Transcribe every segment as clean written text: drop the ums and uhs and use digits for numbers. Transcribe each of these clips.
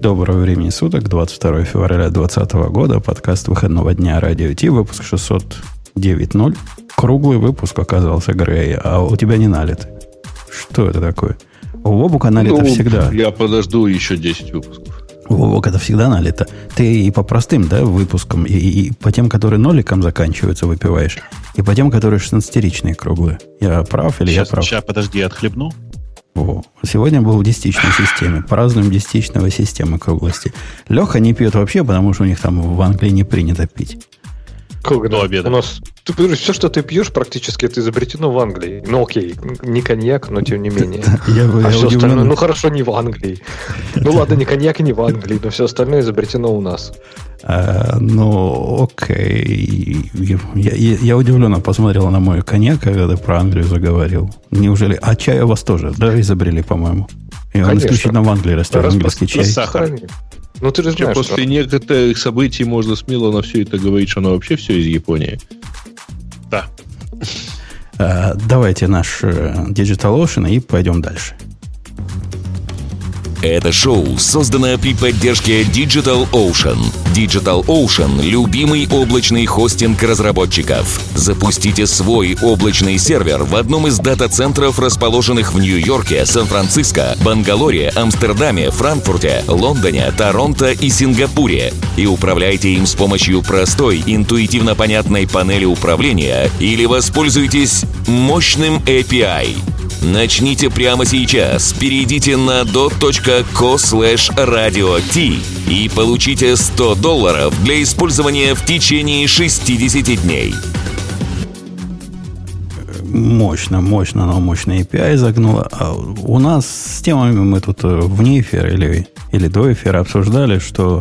Доброго времени суток, 22 февраля 2020 года, подкаст выходного дня Радио Ти, выпуск 609.0. Круглый выпуск оказался, Грей, а у тебя не налит. Что это такое? У Вобука налито всегда. Я подожду еще 10 выпусков. У Вобука это всегда налито. Ты и по простым, да, выпускам, и по тем, которые ноликом заканчиваются, выпиваешь, и по тем, которые 16-ричные круглые. Я прав или я прав? Сейчас, подожди, я отхлебну. Во. Сегодня был в десятичной системе. Празднуем десятичного системы круглости. Леха не пьет вообще, потому что у них там в Англии не принято пить. Как до обеда. У нас, все, что ты пьешь, практически это изобретено в Англии. Ну окей, не коньяк, но тем не менее. А все остальное, ну хорошо, не в Англии. Ну ладно, не коньяк и не в Англии, но все остальное изобретено у нас. Ну, окей. Я удивленно посмотрел на мой коньяк, когда ты про Англию заговорил. Неужели? А чай у вас тоже, да, изобрели, по-моему? И он исключительно в Англии растет, английский чай. Сахар. Ну, ты же знаешь, после некоторых событий можно смело на все это говорить, что оно вообще все из Японии. Да. Давайте наш DigitalOcean и пойдем дальше. Это шоу создано при поддержке DigitalOcean. DigitalOcean – любимый облачный хостинг разработчиков. Запустите свой облачный сервер в одном из дата-центров, расположенных в Нью-Йорке, Сан-Франциско, Бангалоре, Амстердаме, Франкфурте, Лондоне, Торонто и Сингапуре. И управляйте им с помощью простой, интуитивно понятной панели управления или воспользуйтесь мощным API. Начните прямо сейчас. Перейдите на dot.co/radio-t и получите $100 для использования в течение 60 дней. Мощно, но мощно API загнуло. А у нас с темами мы тут вне эфира или до эфира обсуждали, что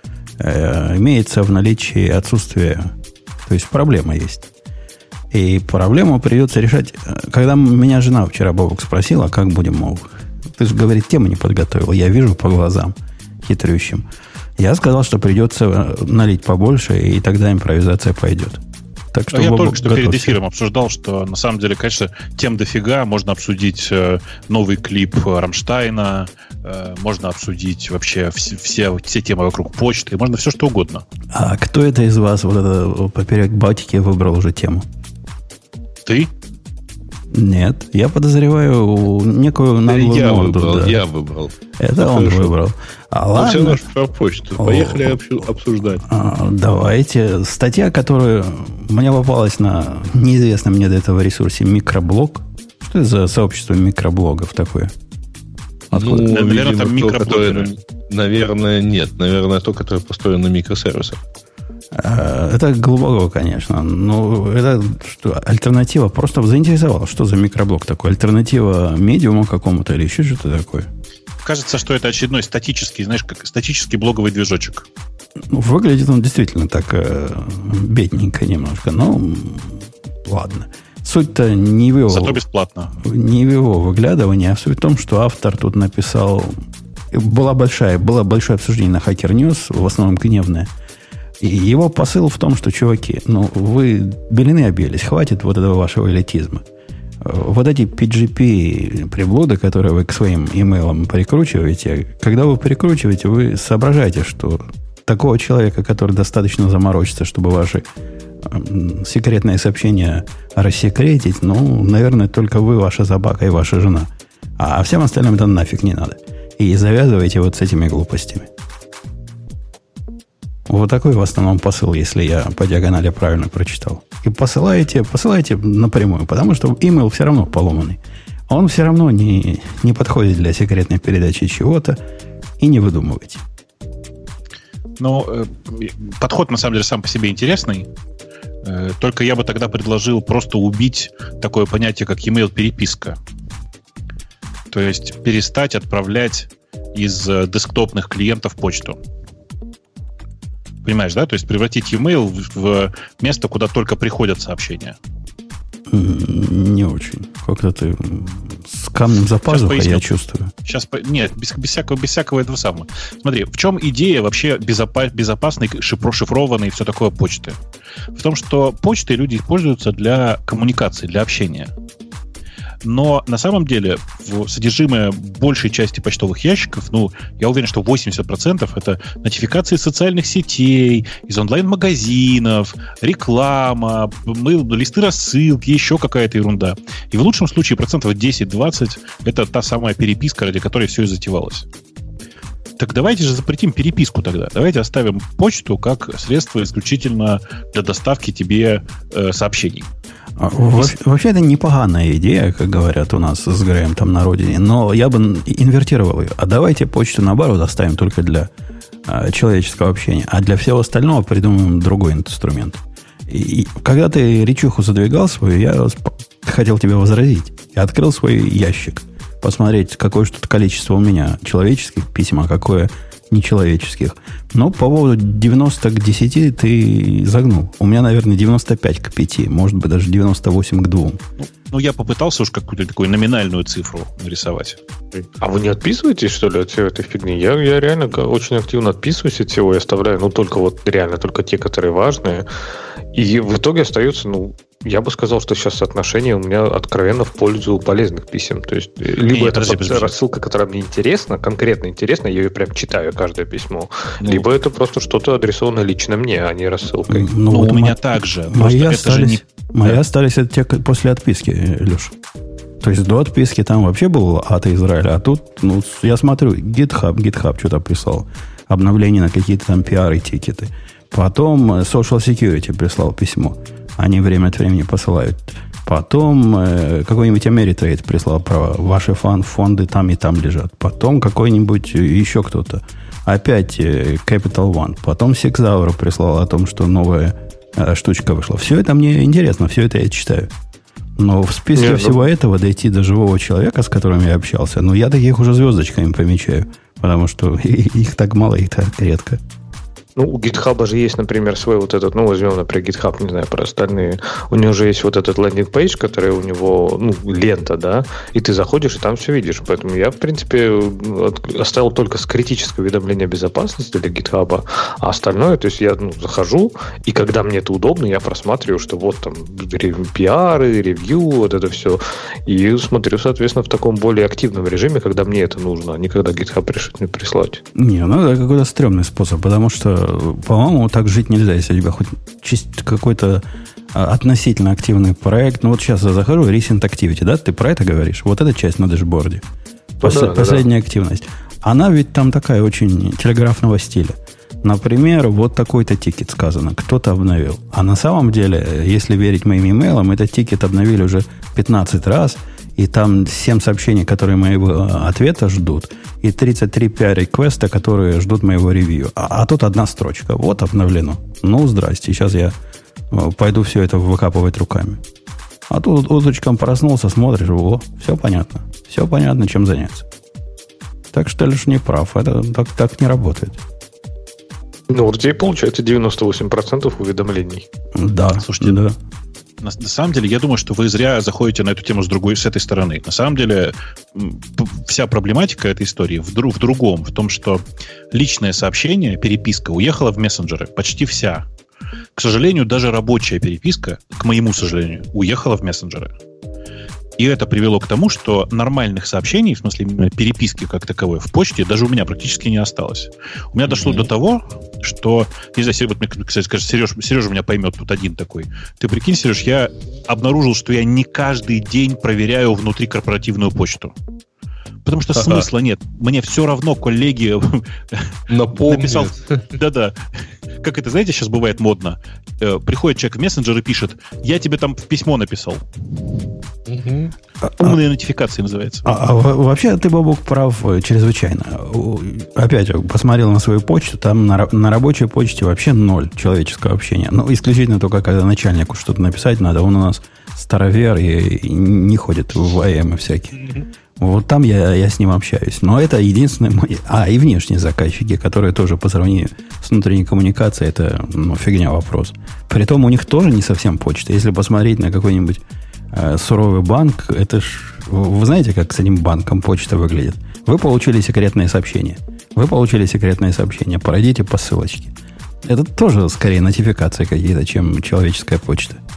имеется в наличии отсутствие, то есть проблема есть. И проблему придется решать. Когда меня жена вчера, Бобок, спросила, как будем, мол, ты же, говорит, тему не подготовил. Я вижу по глазам хитрющим. Я сказал, что придется налить побольше, и тогда импровизация пойдет. Так что, я Бобок, только что перед эфиром обсуждал, что на самом деле, конечно, тем дофига. Можно обсудить новый клип Рамштайна, можно обсудить вообще все темы вокруг почты, можно все что угодно. А кто это из вас вот это поперек батики выбрал уже тему? Ты? Нет, я подозреваю некую наглую морду. Я выбрал. Это он выбрал. Ладно. Все наш про почту. Поехали обсуждать. Давайте. Статья, которая мне попалась на неизвестном мне до этого ресурсе Микроблог. Что это за сообщество микроблогов такое? Откуда? Наверное, там микроблогеры. Наверное, нет. Наверное, то, которое построено на микросервисах. Это глубоко, конечно. Но это что, альтернатива просто заинтересовала. Что за микроблог такой? Альтернатива медиуму какому-то или еще что-то такое? Кажется, что это очередной статический, знаешь, как статический блоговый движочек. Выглядит он действительно так бедненько немножко. Но ладно. Суть-то не в его... Зато бесплатно. Не в его выглядывании, а суть в том, что автор тут написал... Было большое обсуждение на Hacker News, в основном гневное. И его посыл в том, что, чуваки, вы белины объелись, хватит вот этого вашего элитизма. Вот эти PGP-приблуды, которые вы к своим имейлам прикручиваете, когда вы прикручиваете, вы соображаете, что такого человека, который достаточно заморочится, чтобы ваши секретные сообщения рассекретить, наверное, только вы, ваша собака и ваша жена. А всем остальным это нафиг не надо. И завязывайте вот с этими глупостями. Вот такой в основном посыл, если я по диагонали правильно прочитал. И посылаете напрямую, потому что имейл все равно поломанный. Он все равно не подходит для секретной передачи чего-то, и не выдумывайте. Подход на самом деле сам по себе интересный. Только я бы тогда предложил просто убить такое понятие, как email-переписка. То есть перестать отправлять из десктопных клиентов почту. Понимаешь, да? То есть превратить e-mail в место, куда только приходят сообщения. Не очень. Как-то ты с камнем за пазухой, я чувствую. Нет, без всякого этого самого. Смотри, в чем идея вообще безопасной, шифрованной и все такое почты? В том, что почтой люди пользуются для коммуникации, для общения. Но на самом деле содержимое большей части почтовых ящиков, я уверен, что 80% это нотификации из социальных сетей, из онлайн-магазинов, реклама, листы рассылки, еще какая-то ерунда. И в лучшем случае 10-20% это та самая переписка, ради которой все и затевалось. Так давайте же запретим переписку тогда. Давайте оставим почту как средство исключительно для доставки тебе сообщений. Вообще это непоганая идея, как говорят у нас с Греем там на родине, но я бы инвертировал ее. А давайте почту наоборот оставим только для человеческого общения, а для всего остального придумаем другой инструмент. И когда ты речуху задвигал свою, я хотел тебя возразить. Я открыл свой ящик, посмотреть, какое что-то количество у меня человеческих писем, а какое нечеловеческих. Но по поводу 90 к 10 ты загнул. У меня, наверное, 95 к 5, может быть, даже 98 к 2. Я попытался уж какую-то такую номинальную цифру нарисовать. А вы не отписываетесь, что ли, от всей этой фигни? Я реально очень активно отписываюсь от всего и оставляю, только те, которые важные. И в итоге остается, я бы сказал, что сейчас соотношение у меня откровенно в пользу полезных писем. То есть, либо это рассылка, которая мне интересна, конкретно интересна, я ее прям читаю, каждое письмо, либо это просто что-то адресованное лично мне, а не рассылкой. У меня так же. Мои остались от те после отписки, Леша. То есть до отписки там вообще был ад Израиля, а тут, я смотрю, GitHub что-то прислал, обновление на какие-то там PR и тикеты. Потом Social Security прислал письмо. Они время от времени посылают. Потом какой-нибудь Ameritrade прислал про ваши фонды там и там лежат. Потом какой-нибудь еще кто-то. Опять Capital One. Потом Sixhour прислал о том, что новая штучка вышла. Все это мне интересно, все это я читаю. Но в списке всего этого дойти до живого человека, с которым я общался, я таких уже звездочками помечаю. Потому что их так мало, их так редко. У GitHub же есть, например, свой возьмем, например, GitHub, не знаю, про остальные. У него же есть вот этот лендинг-пейдж, который у него, лента, да, и ты заходишь, и там все видишь. Поэтому я, в принципе, оставил только с критическое уведомление безопасности для GitHub, а остальное, то есть я захожу, и когда мне это удобно, я просматриваю, что вот там пиары, ревью, вот это все, и смотрю, соответственно, в таком более активном режиме, когда мне это нужно, а не когда GitHub решит мне прислать. Это какой-то стрёмный способ, потому что по-моему, так жить нельзя, если у тебя хоть какой-то относительно активный проект. Вот сейчас я захожу, Recent Activity, да? Ты про это говоришь? Вот эта часть на дэшборде. Последняя активность. Она ведь там такая очень телеграфного стиля. Например, вот такой-то тикет сказано, кто-то обновил. А на самом деле, если верить моим имейлам, этот тикет обновили уже 15 раз, и там 7 сообщений, которые моего ответа ждут, и 33 PR-реквеста, которые ждут моего ревью. А тут одна строчка. Вот обновлено. Здрасте. Сейчас я пойду все это выкапывать руками. А тут утречком проснулся, смотришь, все понятно. Все понятно, чем заняться. Так что лишь не прав. Это так не работает. Вот у тебя получается 98% уведомлений. Да, слушайте, да. На самом деле, я думаю, что вы зря заходите на эту тему с этой стороны. На самом деле, вся проблематика этой истории в другом. В том, что личное сообщение, переписка уехала в мессенджеры. Почти вся. К сожалению, даже рабочая переписка, к моему сожалению, уехала в мессенджеры. И это привело к тому, что нормальных сообщений, в смысле именно переписки как таковой, в почте даже у меня практически не осталось. У меня дошло до того, что, не знаю, вот мне, кстати, скажет, Сережа меня поймет, тут один такой. Ты прикинь, Сереж, я обнаружил, что я не каждый день проверяю внутри корпоративную почту. Потому что смысла нет. Мне все равно коллеги написал. Да-да. Как это, знаете, сейчас бывает модно. Приходит человек в мессенджер и пишет: я тебе там в письмо написал. Умные нотификации называется. Вообще ты, Бобук, прав чрезвычайно. Опять посмотрел на свою почту, там на рабочей почте вообще 0 человеческого общения. Исключительно только когда начальнику что-то написать надо. Он у нас старовер и не ходит в АМ всякие. Вот там я с ним общаюсь. Но это единственное... и внешние заказчики, которые тоже по сравнению с внутренней коммуникацией, это фигня вопрос. Притом у них тоже не совсем почта. Если посмотреть на какой-нибудь суровый банк, это ж... Вы знаете, как с этим банком почта выглядит? Вы получили секретное сообщение. Пройдите по ссылочке. Это тоже скорее нотификации какие-то, чем человеческая почта.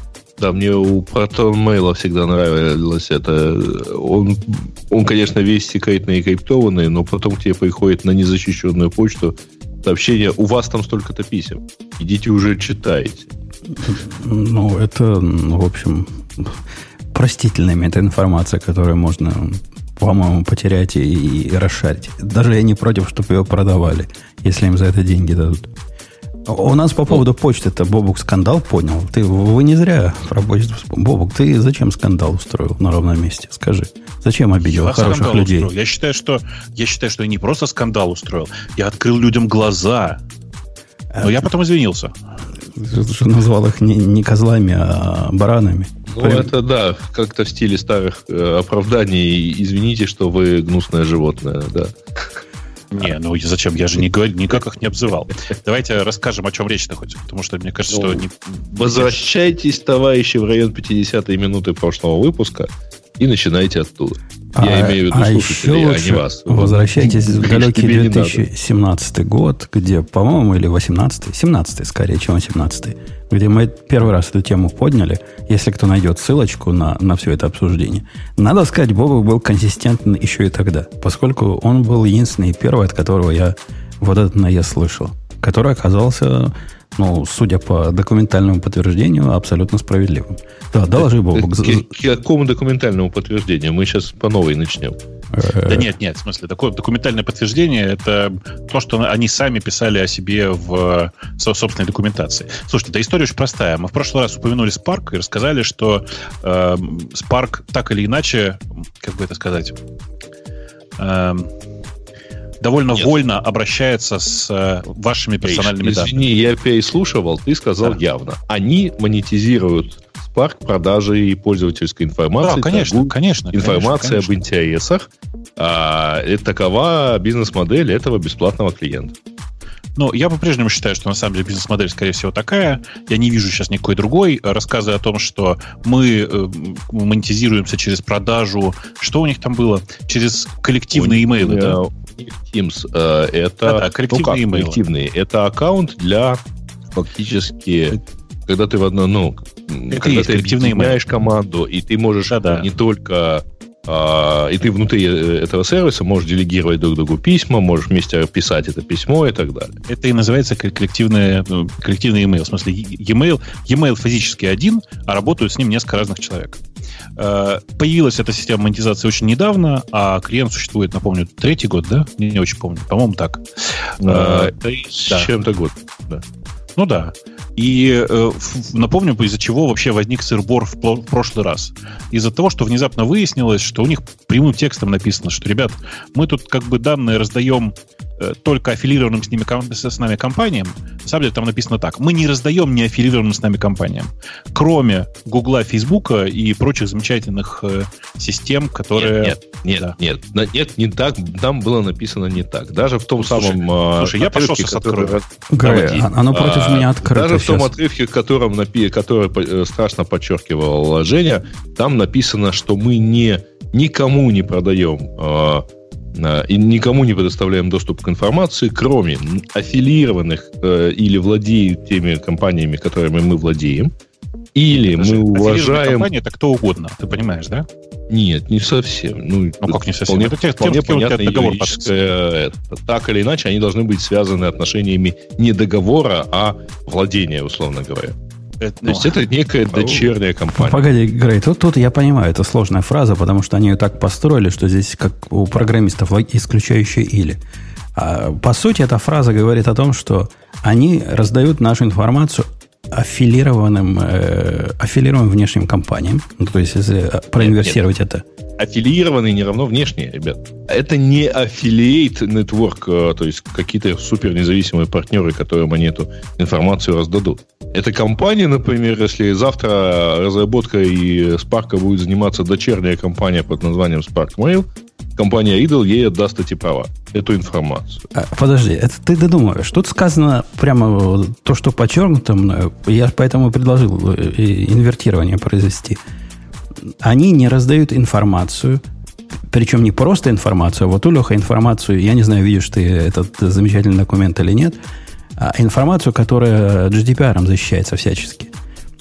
Да, мне у ProtonMail всегда нравилось это. Он, конечно, весь секретный и криптованный, но потом к тебе приходит на незащищенную почту сообщение: у вас там столько-то писем. Идите уже читайте. Ну, это, в общем, простительная метаинформация, которую можно, по-моему, потерять и расшарить. Даже я не против, чтобы ее продавали, если им за это деньги дадут. У нас по поводу почты-то Бобук скандал поднял. Вы не зря про почту. Бобук, ты зачем скандал устроил на ровном месте? Скажи. Зачем обидел хороших людей? Я считаю, что я не просто скандал устроил. Я открыл людям глаза. Но я потом извинился. Что назвал их не козлами, а баранами. Ну, это да, как-то в стиле старых оправданий. Извините, что вы гнусное животное, да. Не, ну зачем? Я же никак их не обзывал. Давайте расскажем, о чем речь-то хоть. Потому что мне кажется, что... Возвращайтесь, товарищи, в район 50-й минуты прошлого выпуска и начинайте оттуда. Я имею в виду слушателей, а не вас. Возвращайтесь в далекий 2017 год, где, по-моему, или 18-й, 17-й скорее, чем 18-й, где мы первый раз эту тему подняли, если кто найдет ссылочку на все это обсуждение. Надо сказать, Бобок был консистентен еще и тогда, поскольку он был единственный и первый, от которого я вот этот наезд слышал, который оказался, ну, судя по документальному подтверждению, абсолютно справедливым. Да, доложи, Бобок. К какому документальному подтверждению? Мы сейчас по новой начнем. Да нет, в смысле, такое документальное подтверждение — это то, что они сами писали о себе в собственной документации. Слушайте, да история очень простая. Мы в прошлый раз упомянули Spark и рассказали, что Spark так или иначе, как бы это сказать, довольно вольно обращается с вашими персональными данными. Извини, я переслушивал, ты сказал явно. Они монетизируют Spark продажи и пользовательской информации. Да, конечно. Информация об интересах. Такова бизнес-модель этого бесплатного клиента. Ну, я по-прежнему считаю, что на самом деле бизнес-модель, скорее всего, такая. Я не вижу сейчас никакой другой. Рассказы о том, что мы монетизируемся через продажу. Что у них там было? Через коллективные имейлы, да? Teams. Это коллективные имейлы. Коллективные. Это аккаунт для фактически... Когда ты в одно, когда ты объединяешь команду, и ты можешь не только... и ты внутри этого сервиса можешь делегировать друг другу письма, можешь вместе писать это письмо и так далее. Это и называется коллективный email. В смысле, e-mail физически один, а работают с ним несколько разных человек. Появилась эта система монетизации очень недавно, а клиент существует, напомню, 3-й год, да? Не очень помню. По-моему, так. С чем-то год, да. Ну да. И напомню, из-за чего вообще возник сыр-бор в прошлый раз. Из-за того, что внезапно выяснилось, что у них прямым текстом написано, что, ребят, мы тут как бы данные раздаем только аффилированным с нами компаниям. На самом деле там написано так: мы не раздаем неаффилированным с нами компаниям, кроме Гугла, Фейсбука и прочих замечательных систем, которые... Нет, не так. Там было написано не так. Даже в том самом... Слушай, я пошел сейчас открою. Оно против меня открыто. Даже в том отрывке, который страшно подчеркивал Женя, там написано, что мы никому не продаем и никому не предоставляем доступ к информации, кроме аффилированных или владеют теми компаниями, которыми мы владеем, или мы уважаем... Компания — это кто угодно, ты понимаешь, да? Нет, не совсем. Ну как не совсем? Вполне понятно, юридическое. Так или иначе, они должны быть связаны отношениями не договора, а владения, условно говоря. То есть это некая дочерняя компания. Погоди, Грей, тут я понимаю, это сложная фраза, потому что они ее так построили, что здесь, как у программистов, исключающее «или». По сути, эта фраза говорит о том, что они раздают нашу информацию аффилированным внешним компаниям. Ну, то есть, если проинверсировать это. Аффилированный не равно внешний, ребят. Это не affiliate network, то есть какие-то супер независимые партнеры, которым они эту информацию раздадут. Это компания, например, если завтра разработкой Spark будет заниматься дочерняя компания под названием Spark Mail, компания Idle ей отдаст эти права, эту информацию. Подожди, это ты додумываешь. Тут сказано прямо то, что подчеркнуто мною. Я поэтому предложил инвертирование произвести. Они не раздают информацию, причем не просто информацию, а вот у Леха информацию, я не знаю, видишь ты этот замечательный документ или нет, а информацию, которая GDPR защищается всячески.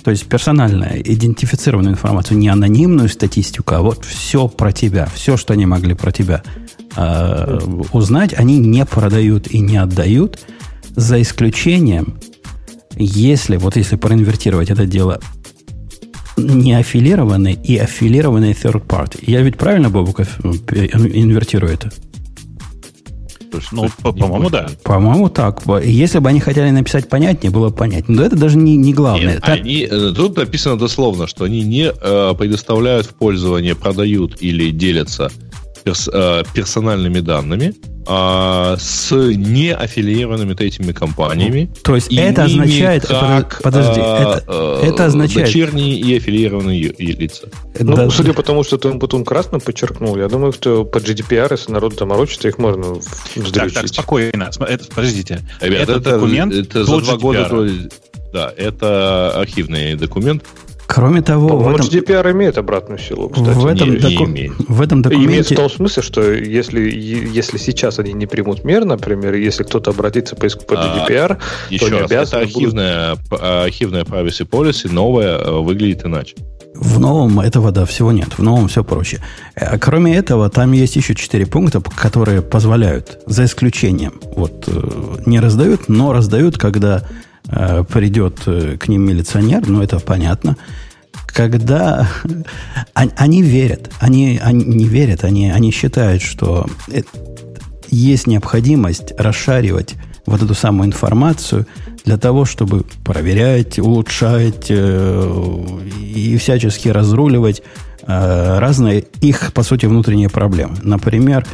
То есть персональную, идентифицированную информацию, не анонимную статистику, а вот все про тебя, все, что они могли про тебя узнать, они не продают и не отдают, за исключением, если проинвертировать это дело, не аффилированный и аффилированный third party. Я ведь правильно, Бобук, инвертирую это? По-моему, да. По-моему, так. Если бы они хотели написать понятнее, было бы понятнее. Но это даже не главное. Нет, тут написано дословно, что они не предоставляют в пользование, продают или делятся персональными данными с неаффилированными третьими компаниями. То есть это означает... Подожди. Это означает... Дочерние и аффилированные лица. Судя по тому, что ты потом красным подчеркнул, я думаю, что по GDPR, если народ заморочится, их можно вздрючить. Так, спокойно. Подождите. Ребят, это документ это за 2 года... Да, это архивный документ. Кроме того, GDPR имеет обратную силу, кстати. В этом документе... Имеет в том смысле, что если сейчас они не примут мер, например, если кто-то обратится по иску по GDPR, то не обязаны будут... архивная privacy policy новая выглядит иначе. В новом этого, всего нет. В новом все проще. Кроме этого, там есть еще 4 пункта, которые позволяют, за исключением, не раздают, но раздают, когда придет к ним милиционер, это понятно, когда они верят, они не верят, они считают, что есть необходимость расшаривать вот эту самую информацию для того, чтобы проверять, улучшать и всячески разруливать разные их, по сути, внутренние проблемы. Например,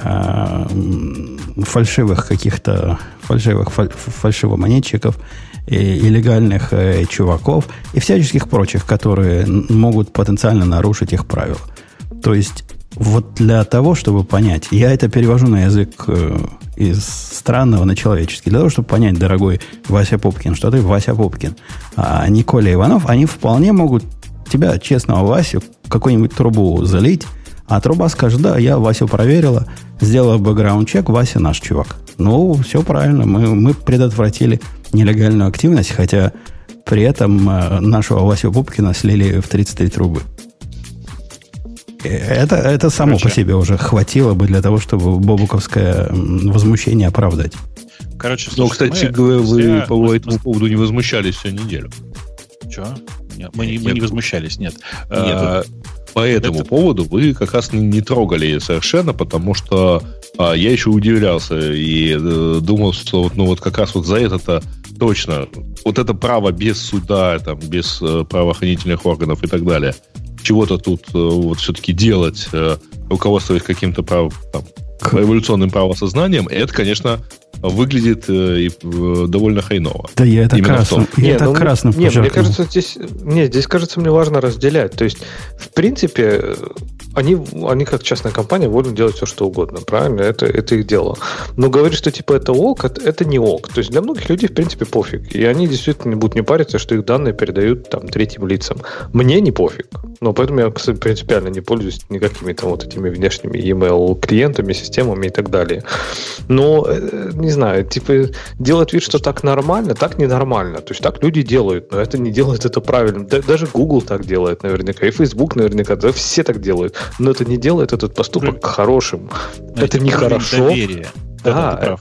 фальшивомонетчиков, илlegальных чуваков и всяческих прочих, которые могут потенциально нарушить их правила. То есть, для того, чтобы понять, я это перевожу на язык из странного на человеческий, для того, чтобы понять, дорогой Вася Пупкин, что ты Вася Пупкин, а не Коля Иванов, они вполне могут тебя, честного Васю, какую-нибудь трубу залить, а труба скажет: да, я Васю проверила, сделала бэкграунд-чек, Вася наш чувак. Все правильно, мы предотвратили нелегальную активность, хотя при этом нашего Васю Пупкина слили в 33 трубы. Это само по себе уже хватило бы для того, чтобы бобуковское возмущение оправдать. Кстати говоря, вы по этому поводу не возмущались всю неделю. Чего? Мы не возмущались, нет. По этому поводу вы как раз не трогали совершенно, потому что я еще удивлялся и думал, что как раз за это-то точно, это право без суда, без правоохранительных органов и так далее, чего-то тут все-таки делать, руководствуясь каким-то эволюционным правосознанием, это, конечно, выглядит довольно хрейново. Да я это красным мне кажется, здесь кажется, мне важно разделять. То есть, в принципе, они как частная компания вольны делать все, что угодно, правильно? Это их дело. Но говорить, что это ок, это не ок. То есть для многих людей, в принципе, пофиг. И они действительно будут не париться, что их данные передают третьим лицам. Мне не пофиг. Но поэтому я, кстати, принципиально не пользуюсь никакими этими внешними e-mail клиентами, системами и так далее. Но, не знаю, делать вид, что так нормально, так ненормально. То есть так люди делают, но это не делает это правильно. Даже Google так делает наверняка, и Facebook наверняка, да, все так делают. Но это не делает этот поступок хорошим. Это нехорошо. Да,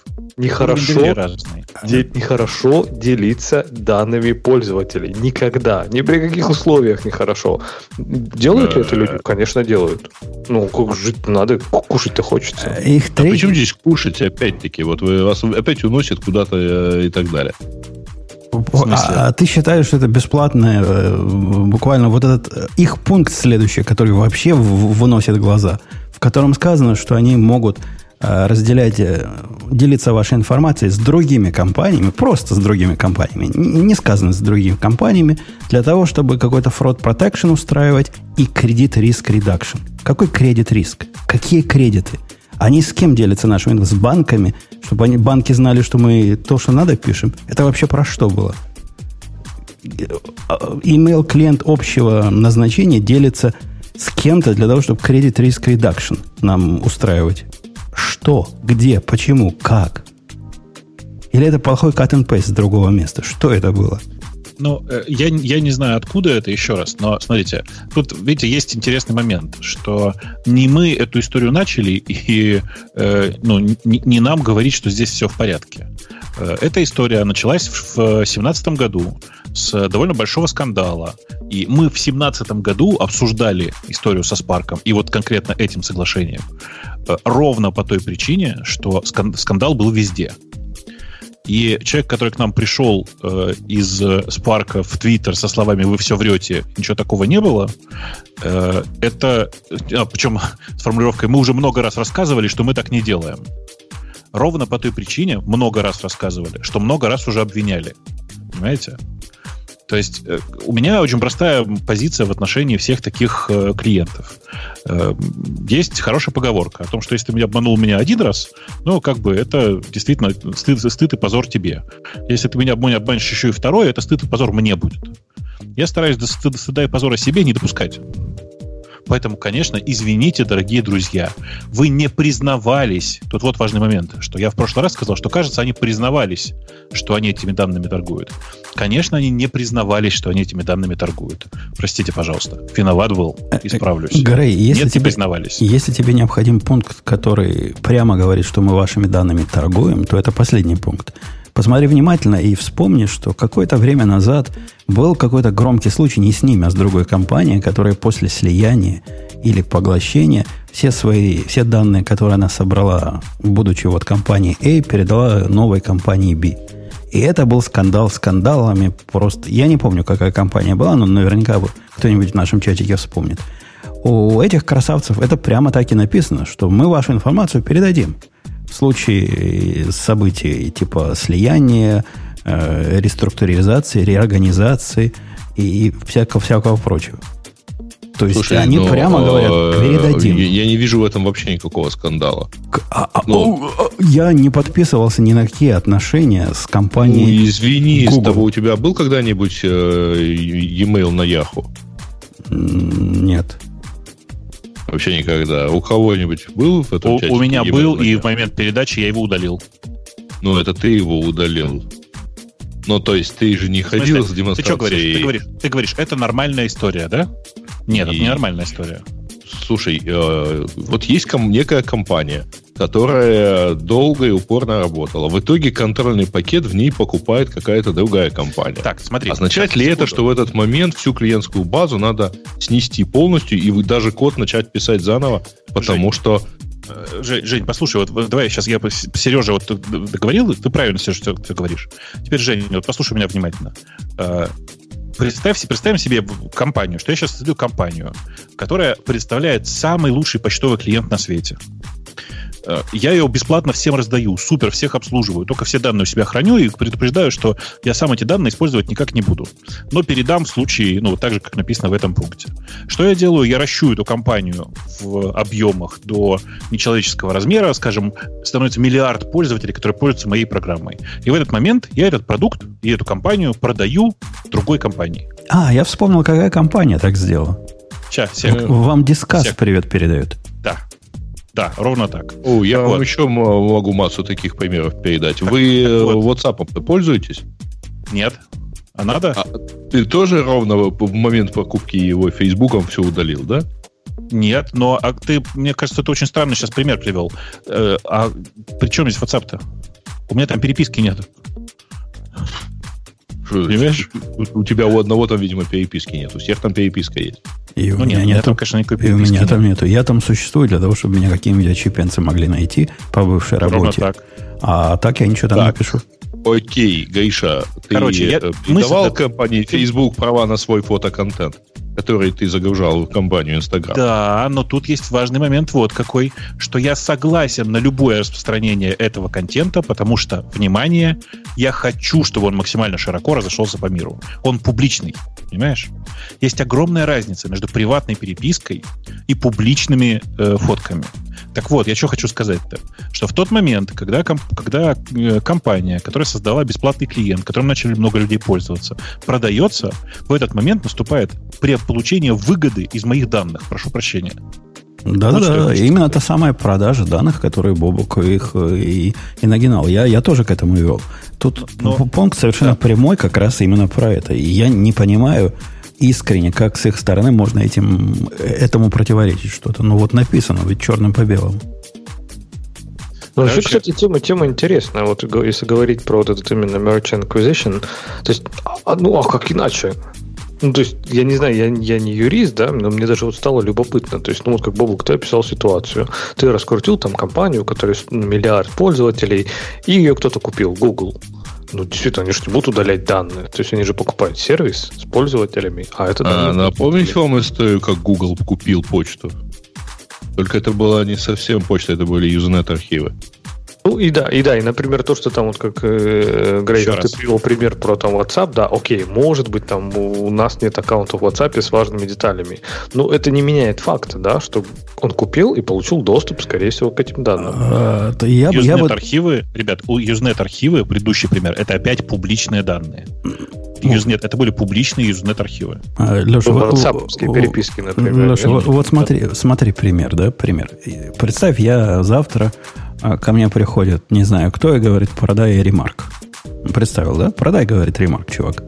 нехорошо делиться данными пользователей. Никогда. Ни при каких условиях нехорошо. Делают ли это люди? Конечно, делают. Как жить надо, кушать-то хочется. Почему здесь кушать, опять-таки? Вас опять уносят куда-то и так далее. А ты считаешь, что это бесплатное, буквально этот их пункт следующий, который вообще выносит глаза, в котором сказано, что они могут делиться вашей информацией с другими компаниями, просто с другими компаниями, не сказано с другими компаниями, для того, чтобы какой-то fraud protection устраивать и credit risk reduction. Какой credit risk? Какие кредиты? Они с кем делятся нашими информацией? С банками? Чтобы банки знали, что мы то, что надо, пишем? Это вообще про что было? Email-клиент общего назначения делится с кем-то для того, чтобы credit risk reduction нам устраивать. Что? Где? Почему? Как? Или это плохой cut and paste с другого места? Что это было? Ну, я не знаю, откуда это, еще раз, но смотрите, тут, видите, есть интересный момент, что не мы эту историю начали, и не нам говорить, что здесь все в порядке. Эта история началась в 2017 году с довольно большого скандала, и мы в 2017 году обсуждали историю со Spark, и вот конкретно этим соглашением, ровно по той причине, что скандал был везде. И человек, который к нам пришел из Spark в Twitter со словами «Вы все врете, ничего такого не было», причем с формулировкой «Мы уже много раз рассказывали, что мы так не делаем». Ровно по той причине много раз рассказывали, что много раз уже обвиняли. Понимаете? То есть у меня очень простая позиция в отношении всех таких клиентов. Есть хорошая поговорка о том, что если ты обманул меня один раз, это действительно стыд и позор тебе. Если ты меня обманешь еще и второй, это стыд и позор мне будет. Я стараюсь до стыда и позора себе не допускать. Поэтому, конечно, извините, дорогие друзья, вы не признавались. Тут вот важный момент, что я в прошлый раз сказал, что, кажется, они признавались, что они этими данными торгуют. Конечно, они не признавались, что они этими данными торгуют. Простите, пожалуйста. Виноват был, исправлюсь. Грей, не признавались. Если тебе необходим пункт, который прямо говорит, что мы вашими данными торгуем, то это последний пункт. Посмотри внимательно и вспомни, что какое-то время назад был какой-то громкий случай не с ними, а с другой компанией, которая после слияния или поглощения все данные, которые она собрала, будучи компанией A, передала новой компании B. И это был скандал скандалами. Просто я не помню, какая компания была, но наверняка кто-нибудь в нашем чатике вспомнит. У этих красавцев это прямо так и написано, что мы вашу информацию передадим. В случае событий типа слияния, реструктуризации, реорганизации и всякого прочего. То есть они прямо говорят, передадим. Я не вижу в этом вообще никакого скандала. Я не подписывался ни на какие отношения с компанией извини, Google. С тобой у тебя был когда-нибудь e-mail на Yahoo? Нет. Вообще никогда. У кого-нибудь был в этом чате? У меня был, и в момент передачи я его удалил. Ну, это ты его удалил. Ну, то есть ты же не ходил с демонстрацией... Ты что говоришь? Ты говоришь, это нормальная история, да? Нет, это не нормальная история. Слушай, вот есть некая компания, которая долго и упорно работала. В итоге контрольный пакет в ней покупает какая-то другая компания. Так, смотри. Означает ли это, что в этот момент всю клиентскую базу надо снести полностью и даже код начать писать заново, потому что... Жень, послушай, давай сейчас я Сережа договорил, ты правильно все, что ты говоришь. Теперь, Жень, послушай меня внимательно. Представим себе компанию, что я сейчас создаю компанию, которая представляет самый лучший почтовый клиент на свете. Я ее бесплатно всем раздаю, супер, всех обслуживаю, только все данные у себя храню и предупреждаю, что я сам эти данные использовать никак не буду. Но передам в случае, так же, как написано в этом пункте. Что я делаю? Я ращу эту компанию в объемах до нечеловеческого размера, скажем, становится миллиард пользователей, которые пользуются моей программой. И в этот момент я этот продукт и эту компанию продаю другой компании. Я вспомнил, какая компания так сделала. Вам Discuss привет передает. Да, ровно так. Я вам еще могу массу таких примеров передать. Вы WhatsApp пользуетесь? Нет. А надо? Ты тоже ровно в момент покупки его Фейсбуком все удалил, да? Нет, но ты, мне кажется, ты очень странный сейчас пример привел. При чем здесь WhatsApp-то? У меня там переписки нет. Понимаешь? У тебя у одного там, видимо, переписки нет. У всех там переписка есть. И у меня там, конечно, никакой переписки. И у меня там нету. Я там существую для того, чтобы меня какие-нибудь отщепенцы могли найти по бывшей работе. Так. А так я ничего там не пишу. Окей, Гриша, ты передавал компании Facebook права на свой фотоконтент, который ты загружал в компанию Instagram? Да, но тут есть важный момент вот какой, что я согласен на любое распространение этого контента, потому что, внимание, я хочу, чтобы он максимально широко разошелся по миру. Он публичный, понимаешь? Есть огромная разница между приватной перепиской и публичными фотками. Так вот, я что хочу сказать-то, что в тот момент, когда компания, которая создала бесплатный клиент, которым начали много людей пользоваться, продается, в этот момент наступает при получении выгоды из моих данных. Прошу прощения. Да, именно та самая продажа данных, которые Бобук их и нагинал. Я тоже к этому вел. Тут пункт совершенно прямой как раз именно про это. И я не понимаю искренне, как с их стороны можно этому противоречить что-то. Ну вот написано, ведь черным по белому. Ну, вообще, кстати, тема интересная. Вот если говорить про вот этот именно merchant acquisition, то есть, как иначе? Ну, то есть, я не знаю, я не юрист, да, но мне даже вот стало любопытно. То есть, вот как Бобук, ты описал ситуацию. Ты раскрутил там компанию, у которой миллиард пользователей, и ее кто-то купил, Google. Ну, действительно, они же не будут удалять данные. То есть, они же покупают сервис с пользователями, а это... Напомните вам историю, как Google купил почту? Только это была не совсем почта, это были Usenet архивы. Ну и например, то, что там вот как Грейдер, ты привел пример про там WhatsApp, да, окей, может быть, там у нас нет аккаунта в WhatsApp с важными деталями. Но это не меняет факта, да, что он купил и получил доступ, скорее всего, к этим данным. Usenet-архивы, ребят, у Usenet-архивы, предыдущий пример, это опять публичные данные. Usenet, это были публичные Usenet-архивы. Леша, WhatsApp-ские переписки, например. Леша, вот смотри пример, да, пример. Представь, я завтра ко мне приходит, не знаю кто, и говорит, продай Remark. Представил, да? Продай, говорит Remark, чувак.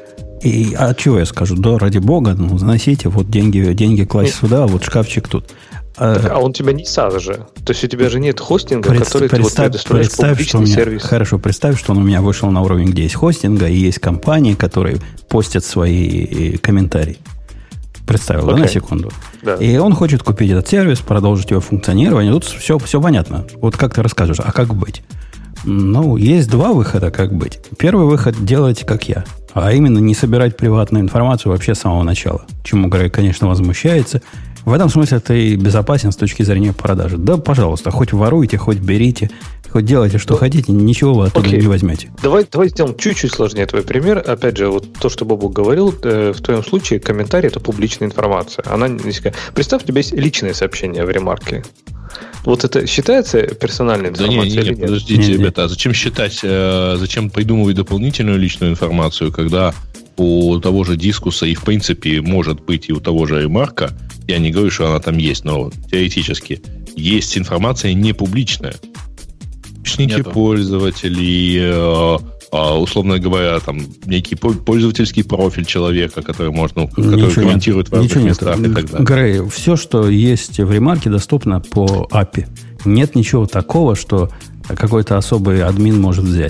И чего я скажу? Да, ради бога, заносите, вот деньги класть сюда, вот шкафчик тут. А он тебя не SaaS же. То есть у тебя же нет хостинга, который ты предоставляешь публичный сервис. Хорошо, представь, что он у меня вышел на уровень, где есть хостинга, и есть компании, которые постят свои комментарии. Представил, да, на секунду? Да. И он хочет купить этот сервис, продолжить его функционирование. Тут все понятно. Вот как ты расскажешь, а как быть? Ну, есть два выхода, как быть. Первый выход – делать, как я. А именно, не собирать приватную информацию вообще с самого начала. Чему Грей, конечно, возмущается. В этом смысле ты безопасен с точки зрения продажи. Да, пожалуйста, хоть воруйте, хоть берите, хоть делайте, что хотите, ничего вы оттуда не возьмете. Давай сделаем чуть-чуть сложнее твой пример. Опять же, вот то, что Бобук говорил, в твоем случае комментарий – это публичная информация. Представь, у тебя есть личное сообщение в ремарке. Вот это считается персональной информацией? Да нет, подождите, ребята, а зачем считать, зачем придумывать дополнительную личную информацию, когда у того же Дискуса и, в принципе, может быть и у того же Ремарка, я не говорю, что она там есть, но теоретически есть информация не публичная. Уточните пользователей, условно говоря, там некий пользовательский профиль человека, который можно, который комментирует в разных местах и так далее. Грей, все, что есть в ремарке, доступно по API. Нет ничего такого, что какой-то особый админ может взять.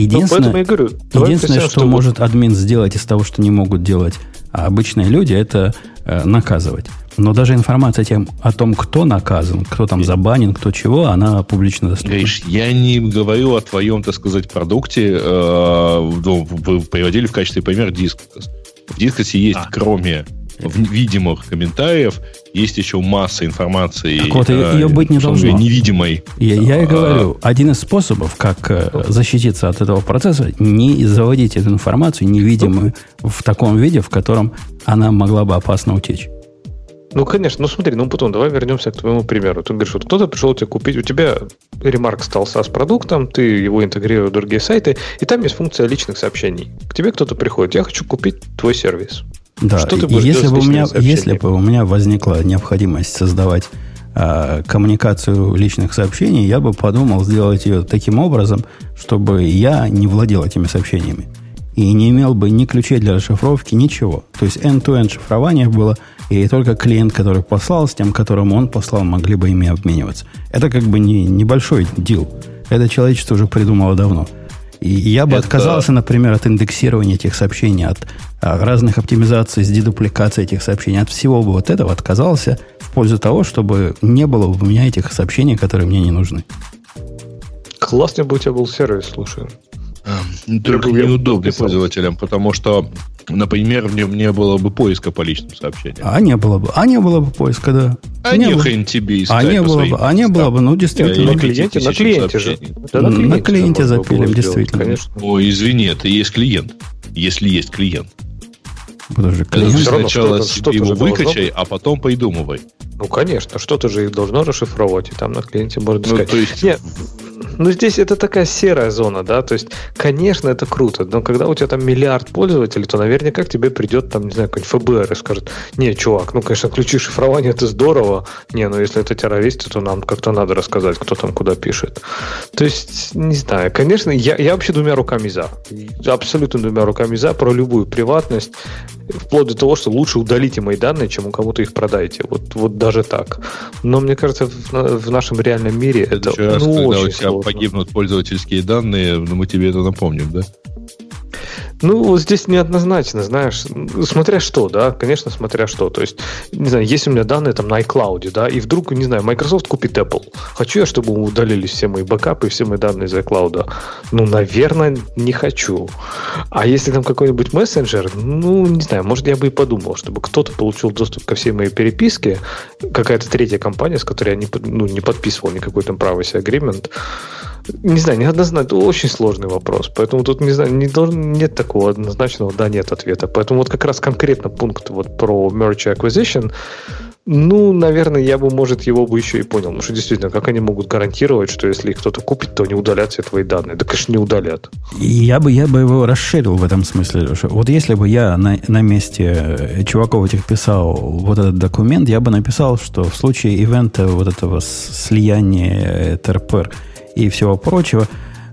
Единственное, что может админ сделать из того, что не могут делать обычные люди, это наказывать. Но даже информация о том, кто наказан, кто там забанен, кто чего, она публично доступна. Гриш, я не говорю о твоем, так сказать, продукте. Вы приводили в качестве примера Discus. В Discus есть, кроме видимых комментариев, есть еще масса информации. Так вот, ее быть не должно. Невидимой. Я и говорю, один из способов, как защититься от этого процесса, не заводить эту информацию невидимую в таком виде, в котором она могла бы опасно утечь. Ну, конечно, смотри, потом давай вернемся к твоему примеру. Ты говоришь, вот кто-то пришел тебе купить, у тебя Remark стал SaaS-продуктом, ты его интегрируешь в другие сайты, и там есть функция личных сообщений. К тебе кто-то приходит, я хочу купить твой сервис. Да, что ты будешь если бы у меня возникла необходимость создавать коммуникацию личных сообщений, я бы подумал сделать ее таким образом, чтобы я не владел этими сообщениями. И не имел бы ни ключей для расшифровки, ничего. То есть end-to-end шифрование было, и только клиент, который послал, с тем, которому он послал, могли бы ими обмениваться. Это как бы небольшой дил. Это человечество уже придумало давно. И я бы отказался, например, от индексирования этих сообщений, от разных оптимизаций, с дедупликацией этих сообщений. От всего бы вот этого отказался в пользу того, чтобы не было у меня этих сообщений, которые мне не нужны. Классный бы у тебя был сервис, слушай. Только неудобный пользователям, потому что, например, в нем не было бы поиска по личным сообщениям. А не было бы поиска, да. Хрен тебе искать. Не было бы, ну, действительно. На клиенте же. На клиенте запилим, действительно. Конечно. Ой, извини, это есть клиент. Если есть клиент. Подожди, клиент. Сначала его выкачай, а потом придумывай. Ну, конечно, что-то же их должно расшифровать, и там на клиенте можно искать. То есть Ну, здесь это такая серая зона, да, то есть, конечно, это круто, но когда у тебя там миллиард пользователей, то наверняка к тебе придет там, не знаю, какой-нибудь ФБР и скажет: не, чувак, ну, конечно, ключи шифрования это здорово, не, ну, если это террористы, то нам как-то надо рассказать, кто там куда пишет. То есть, не знаю, конечно, я вообще двумя руками за. Абсолютно двумя руками за про любую приватность, вплоть до того, что лучше удалите мои данные, чем у кого-то их продайте. Вот даже так. Но мне кажется, в нашем реальном мире это раз, ну, когда очень у тебя сложно. погибнут пользовательские данные, мы тебе это напомним, да? Ну, вот здесь неоднозначно, знаешь, смотря что, да, конечно, смотря что. То есть, не знаю, есть у меня данные там на iCloud, да, и вдруг, не знаю, Microsoft купит Apple. Хочу я, чтобы удалились все мои бэкапы и все мои данные из iCloud? Ну, наверное, не хочу. А если там какой-нибудь мессенджер, ну, не знаю, может, я бы и подумал, чтобы кто-то получил доступ ко всей моей переписке, какая-то третья компания, с которой я не подписывал никакой там privacy agreement. Не знаю, неоднозначно, это очень сложный вопрос. Поэтому тут, не знаю, нет такого однозначного да-нет ответа. Поэтому вот как раз конкретно пункт вот про merge acquisition, ну, наверное, я бы, может, его бы еще и понял. Потому что действительно, как они могут гарантировать, что если их кто-то купит, то не удалят все твои данные? Да, конечно, не удалят. Я бы его расширил в этом смысле, Леша. Вот если бы я на месте чуваков этих писал вот этот документ, я бы написал, что в случае ивента вот этого слияния ТРПР и всего прочего,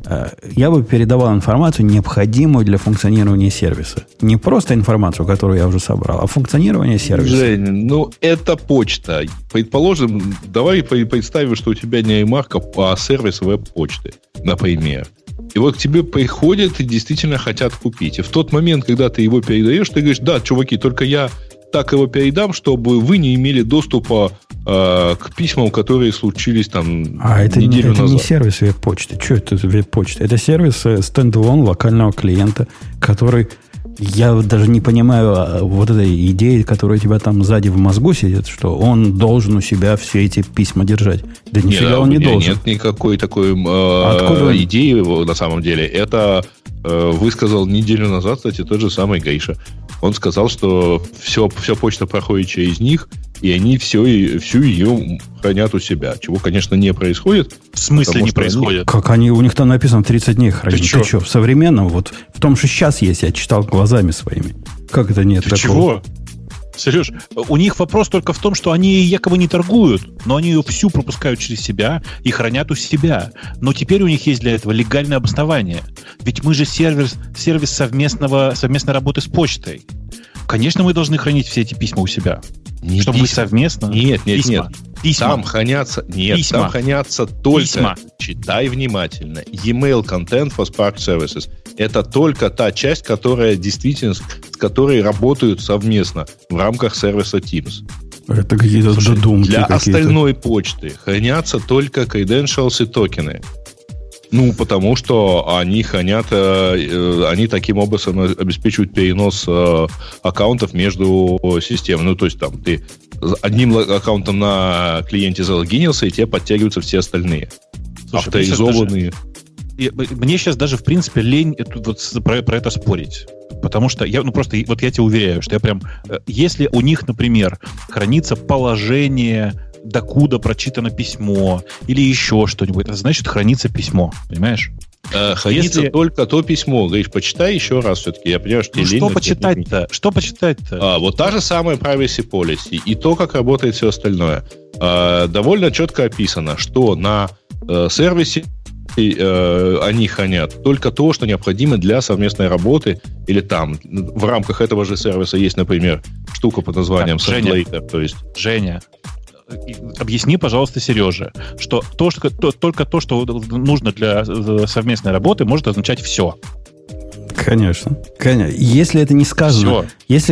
я бы передавал информацию, необходимую для функционирования сервиса. Не просто информацию, которую я уже собрал, а функционирование сервиса. Жень, ну это почта. Предположим, давай представим, что у тебя не iMark, а сервис веб-почты, например. И вот к тебе приходят и действительно хотят купить. И в тот момент, когда ты его передаешь, ты говоришь: да, чуваки, только я так его передам, чтобы вы не имели доступа к письмам, которые случились там неделю назад. Это не сервис веб-почты. Что это веб-почта? Это сервис стендалон локального клиента, который... Я даже не понимаю вот этой идеи, которая у тебя там сзади в мозгу сидит, что он должен у себя все эти письма держать. Да нифига он не должен. Нет никакой такой идеи на самом деле. Это высказал неделю назад, кстати, тот же самый Гейша. Он сказал, что вся почта проходит через них, и они всю ее хранят у себя. Чего, конечно, не происходит. В смысле не происходит? Как они, у них там написано 30 дней хранить. Ты что, в современном, вот в том, что сейчас есть, я читал глазами своими. Как это нет такого? Чего? Сереж, у них вопрос только в том, что они якобы не торгуют, но они ее всю пропускают через себя и хранят у себя. Но теперь у них есть для этого легальное обоснование. Ведь мы же сервис совместной работы с почтой. Конечно, мы должны хранить все эти письма у себя. Не чтобы мы совместно... Нет. Письма. Там хранятся только... Письма. Читай внимательно. E-mail content for Spark Services. Это только та часть, которая действительно, с которой работают совместно в рамках сервиса Teams. Это какие-то додумки. Для остальной почты хранятся только credentials и токены. Ну, потому что они хранят, они таким образом обеспечивают перенос аккаунтов между системами. Ну, то есть там ты одним аккаунтом на клиенте залогинился, и тебе подтягиваются все остальные. Слушай, авторизованные. Мне сейчас даже, в принципе, лень про это спорить. Потому что я тебе уверяю, что я прям... Если у них, например, хранится положение, докуда прочитано письмо, или еще что-нибудь, это значит, хранится письмо. Понимаешь? Хранится только то письмо. Говоришь, почитай еще раз все-таки. Я понимаю, что тебе лень. Что почитать-то? Вот та же самая privacy policy и то, как работает все остальное. Довольно четко описано, что на сервисе они хранят только то, что необходимо для совместной работы, или там в рамках этого же сервиса есть, например, штука под названием Sendlater. Женя, объясни, пожалуйста, Сереже, что только то, что нужно для совместной работы, может означать все. Конечно. Если это не сказано...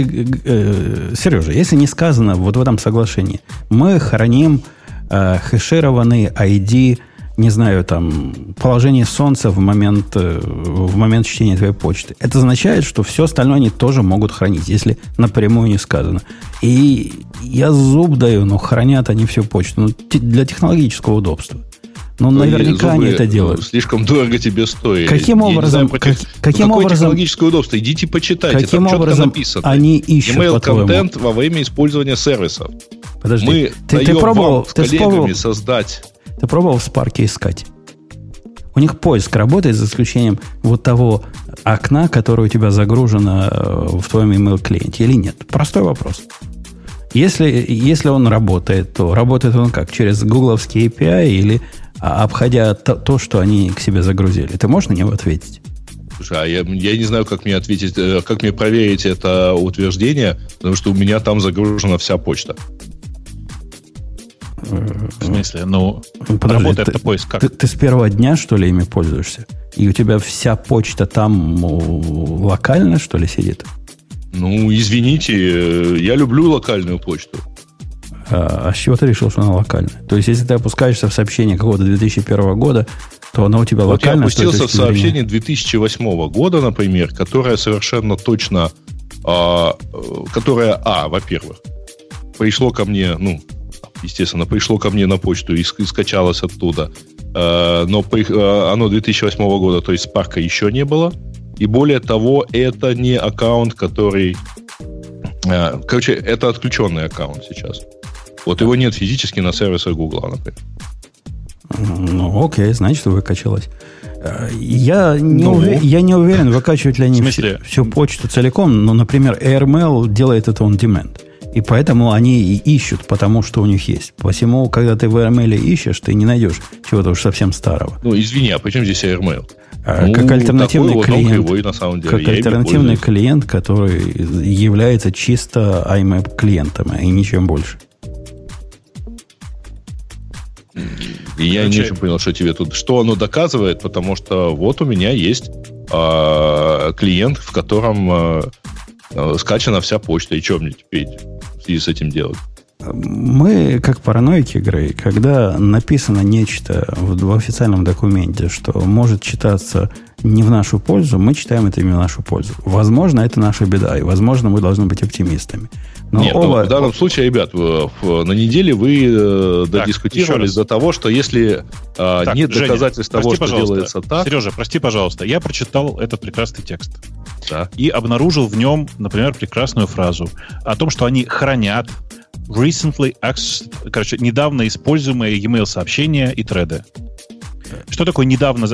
Сережа, если не сказано вот в этом соглашении, мы храним хэшированный ID, не знаю, там, положение солнца в момент чтения твоей почты. Это означает, что все остальное они тоже могут хранить, если напрямую не сказано. И я зуб даю, но хранят они всю почту. Для технологического удобства. Наверняка они это делают. Слишком дорого тебе стоит. Каким образом? Технологическое удобство? Идите почитайте. Каким там образом четко написано. Они ищут, email контент во время использования сервисов. Подожди. Мы даем вам с коллегами создать... Ты пробовал в Spark искать? У них поиск работает за исключением вот того окна, которое у тебя загружено в твоем email-клиенте или нет? Простой вопрос. Если он работает, то работает он как? Через гугловский API или обходя то, что они к себе загрузили? Ты можешь на него ответить? Слушай, а я не знаю, как мне ответить, как мне проверить это утверждение, потому что у меня там загружена вся почта. В смысле? Работает это поиск как? Ты с первого дня, что ли, ими пользуешься? И у тебя вся почта там локально, что ли, сидит? Извините, я люблю локальную почту. А с чего ты решил, что она локальная? То есть, если ты опускаешься в сообщение какого-то 2001 года, то она у тебя локальная? Я опустился в сообщение 2008 года, например, которое совершенно точно... которое, во-первых, пришло ко мне, естественно, пришло ко мне на почту и скачалось оттуда. Но оно 2008 года, то есть Spark еще не было. И более того, это не аккаунт, который... Короче, это отключенный аккаунт сейчас. Вот его нет физически на сервисах Google, например. Окей, значит, выкачалось. Я не уверен, выкачивают ли они всю почту целиком, но, например, AirMail делает это on demand. И поэтому они и ищут, потому что у них есть. Посему, когда ты в AirMail ищешь, ты не найдешь чего-то уж совсем старого. Извини, а почему здесь AirMail? Как альтернативный клиент, как альтернативный клиент, который является чисто IMAP клиентом, и ничем больше. И я не очень понял, что тебе тут... Что оно доказывает, потому что вот у меня есть клиент, в котором скачана вся почта. И что мне теперь в связи с этим делать? Мы, как параноики, Грей, когда написано нечто в официальном документе, что может читаться не в нашу пользу, мы читаем это именно в нашу пользу. Возможно, это наша беда, и, возможно, мы должны быть оптимистами. Но в данном случае, ребят, на неделе вы додискутировались до того, что если нет доказательств того, что делается так... Сережа, прости, пожалуйста, я прочитал этот прекрасный текст. Да. И обнаружил в нем, например, прекрасную фразу о том, что они хранят недавно используемые e-mail сообщения и треды. Что такое недавно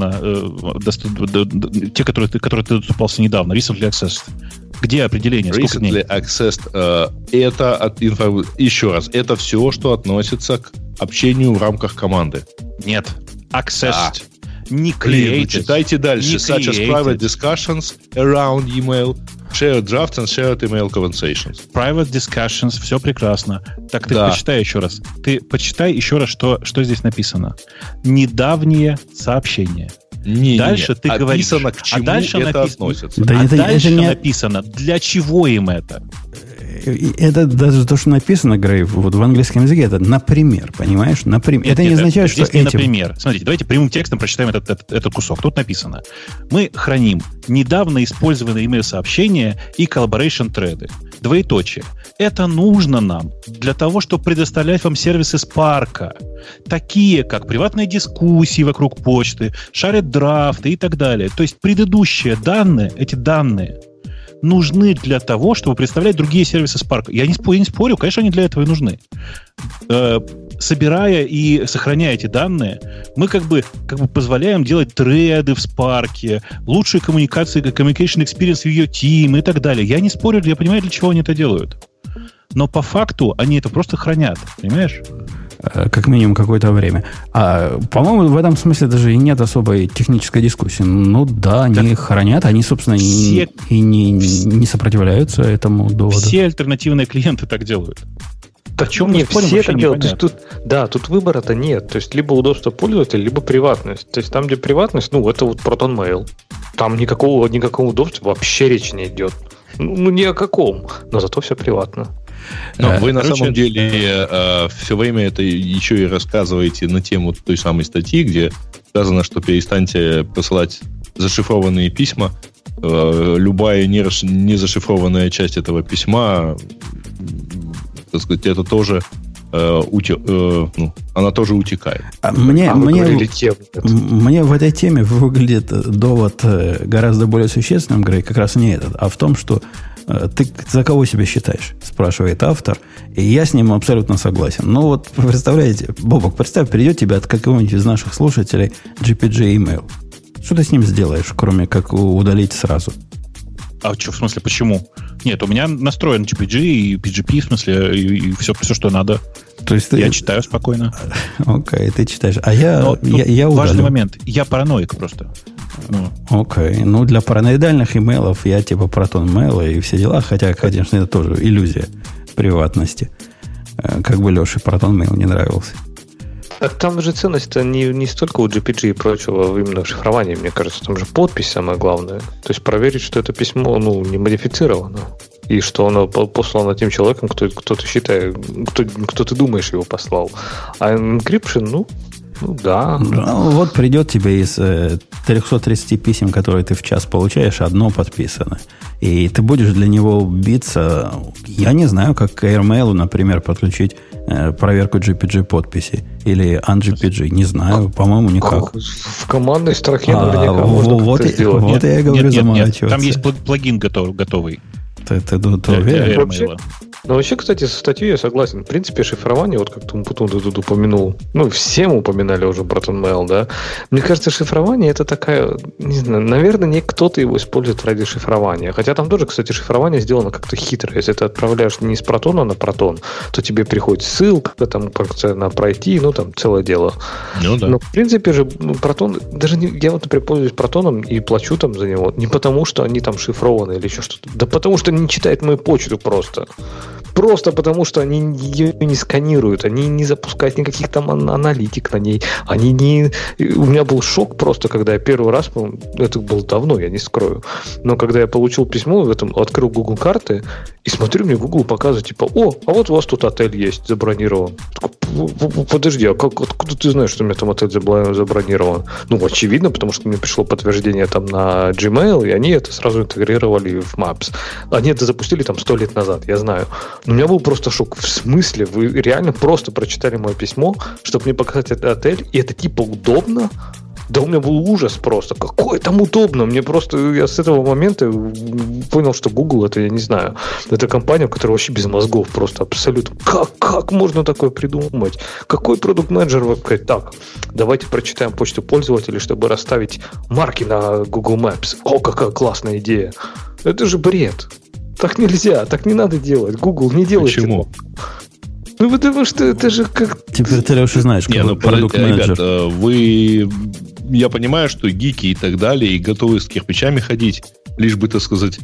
те, которые ты доступался недавно? Recently accessed. Где определение? Recently accessed это еще раз, это все, что относится к общению в рамках команды. Нет. Accessed. Не created. Читайте дальше. Such as private discussions around email, shared drafts and shared email conversations. Private discussions, все прекрасно. Так ты почитай еще раз. Ты почитай еще раз, что здесь написано. Недавние сообщения. Дальше ты говоришь, к чему это относится. Дальше написано, для чего им это. Это даже то, что написано, Грей, вот в английском языке, это например, понимаешь? Например. Это не означает, что этим... Например. Смотрите, давайте прямым текстом прочитаем этот кусок. Тут написано. Мы храним недавно использованные email-сообщения и collaboration threads. Двоеточие. Это нужно нам для того, чтобы предоставлять вам сервисы Spark, такие как приватные дискуссии вокруг почты, shared драфты и так далее. То есть предыдущие данные, эти данные нужны для того, чтобы представлять другие сервисы Spark. Я не спорю, конечно, они для этого и нужны. Собирая и сохраняя эти данные, мы как бы позволяем делать треды в Spark, лучшие коммуникации, communication experience в ее team и так далее. Я не спорю, я понимаю, для чего они это делают. Но по факту они это просто хранят, понимаешь? Как минимум какое-то время. По-моему, в этом смысле даже и нет особой технической дискуссии. Они хранят, они, собственно, и не сопротивляются этому доводу. Все альтернативные клиенты так делают. Так чем не все так делают? Тут выбора-то нет. То есть либо удобство пользователя, либо приватность. То есть там, где приватность, это вот Proton Mail. Там никакого удобства вообще речи не идет. Ни о каком. Но зато все приватно. Но вы на самом деле все время это еще и рассказываете на тему той самой статьи, где сказано, что перестаньте посылать зашифрованные письма. Любая не зашифрованная часть этого письма, так сказать, это тоже она тоже утекает. Мне в этой теме выглядит довод гораздо более существенным, Грей, как раз не этот, а в том, что ты за кого себя считаешь, спрашивает автор, и я с ним абсолютно согласен. Ну вот, представляете, Бобок, представь, придет тебе от какого-нибудь из наших слушателей GPG email. Что ты с ним сделаешь, кроме как удалить сразу? А что, в смысле, почему? Нет, у меня настроен GPG и PGP, в смысле, и все, что надо. То есть я читаю спокойно. Окей, ты читаешь. А я удалю. Важный момент. Я параноик просто. Окей. Ну, для параноидальных имейлов я типа Proton Mail и все дела, хотя, конечно, это тоже иллюзия приватности. Как бы Леше Proton Mail не нравился. А там же ценность-то не столько у GPG и прочего, именно в шифровании, мне кажется. Там же подпись самое главное. То есть проверить, что это письмо не модифицировано. И что оно послано тем человеком, кто ты считаешь, кто ты думаешь его послал. А encryption, да. Ну, вот придет тебе из 330 писем, которые ты в час получаешь, одно подписано. И ты будешь для него биться. Я не знаю, как к AirMail, например, подключить проверку GPG подписи. Или UnGPG. Не знаю, по-моему, никак. В командной строке наверняка можно это сделать. Вот я и говорю, заморачиваться. Там есть плагин готовый. Ты уверен? Вообще, кстати, со статьей я согласен. В принципе, шифрование, вот как Тумпутун тут упомянул, все мы упоминали уже Proton Mail, да? Мне кажется, шифрование это такая, не знаю, наверное, не кто-то его использует ради шифрования. Хотя там тоже, кстати, шифрование сделано как-то хитро. Если ты отправляешь не с протона на протон, то тебе приходит ссылка, там, на пройти, там целое дело. Ну, да. Но, в принципе же, протон, даже я вот, например, пользуюсь протоном и плачу там за него не потому, что они там шифрованы или еще что-то, да потому что не читает мою почту просто. Просто потому, что они ее не сканируют, они не запускают никаких там аналитик на ней. Они не... У меня был шок просто, когда я первый раз, это было давно, я не скрою, но когда я получил письмо, открыл Google карты и смотрю, мне Google показывает, типа, а вот у вас тут отель есть, забронирован. Подожди, а откуда ты знаешь, что у меня там отель забронирован? Очевидно, потому что мне пришло подтверждение там на Gmail, и они это сразу интегрировали в Maps. Они это запустили там 100 лет назад, я знаю. Но у меня был просто шок. В смысле? Вы реально просто прочитали мое письмо, чтобы мне показать этот отель, и это типа удобно? Да у меня был ужас просто. Какое там удобно? Мне просто... Я с этого момента понял, что Google это, я не знаю, это компания, которая вообще без мозгов просто абсолютно. Как можно такое придумать? Какой продукт-менеджер говорит, так, давайте прочитаем почту пользователей, чтобы расставить марки на Google Maps. Какая классная идея. Это же бред. Так нельзя, так не надо делать. Google не делает. Почему? Потому что это же как... Теперь ты, Леша, знаешь, какой продукт-менеджер. Ребят, я понимаю, что гики и так далее, и готовы с кирпичами ходить, лишь бы, так сказать,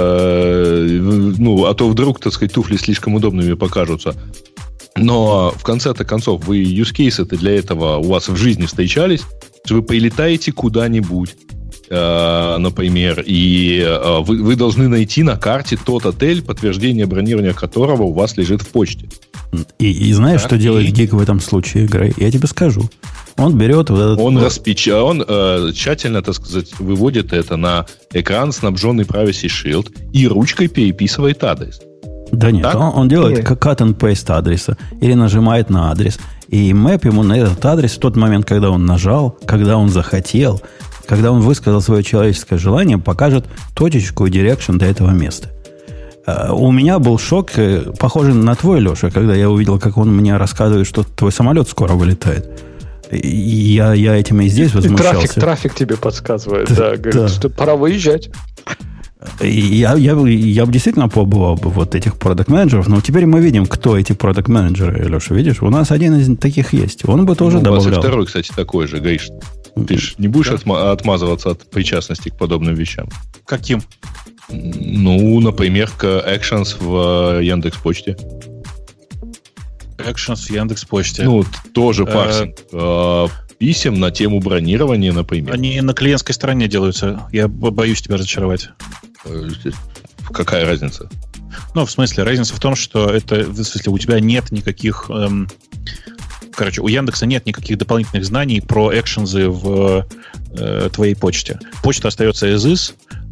а то вдруг, так сказать, туфли слишком удобными покажутся. Но в конце-то концов, вы use-кейсы-то для этого у вас в жизни встречались, что вы прилетаете куда-нибудь, например, и вы должны найти на карте тот отель, подтверждение бронирования которого у вас лежит в почте. И знаешь, что делает гик в этом случае, Грей? Я тебе скажу. Он берет вот этот... Он тщательно, так сказать, выводит это на экран, снабженный Privacy Shield, и ручкой переписывает адрес. Да нет, он делает cut and paste адреса, или нажимает на адрес, и мэп ему на этот адрес в тот момент, когда он нажал, когда он захотел, когда он высказал свое человеческое желание, покажет точечку и дирекшн до этого места. У меня был шок, похожий на твой, Леша, когда я увидел, как он мне рассказывает, что твой самолет скоро вылетает. Я этим и здесь возмущался. Трафик тебе подсказывает, да, говорит, что пора выезжать. Я бы действительно побывал бы вот этих продакт-менеджеров, но теперь мы видим, кто эти продакт-менеджеры, Леша, видишь? У нас один из таких есть. Он бы тоже добавлял. У вас и второй, кстати, такой же, Гриш. Ты же не будешь отмазываться от причастности к подобным вещам? Каким? Например, к Actions в Яндекс.Почте. Actions в Яндекс.Почте. Тоже парсинг писем на тему бронирования, например. Они на клиентской стороне делаются. Я боюсь тебя разочаровать. Какая разница? В смысле, разница в том, что у тебя нет никаких... у Яндекса нет никаких дополнительных знаний про экшензы в твоей почте. Почта остается as is,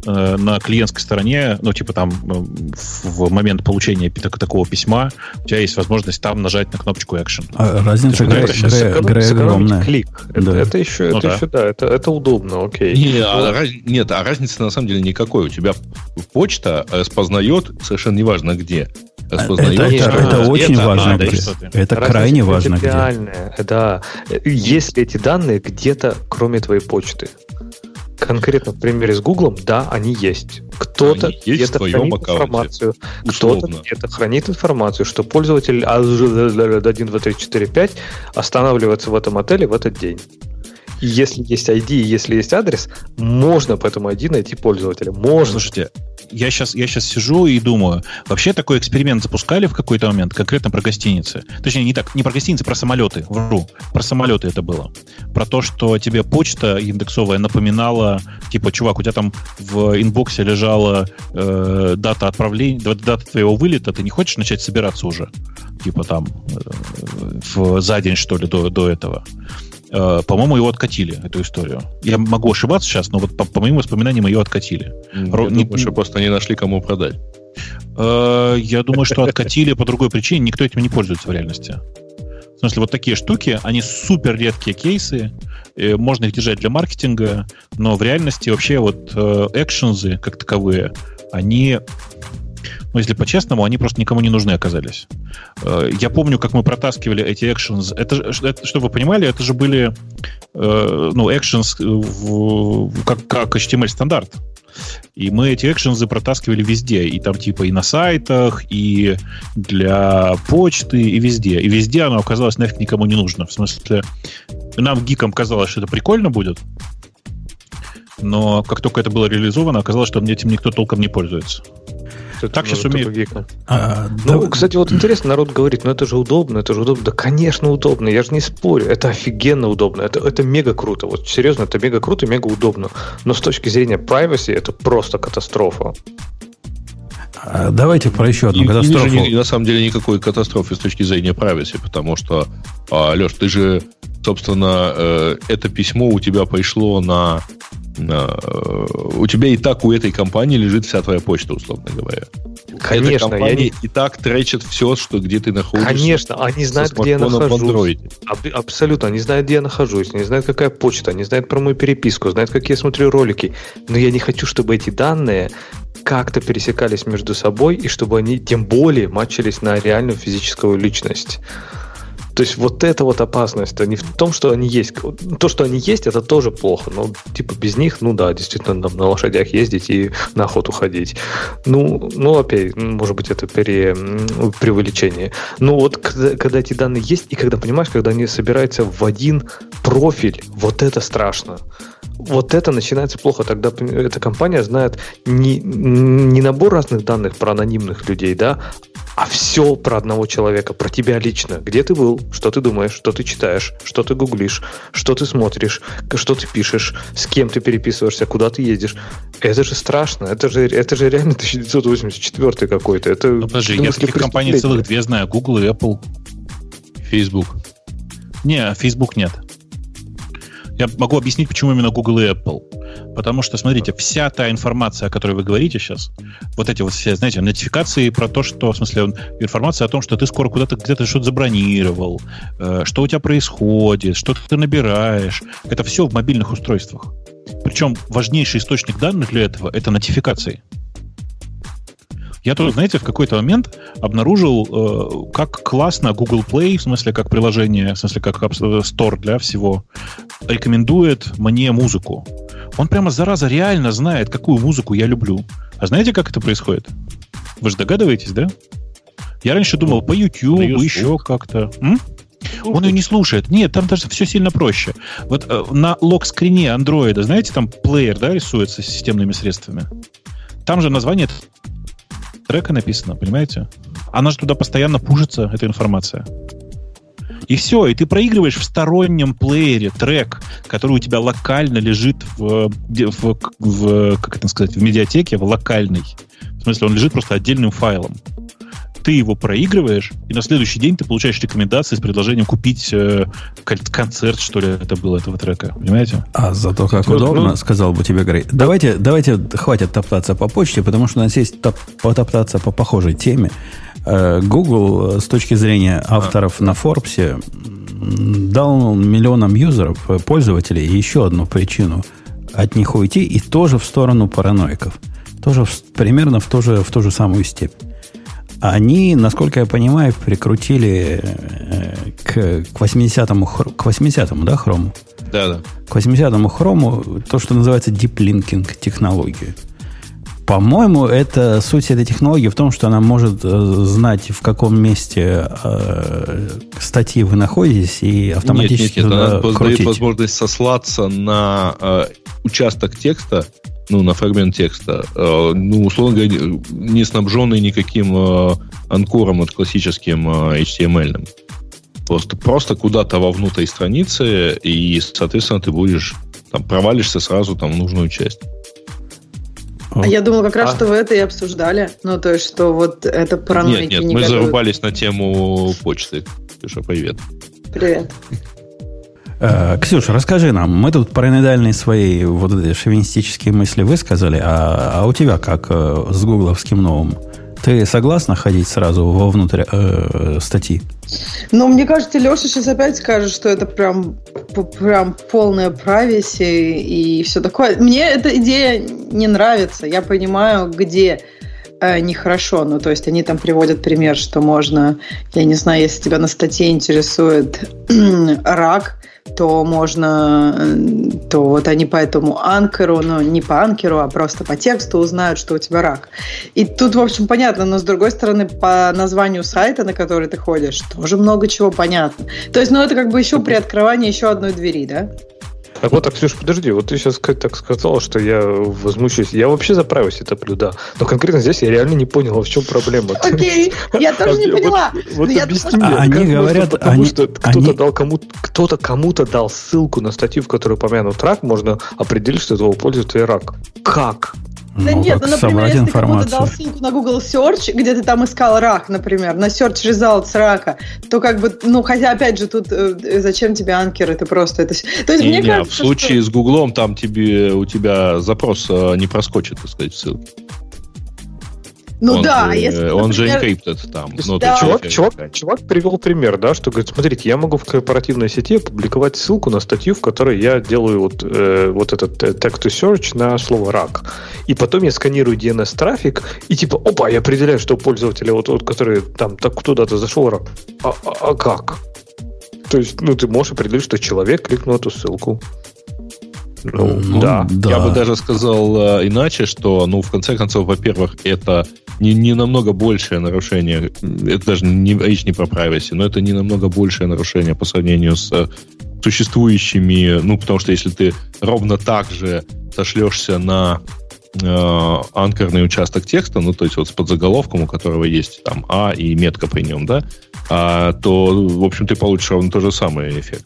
на клиентской стороне, ну, типа там в момент получения такого письма у тебя есть возможность там нажать на кнопочку Action. Разница огромная. Клик. Это еще, это удобно, окей. Нет, разницы на самом деле никакой. У тебя почта распознает, совершенно неважно где. Это очень важно где. Это крайне важно где. Да. Если эти данные где-то, кроме твоей почты. Конкретно в примере с Гуглом, да, они есть. Кто-то где-то хранит информацию. Кто-то где-то хранит информацию, что пользователь 1, 2, 3, 4, 5 останавливается в этом отеле в этот день. И если есть ID, если есть адрес, можно по этому ID найти пользователя. Можно. Слушайте, я сейчас сижу и думаю, вообще такой эксперимент запускали в какой-то момент, конкретно про гостиницы. Точнее, не про гостиницы, про самолеты. Вру. Про самолеты это было. Про то, что тебе почта индексовая напоминала, типа, чувак, у тебя там в инбоксе лежала дата отправления, дата твоего вылета, ты не хочешь начать собираться уже? Типа там за день, что ли, до этого. По-моему, его откатили, эту историю. Я могу ошибаться сейчас, но вот по моим воспоминаниям ее откатили. Я думаю, что просто не нашли, кому продать. Я думаю, что откатили по другой причине. Никто этим не пользуется в реальности. В смысле, вот такие штуки, они супер редкие кейсы. Можно их держать для маркетинга, но в реальности вообще вот экшензы как таковые, они... Ну, если по-честному, они просто никому не нужны оказались. Я помню, как мы протаскивали эти actions. Это, чтобы вы понимали, это же были actions как HTML-стандарт. И мы эти actions протаскивали везде. И там типа и на сайтах, и для почты, и везде. И везде оно оказалось нафиг никому не нужно. В смысле, нам, гикам, казалось, что это прикольно будет. Но как только это было реализовано, оказалось, что этим никто толком не пользуется. Так сейчас умеет. Кстати, вот интересно, народ говорит, это же удобно. Да, конечно, удобно, я же не спорю. Это офигенно удобно, это мега круто. Вот серьезно, это мега круто и мега удобно. Но с точки зрения privacy это просто катастрофа. Давайте про еще одну катастрофу. И на самом деле никакой катастрофы с точки зрения privacy, потому что, Леш, ты же, собственно, это письмо у тебя пришло у тебя и так у этой компании лежит вся твоя почта, условно говоря. Конечно. Эта компания и так тречит все, что где ты находишься. Конечно, они знают, где я нахожусь. Абсолютно, они знают, где я нахожусь, они знают, какая почта, они знают про мою переписку, знают, как я смотрю ролики. Но я не хочу, чтобы эти данные как-то пересекались между собой, и чтобы они тем более матчились на реальную физическую личность. То есть вот эта вот опасность, не в том, что они есть. То, что они есть, это тоже плохо. Но типа без них, действительно, там, на лошадях ездить и на охоту ходить. Опять, может быть, это преувеличение. Но вот когда эти данные есть, и когда, понимаешь, когда они собираются в один профиль, вот это страшно. Вот это начинается плохо. Тогда эта компания знает не набор разных данных про анонимных людей, да, а все про одного человека, про тебя лично. Где ты был, что ты думаешь, что ты читаешь, что ты гуглишь, что ты смотришь, что ты пишешь, с кем ты переписываешься, куда ты ездишь. Это же страшно. Это же реально 1984 какой-то. Подожди, я таких компаний целых две знаю. Google и Apple. Facebook. Не, Facebook нет. Я могу объяснить, почему именно Google и Apple. Потому что, смотрите, вся та информация, о которой вы говорите сейчас, вот эти вот все, знаете, нотификации про то, что, в смысле, информация о том, что ты скоро куда-то где-то что-то забронировал, что у тебя происходит, что ты набираешь, это все в мобильных устройствах. Причем важнейший источник данных для этого — это нотификации. Я тоже, знаете, в какой-то момент обнаружил, как классно Google Play, в смысле, как приложение, в смысле, как Store для всего, рекомендует мне музыку. Он прямо, зараза, реально знает, какую музыку я люблю. А знаете, как это происходит? Вы же догадываетесь, да? Я раньше думал, по YouTube, еще как-то. Он ее не слушает. Нет, там даже все сильно проще. Вот на лок-скрине андроида, знаете, там плеер, да, рисуется с системными средствами. Там же название трека написано, понимаете? Она же туда постоянно пушится, эта информация. И все, и ты проигрываешь в стороннем плеере трек, который у тебя локально лежит как это сказать, в медиатеке, в локальной. В смысле, он лежит просто отдельным файлом. ты его проигрываешь, и на следующий день ты получаешь рекомендации с предложением купить концерт, что ли, это было, этого трека. Понимаете? А зато как удобно, сказал бы тебе Грей. Давайте, хватит топтаться по почте, потому что у нас есть потоптаться по похожей теме. Google, с точки зрения авторов на Forbes, дал миллионам юзеров, пользователей, еще одну причину от них уйти, и тоже в сторону параноиков. Тоже примерно в ту же самую степень. Они, насколько я понимаю, прикрутили к 80-му, да, хрому? Да. К 80-му хрому то, что называется deep linking технологию. По-моему, это суть этой технологии в том, что она может знать, в каком месте статьи вы находитесь, и автоматически она дает возможность сослаться на участок текста, на фрагмент текста, условно говоря, не снабженный никаким анкором классическим HTML-ным. Просто куда-то вовнутрь страницы, и, соответственно, ты будешь провалишься сразу в нужную часть. А я думала, как раз, что вы это и обсуждали. То есть, что вот это параноики Нет, мы зарубались на тему почты. Ксюша, привет. Привет. Ксюша, расскажи нам, мы тут параноидальные свои вот эти шовинистические мысли высказали, а у тебя как с гугловским новым? Ты согласна ходить сразу вовнутрь статьи? Мне кажется, Леша сейчас опять скажет, что это прям полная privacy и все такое. Мне эта идея не нравится. Я понимаю, где нехорошо. То есть они там приводят пример, что можно, я не знаю, если тебя на статье интересует рак, то вот они по этому анкеру, не по анкеру, а просто по тексту узнают, что у тебя рак. И тут, в общем, понятно, но с другой стороны, по названию сайта, на который ты ходишь, тоже много чего понятно. То есть, это как бы еще приоткрывание еще одной двери, да? Так, Ксюш, подожди, вот ты сейчас так сказала, что я возмущусь. Я вообще за privacy топлю, да. Но конкретно здесь я реально не понял, в чем проблема. Окей, я тоже не поняла. Вот объясни мне. Они говорят, потому что кто-то кому-то дал ссылку на статью, в которой упомянут рак, можно определить, что этого пользователя рак. Как? Да нет, например, если ты кому-то дал ссылку на Google Search, где ты там искал рак, например, на Search Results рака, то как бы, хотя, опять же, тут зачем тебе анкеры, ты просто это... То есть, мне кажется, в случае с Гуглом там у тебя запрос не проскочит, так сказать, ссылки. Он же encrypted там. Чувак привел пример, да, что говорит, смотрите, я могу в корпоративной сети опубликовать ссылку на статью, в которой я делаю вот этот text to search на слово рак. И потом я сканирую DNS-трафик, и опа, я определяю, что у пользователя, который там куда-то зашел рак. А как? То есть, ты можешь определить, что человек кликнул эту ссылку. Да. Я бы даже сказал иначе, что, в конце концов, во-первых, это не намного большее нарушение, это даже речь не про privacy, но это не намного большее нарушение по сравнению с существующими, потому что если ты ровно так же сошлешься на анкерный участок текста, то есть вот с подзаголовком, у которого есть там А и метка при нем, да, то, в общем, ты получишь ровно тот же самый эффект.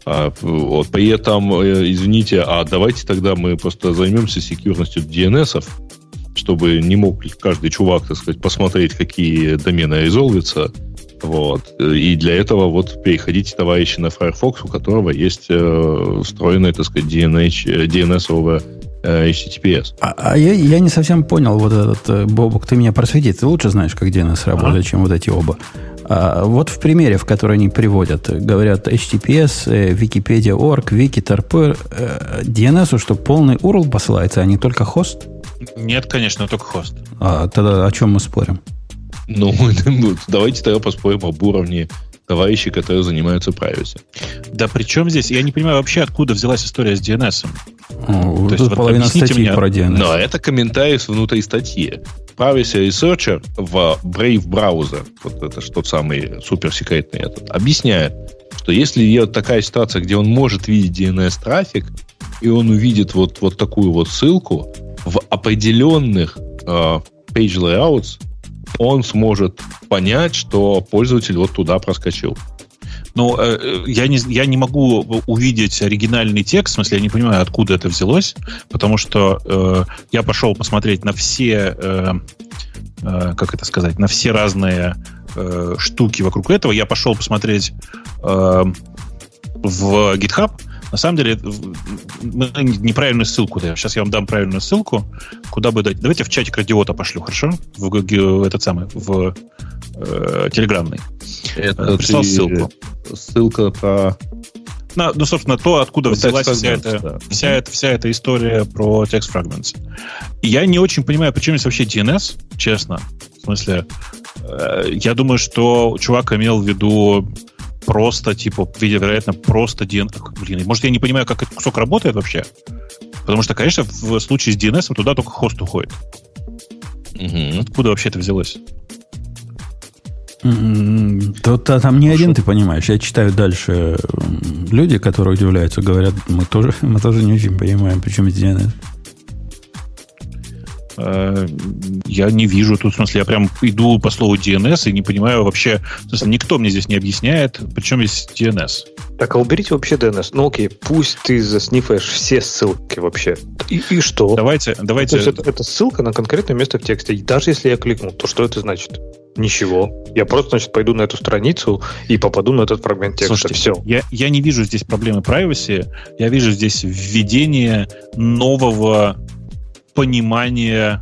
При этом, извините, давайте тогда мы просто займемся секьюрностью DNS-ов, чтобы не мог каждый чувак, так сказать, посмотреть, какие домены резолвятся. И для этого переходите, товарищи, на Firefox, у которого есть встроенный, так сказать, DNS-овый HTTPS. Я не совсем понял этот, Бобок, ты меня просвети, ты лучше знаешь, как DNS работает, чем вот эти оба. Вот в примере, в который они приводят, говорят HTTPS, Wikipedia.org, Wiki.tarp, DNS, что полный URL посылается, а не только хост? Нет, конечно, только хост. Тогда о чем мы спорим? Давайте тогда поспорим об уровне товарищей, которые занимаются privacy. Да при чем здесь? Я не понимаю вообще, откуда взялась история с DNS. То есть половина статьи про DNS. Но это комментарий внутри статьи. Privacy Researcher в Brave Browser, это тот самый суперсекретный объясняет, что если такая ситуация, где он может видеть DNS-трафик, и он увидит вот такую ссылку, в определенных page layouts он сможет понять, что пользователь туда проскочил. Я не могу увидеть оригинальный текст, в смысле, я не понимаю, откуда это взялось, потому что я пошел посмотреть на все как это сказать, на все разные штуки вокруг этого. Я пошел посмотреть в GitHub. На самом деле, мы неправильную ссылку даем. Сейчас я вам дам правильную ссылку, куда бы дать. Давайте в чатик Радиота пошлю, хорошо? В этот самый, в телеграммный. Прислал ссылку. Ссылка про... Ну, собственно, то, откуда взялась вся эта история про Text Fragments. И я не очень понимаю, почему здесь вообще DNS, честно. В смысле, я думаю, что чувак имел в виду просто, типа, вероятно, просто DNS. Блин, может, я не понимаю, как этот кусок работает вообще? Потому что, конечно, в случае с DNS туда только хост уходит. Угу. Откуда вообще это взялось? Там не один, ты понимаешь. Я читаю дальше. Люди, которые удивляются, говорят, мы тоже не очень понимаем, почему здесь DNS. Я не вижу тут, в смысле, я прям иду по слову DNS и не понимаю вообще, в смысле, никто мне здесь не объясняет, причем здесь DNS. Так, а уберите вообще DNS. Ну окей, пусть ты заснифаешь все ссылки вообще. И что? Давайте. То есть это ссылка на конкретное место в тексте. И даже если я кликну, то что это значит? Ничего. Я просто, значит, пойду на эту страницу и попаду на этот фрагмент текста. Слушайте, все. Я не вижу здесь проблемы privacy. Я вижу здесь введение нового понимания,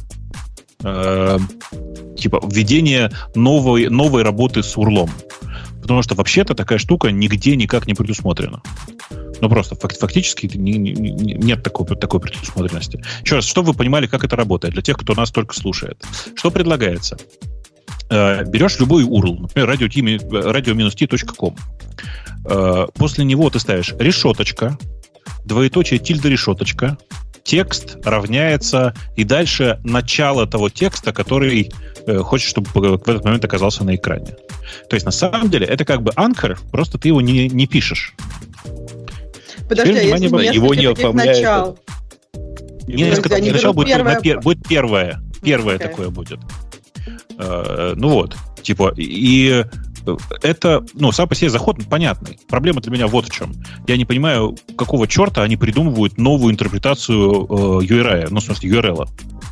введение новой работы с URL. Потому что вообще-то такая штука нигде никак не предусмотрена. Ну, просто фактически нет такой предусмотренности. Еще раз, чтобы вы понимали, как это работает, для тех, кто нас только слушает. Что предлагается? Берешь любой URL, например, radio-t.com. После него ты ставишь решеточка, двоеточие, тильда, решеточка, текст равняется, и дальше начало того текста, который хочешь, чтобы в этот момент оказался на экране. То есть, на самом деле, это как бы anchor, просто ты его не пишешь. Подожди, его не оформляет. Несколько таких начал будет первое. Первое такое будет. Ну вот, типа, и это, сам по себе заход понятный. Проблема для меня вот в чем. Я не понимаю, какого черта они придумывают новую интерпретацию URL, в смысле URL.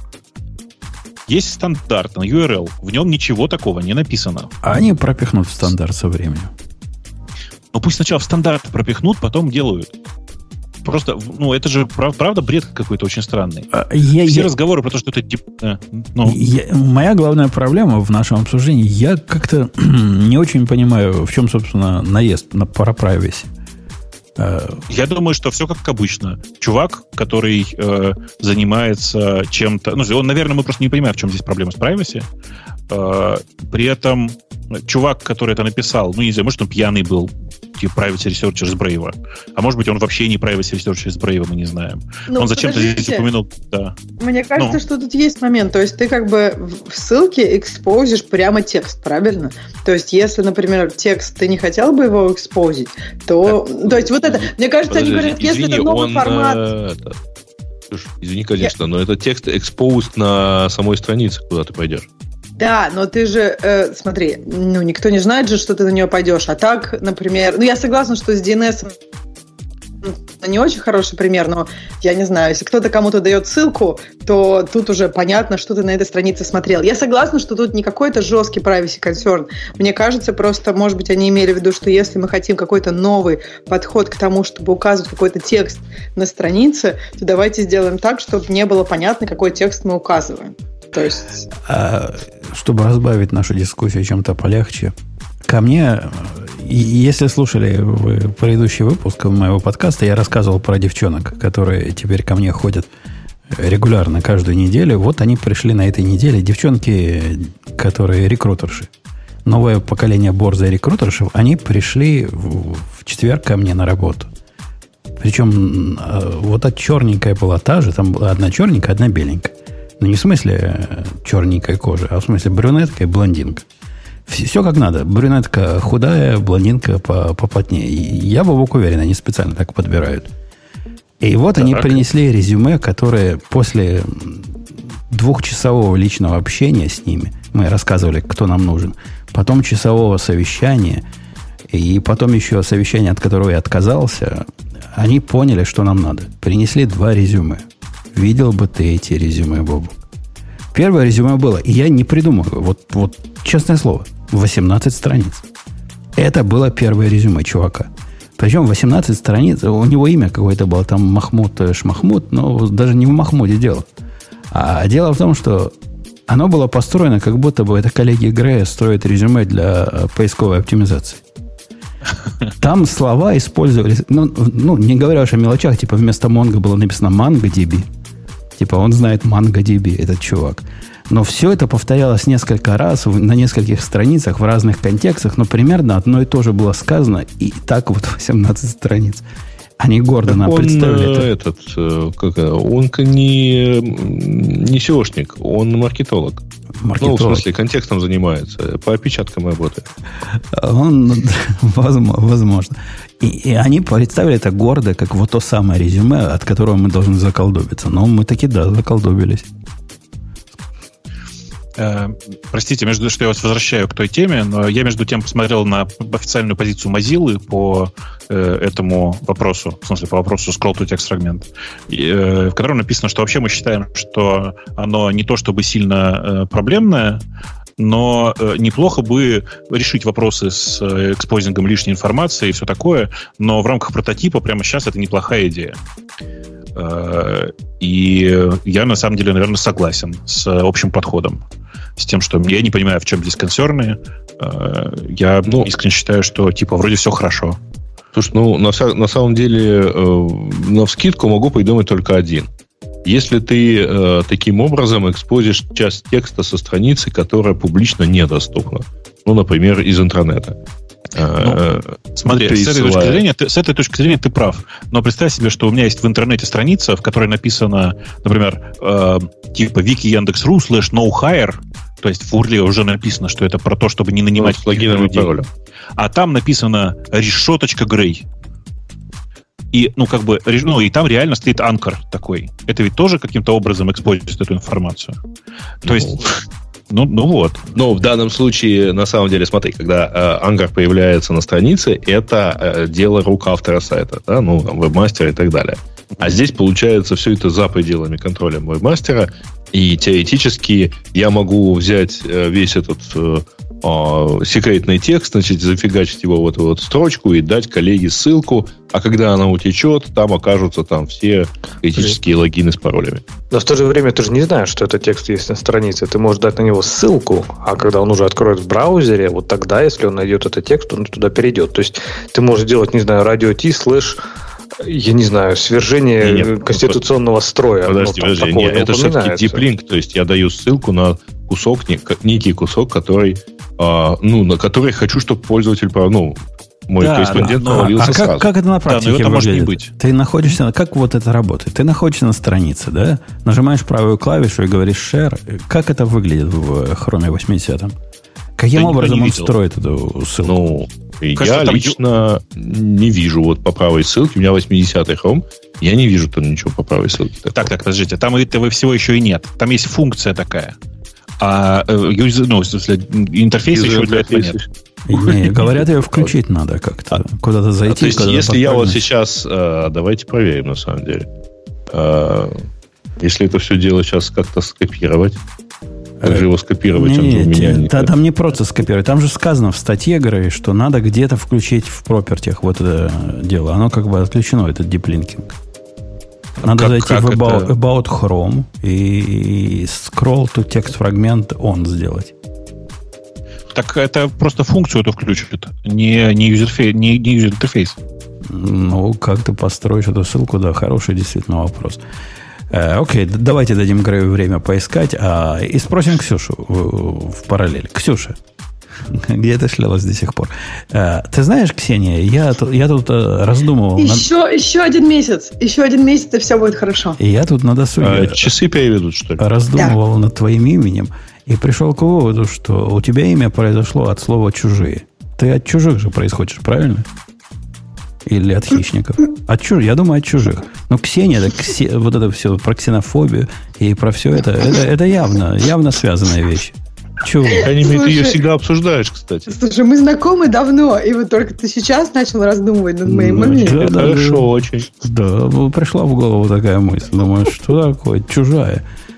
Есть стандарт на URL, в нем ничего такого не написано. А они пропихнут в стандарт со временем. Ну пусть сначала в стандарт пропихнут, потом делают. Просто, это же правда бред какой-то очень странный. Все разговоры про то, что это... Моя главная проблема в нашем обсуждении, я как-то не очень понимаю, в чем, собственно, наезд про privacy. Я думаю, что все как обычно. Чувак, который занимается чем-то... он, наверное, мы просто не понимаем, в чем здесь проблема с privacy. При этом чувак, который это написал, не знаю, может, он пьяный был, типа privacy researcher с Brave. А может быть, он вообще не privacy researcher с Brave, мы не знаем. Он зачем-то здесь упомянул... Да. Мне кажется, что тут есть момент. То есть ты как бы в ссылке экспозишь прямо текст, правильно? То есть если, например, текст, ты не хотел бы его экспозить, то... То есть вот это... Мне кажется, они говорят, если это новый формат... Извини, конечно, но это текст exposed на самой странице, куда ты пойдешь. Да, но ты же, смотри, никто не знает же, что ты на нее пойдешь. А так, например, я согласна, что с DNS не очень хороший пример, но я не знаю, если кто-то кому-то дает ссылку, то тут уже понятно, что ты на этой странице смотрел. Я согласна, что тут не какой-то жесткий privacy concern. Мне кажется, просто, может быть, они имели в виду, что если мы хотим какой-то новый подход к тому, чтобы указывать какой-то текст на странице, то давайте сделаем так, чтобы не было понятно, какой текст мы указываем. То есть... Чтобы разбавить нашу дискуссию чем-то полегче, ко мне, если слушали вы предыдущий выпуск моего подкаста, я рассказывал про девчонок, которые теперь ко мне ходят регулярно каждую неделю. Вот они пришли на этой неделе, девчонки, которые рекрутерши. Новое поколение борзой рекрутершев, они пришли в четверг ко мне на работу. Причем вот эта черненькая была та же, там была одна черненькая, одна беленькая. Ну, не в смысле черненькой кожи, а в смысле брюнетка и блондинка. Все как надо. Брюнетка худая, блондинка поплотнее. И я глубоко уверен, они специально так подбирают. И вот они принесли резюме, которое после 2-часового личного общения с ними, мы рассказывали, кто нам нужен, потом часового совещания, и потом еще совещание, от которого я отказался, они поняли, что нам надо. Принесли 2 резюме. Видел бы ты эти резюме, Бобу. Первое резюме было, и я не придумываю, вот честное слово, 18 страниц. Это было первое резюме чувака. Причем 18 страниц, у него имя какое-то было, там Махмуд Шмахмуд, но даже не в Махмуде дело. А дело в том, что оно было построено, как будто бы это коллеги Грея строят резюме для поисковой оптимизации. Там слова использовались, ну, не говоря уж о мелочах, типа вместо Mongo было написано MongoDB. Типа он знает MongoDB, этот чувак. Но все это повторялось несколько раз на нескольких страницах в разных контекстах, но примерно одно и то же было сказано, и так вот 18 страниц. Они гордо нам представили это. Он не SEOшник, он маркетолог. Ну, в смысле, контекстом занимается, по опечаткам работает. Он, возможно. И они представили это гордо, как вот то самое резюме, от которого мы должны заколдобиться. Но мы таки, да, заколдобились. Простите, что я вас возвращаю к той теме, но я между тем посмотрел на официальную позицию Mozilla по этому вопросу, в смысле по вопросу scroll to text фрагмент, в котором написано, что вообще мы считаем, что оно не то чтобы сильно проблемное, но неплохо бы решить вопросы с экспозингом лишней информации и все такое, но в рамках прототипа прямо сейчас это неплохая идея. И я, на самом деле, наверное, согласен с общим подходом. С тем, что я не понимаю, в чем здесь консерны. Я искренне считаю, что, типа, вроде все хорошо. Слушай, на самом деле, навскидку могу придумать только один. Если ты таким образом экспозишь часть текста со страницы, которая публично недоступна. Ну, например, из интернета. Смотри, с этой точки зрения ты прав. Но представь себе, что у меня есть в интернете страница, в которой написано, например, типа wiki.yandex.ru /nohire, то есть в URL уже написано, что это про то, чтобы не нанимать логином и паролем. А там написано решеточка Грей. И, и там реально стоит анкор такой. Это ведь тоже каким-то образом экспозирует эту информацию. То есть... Ну вот. Но в данном случае, на самом деле, смотри, когда анкор появляется на странице, это дело рук автора сайта, да, вебмастера и так далее. А здесь, получается, все это за пределами контроля вебмастера, и теоретически я могу взять весь этот секретный текст, значит, зафигачить его в эту вот строчку и дать коллеге ссылку, а когда она утечет, там окажутся там все критические логины с паролями. Но в то же время ты же не знаешь, что этот текст есть на странице. Ты можешь дать на него ссылку, а когда он уже откроет в браузере, вот тогда, если он найдет этот текст, он туда перейдет. То есть ты можешь делать, не знаю, radio T / я не знаю, свержение конституционного строя. Подожди, это все-таки deep link, то есть я даю ссылку на кусок, некий кусок, который, на который хочу, чтобы пользователь, мой корреспондент провалился сразу. Как это на практике это может не быть. Ты находишься, как вот это работает? Ты находишься на странице, да? Нажимаешь правую клавишу и говоришь share. Как это выглядит в Chrome 80-м? Каким образом он строит эту ссылку? Я лично не вижу вот по правой ссылке. У меня 80-й Chrome. Я не вижу там ничего по правой ссылке. Так, подождите. Там этого всего еще и нет. Там есть функция такая. А интерфейс еще для этого нет. Не, говорят, ее включить надо как-то. Куда-то зайти. То есть, если я вот сейчас... давайте проверим, на самом деле. Если это все дело сейчас как-то скопировать. Как же его скопировать? Там не просто скопировать. Там же сказано в статье, Грей, что надо где-то включить в пропертях вот это дело. Оно как бы отключено, этот диплинкинг. Надо зайти в About Chrome и scroll to text фрагмент on сделать. Так это просто функцию эту включит, не юзер-интерфейс. Как ты построишь эту ссылку? Да, хороший действительно вопрос. Окей, давайте дадим Грею время поискать и спросим Ксюшу в параллель. Ксюша, где ты шлялась до сих пор? Ты знаешь, Ксения, я тут раздумывал... Еще один месяц, и все будет хорошо. И я тут на досуге... часы переведут, что ли? Раздумывал над твоим именем и пришел к выводу, что у тебя имя произошло от слова «чужие». Ты от чужих же происходишь, правильно? Или от хищников? Я думаю, от чужих. Но Ксения, вот это все про ксенофобию и про все это явно связанная вещь. Чего? Ты ее всегда обсуждаешь, кстати. Слушай, мы знакомы давно, и вот только ты сейчас начал раздумывать над моим именем. Хорошо, очень. Да, пришла в голову такая мысль. Думаю, что такое? Чужая.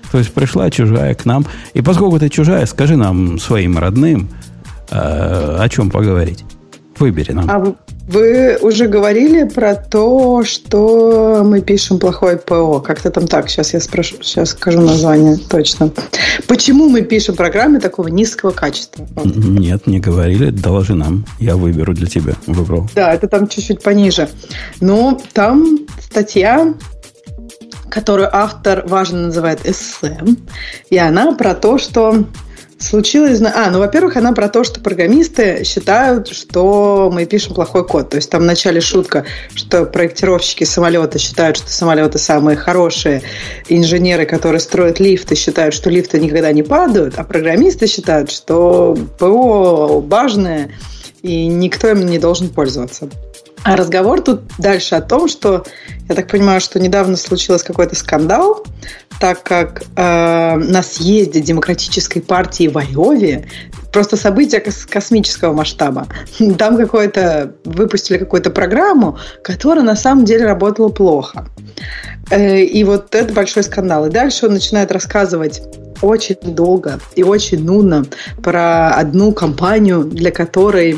То есть пришла чужая к нам. И поскольку ты чужая, скажи нам, своим родным, о чем поговорить. Выбери нам. А вы уже говорили про то, что мы пишем плохое ПО. Как-то там так. Сейчас я спрошу, сейчас скажу название точно. Почему мы пишем программы такого низкого качества? Нет, не говорили. Доложи нам. Я выберу для тебя. Выбрал. Да, это там чуть-чуть пониже. Но там статья, которую автор важно называет эссе. И она про то, что случилось... во-первых, она про то, что программисты считают, что мы пишем плохой код. То есть там в начале шутка, что проектировщики самолета считают, что самолеты самые хорошие. Инженеры, которые строят лифты, считают, что лифты никогда не падают. А программисты считают, что ПО важное, и никто им не должен пользоваться. А разговор тут дальше о том, что, я так понимаю, что недавно случился какой-то скандал, так как на съезде Демократической партии в Айове просто событие космического масштаба. Там выпустили какую-то программу, которая на самом деле работала плохо. И вот это большой скандал. И дальше он начинает рассказывать очень долго и очень нудно про одну компанию, для которой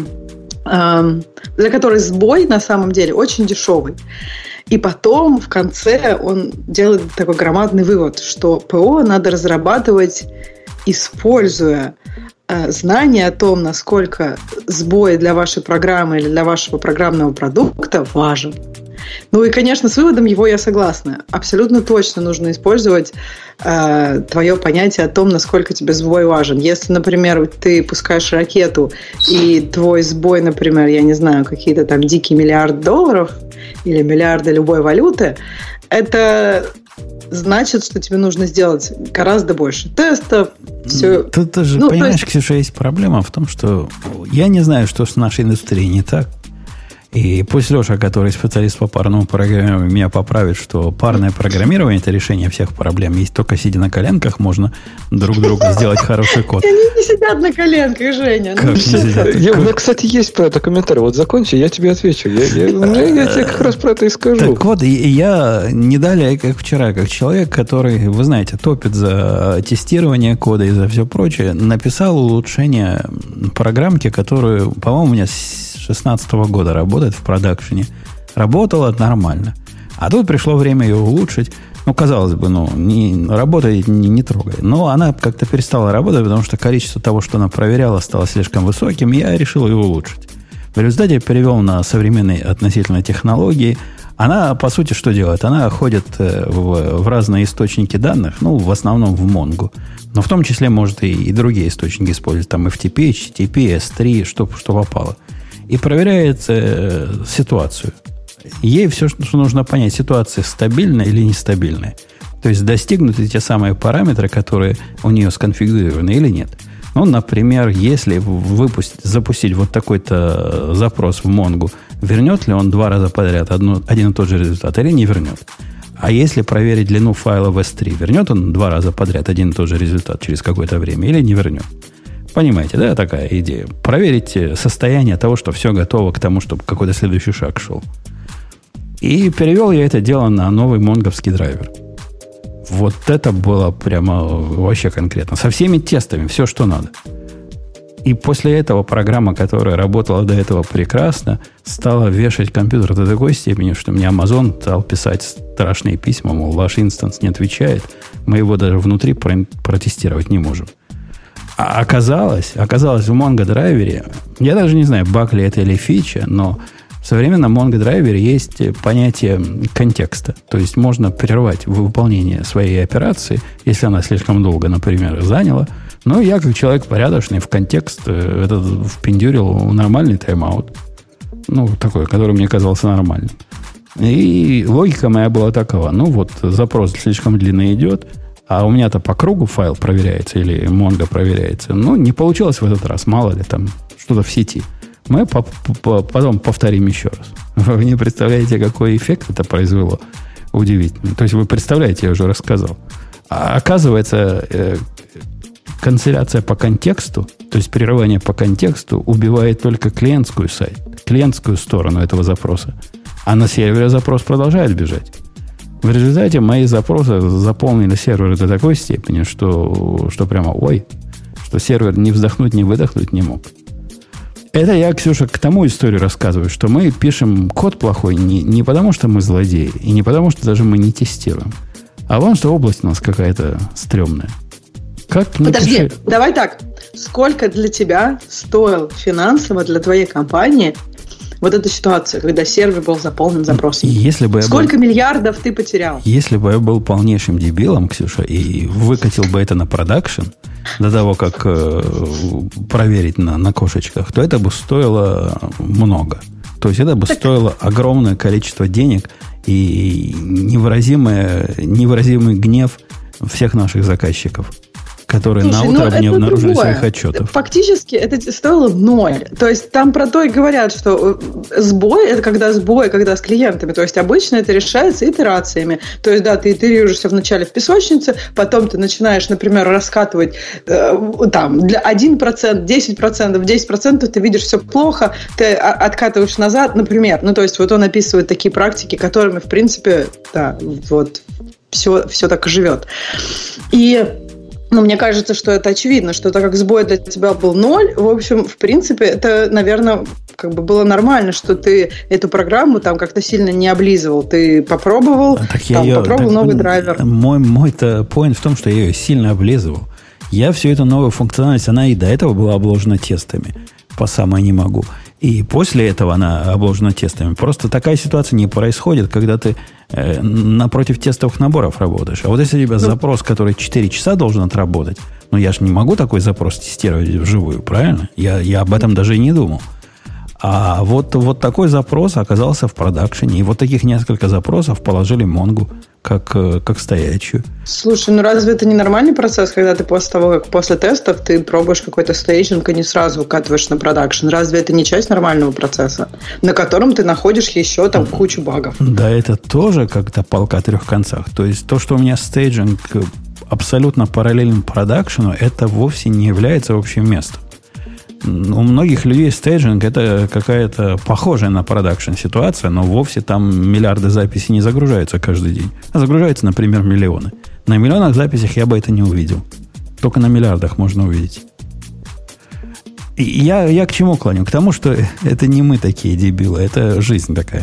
сбой на самом деле очень дешевый. И потом в конце он делает такой громадный вывод, что ПО надо разрабатывать, используя знание о том, насколько сбой для вашей программы или для вашего программного продукта важен. Ну и, конечно, с выводом его я согласна. Абсолютно точно нужно использовать твое понятие о том, насколько тебе сбой важен. Если, например, ты пускаешь ракету, и твой сбой, например, я не знаю, какие-то там дикие $1 миллиард или миллиарды любой валюты, это значит, что тебе нужно сделать гораздо больше тестов. Все. Тут тоже, понимаешь, Ксюша, есть проблема в том, что я не знаю, что с нашей индустрией не так. И пусть Леша, который специалист по парному программированию, меня поправит, что парное программирование – это решение всех проблем. Есть только сидя на коленках, можно друг друга сделать хороший код. Они не сидят на коленках, Женя. Как не сидят? У меня, кстати, есть про это комментарий. Вот закончи, я тебе отвечу. Я тебе как раз про это и скажу. Так вот, я не далее, как вчера, как человек, который, вы знаете, топит за тестирование кода и за все прочее, написал улучшение программки, которую, по-моему, у меня с 2016 года работает в продакшене. Работала нормально. А тут пришло время ее улучшить. Ну, казалось бы, работает, не трогай. Но она как-то перестала работать, потому что количество того, что она проверяла, стало слишком высоким, и я решил ее улучшить. В результате я перевел на современные относительно технологии. Она, по сути, что делает? Она ходит в разные источники данных, в основном в Mongo. Но в том числе может и другие источники использовать. Там FTP, HTTP, S3, что попало. И проверяет ситуацию. Ей все, что нужно понять, ситуация стабильная или нестабильная. То есть достигнуты те самые параметры, которые у нее сконфигурированы или нет. Ну, например, если запустить вот такой-то запрос в Mongo, вернет ли он 2 раза подряд один и тот же результат или не вернет? А если проверить длину файла в S3, вернет он 2 раза подряд один и тот же результат через какое-то время или не вернет? Понимаете, да, такая идея? Проверить состояние того, что все готово к тому, чтобы какой-то следующий шаг шел. И перевел я это дело на новый монговский драйвер. Вот это было прямо вообще конкретно. Со всеми тестами, все, что надо. И после этого программа, которая работала до этого прекрасно, стала вешать компьютер до такой степени, что мне Amazon стал писать страшные письма, мол, ваш инстанс не отвечает, мы его даже внутри протестировать не можем. А оказалось в Mongo драйвере, я даже не знаю, баг ли это или фича, но в современном Mongo драйвере есть понятие контекста. То есть можно прервать выполнение своей операции, если она слишком долго, например, заняла. Но я, как человек порядочный, в контекст впендюрил нормальный тайм-аут. Такой, который мне казался нормальным. И логика моя была такова. Запрос слишком длинно идет, а у меня-то по кругу файл проверяется или Mongo проверяется. Не получилось в этот раз. Мало ли там что-то в сети. Мы потом повторим еще раз. Вы не представляете, какой эффект это произвело. Удивительно. То есть вы представляете, я уже рассказал. А оказывается, канцеляция по контексту, то есть прерывание по контексту, убивает только клиентскую сторону этого запроса. А на сервере запрос продолжает бежать. В результате мои запросы заполнили серверы до такой степени, что прямо что сервер не вздохнуть, не выдохнуть не мог. Это я, Ксюша, к тому историю рассказываю, что мы пишем код плохой не потому, что мы злодеи, и не потому, что даже мы не тестируем, а потому, что область у нас какая-то стрёмная. Подожди, давай так. Сколько для тебя стоил финансово, для твоей компании вот эта ситуация, когда сервер был заполнен запросами? Сколько миллиардов ты потерял? Если бы я был полнейшим дебилом, Ксюша, и выкатил бы это на продакшн до того, как проверить на кошечках, то это бы стоило много. То есть это бы стоило огромное количество денег и невыразимый гнев всех наших заказчиков, которые на утро не обнаружили своих отчетов. Фактически это стоило 0. То есть там про то и говорят, что сбой, это когда с клиентами. То есть обычно это решается итерациями. То есть, да, ты итерируешься вначале в песочнице, потом ты начинаешь, например, раскатывать там для 1%, 10%, 10% ты видишь все плохо, ты откатываешь назад, например. Ну, то есть вот он описывает такие практики, которыми, в принципе, да, вот все так и живет. И мне кажется, что это очевидно, что так как сбой для тебя был 0, в общем, в принципе, это, наверное, как бы было нормально, что ты эту программу там как-то сильно не облизывал. Ты попробовал, попробовал новый драйвер. Мой-то point в том, что я ее сильно облизывал. Я всю эту новую функциональность, она и до этого была обложена тестами. По самой не могу. И после этого она обложена тестами. Просто такая ситуация не происходит, когда ты напротив тестовых наборов работаешь. А вот если у тебя запрос, который 4 часа должен отработать, я же не могу такой запрос тестировать вживую, правильно? Я об этом даже и не думал. А вот такой запрос оказался в продакшене. И вот таких несколько запросов положили Монгу как стоячую. Слушай, разве это не нормальный процесс, когда ты после того, как после тестов ты пробуешь какой-то стейджинг и не сразу выкатываешь на продакшн? Разве это не часть нормального процесса, на котором ты находишь еще там кучу багов? Да, это тоже как-то палка о трех концах. То есть то, что у меня стейджинг абсолютно параллелен продакшену, это вовсе не является общим местом. У многих людей стейджинг это какая-то похожая на продакшн ситуация, но вовсе там миллиарды записей не загружаются каждый день. А загружаются, например, миллионы. На миллионах записях я бы это не увидел. Только на миллиардах можно увидеть. И я к чему клоню? К тому, что это не мы такие дебилы, это жизнь такая.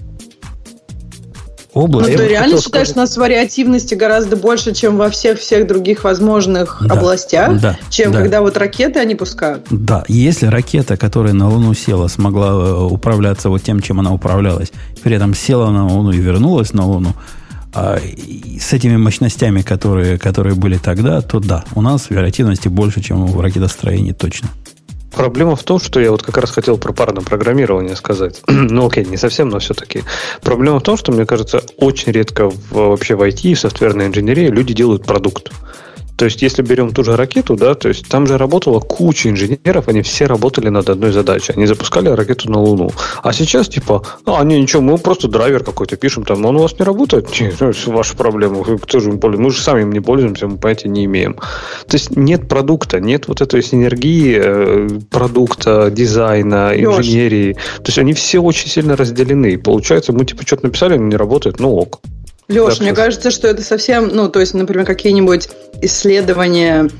Область. Ты реально считаешь, что у нас вариативности гораздо больше, чем во всех других возможных областях, чем когда вот ракеты они пускают? Да, если ракета, которая на Луну села, смогла управляться вот тем, чем она управлялась, при этом села на Луну и вернулась на Луну, с этими мощностями, которые были тогда, то да, у нас вариативности больше, чем в ракетостроении точно. Проблема в том, что я вот как раз хотел про парное программирование сказать. Окей, не совсем, но все-таки. Проблема в том, что, мне кажется, очень редко вообще в IT, в софтверной инженерии люди делают продукт. То есть, если берем ту же ракету, да, то есть там же работала куча инженеров, они все работали над одной задачей. Они запускали ракету на Луну. А сейчас, ничего, мы просто драйвер какой-то пишем, там, он у вас не работает? Ваша проблема. Кто же им пользуется? Мы же сами им не пользуемся, мы понятия не имеем. То есть, нет продукта, нет вот этой синергии продукта, дизайна, инженерии. То есть, они все очень сильно разделены. Получается, мы что-то написали, но не работает, ок. Леш, мне кажется, что это совсем, то есть, например, какие-нибудь исследования,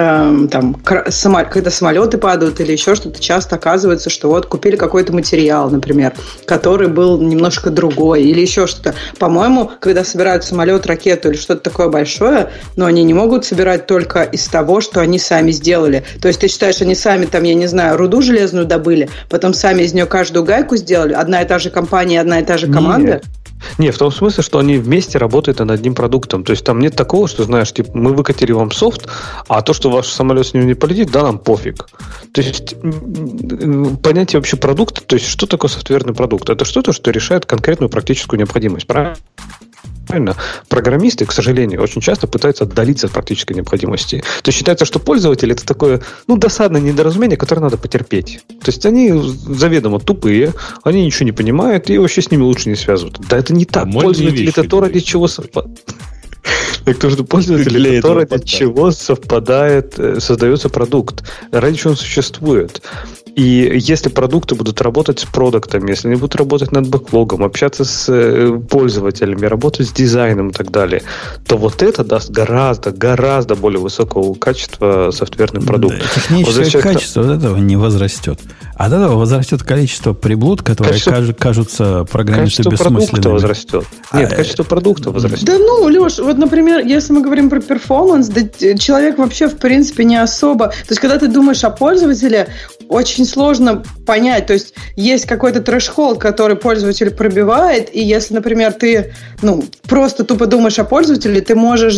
когда самолеты падают или еще что-то, часто оказывается, что вот купили какой-то материал, например, который был немножко другой или еще что-то. По-моему, когда собирают самолет, ракету или что-то такое большое, но они не могут собирать только из того, что они сами сделали. То есть ты считаешь, они сами там, я не знаю, руду железную добыли, потом сами из нее каждую гайку сделали, одна и та же компания, одна и та же команда? Не, в том смысле, что они вместе работают над одним продуктом. То есть там нет такого, что, знаешь, мы выкатили вам софт, а то, что ваш самолет с ним не полетит, нам пофиг. То есть понятие вообще продукта, то есть что такое софтверный продукт? Это что-то, что решает конкретную практическую необходимость, правильно? Программисты, к сожалению, очень часто пытаются отдалиться от практической необходимости. То есть считается, что пользователь это такое, досадное недоразумение, которое надо потерпеть. То есть они заведомо тупые, они ничего не понимают, и вообще с ними лучше не связываться. Да это не так. Пользователь это то, ради чего совпадает. Так что пользователь это то, ради чего совпадает, создается продукт, ради чего он существует. И если продукты будут работать с продуктами, если они будут работать над бэклогом, общаться с пользователями, работать с дизайном и так далее, то вот это даст гораздо более высокого качества софтверный продукт. Да, техническое качество от этого не возрастет. От этого возрастет количество приблуд, которые кажутся программисту бессмысленными. Качество продукта возрастет. Нет, качество продукта возрастет. Да ну, Леш, вот, например, если мы говорим про перформанс, да, человек вообще, в принципе, не особо... То есть, когда ты думаешь о пользователе, очень сложно понять. То есть, есть какой-то трэш-холд, который пользователь пробивает, и если, например, ты просто тупо думаешь о пользователе, ты можешь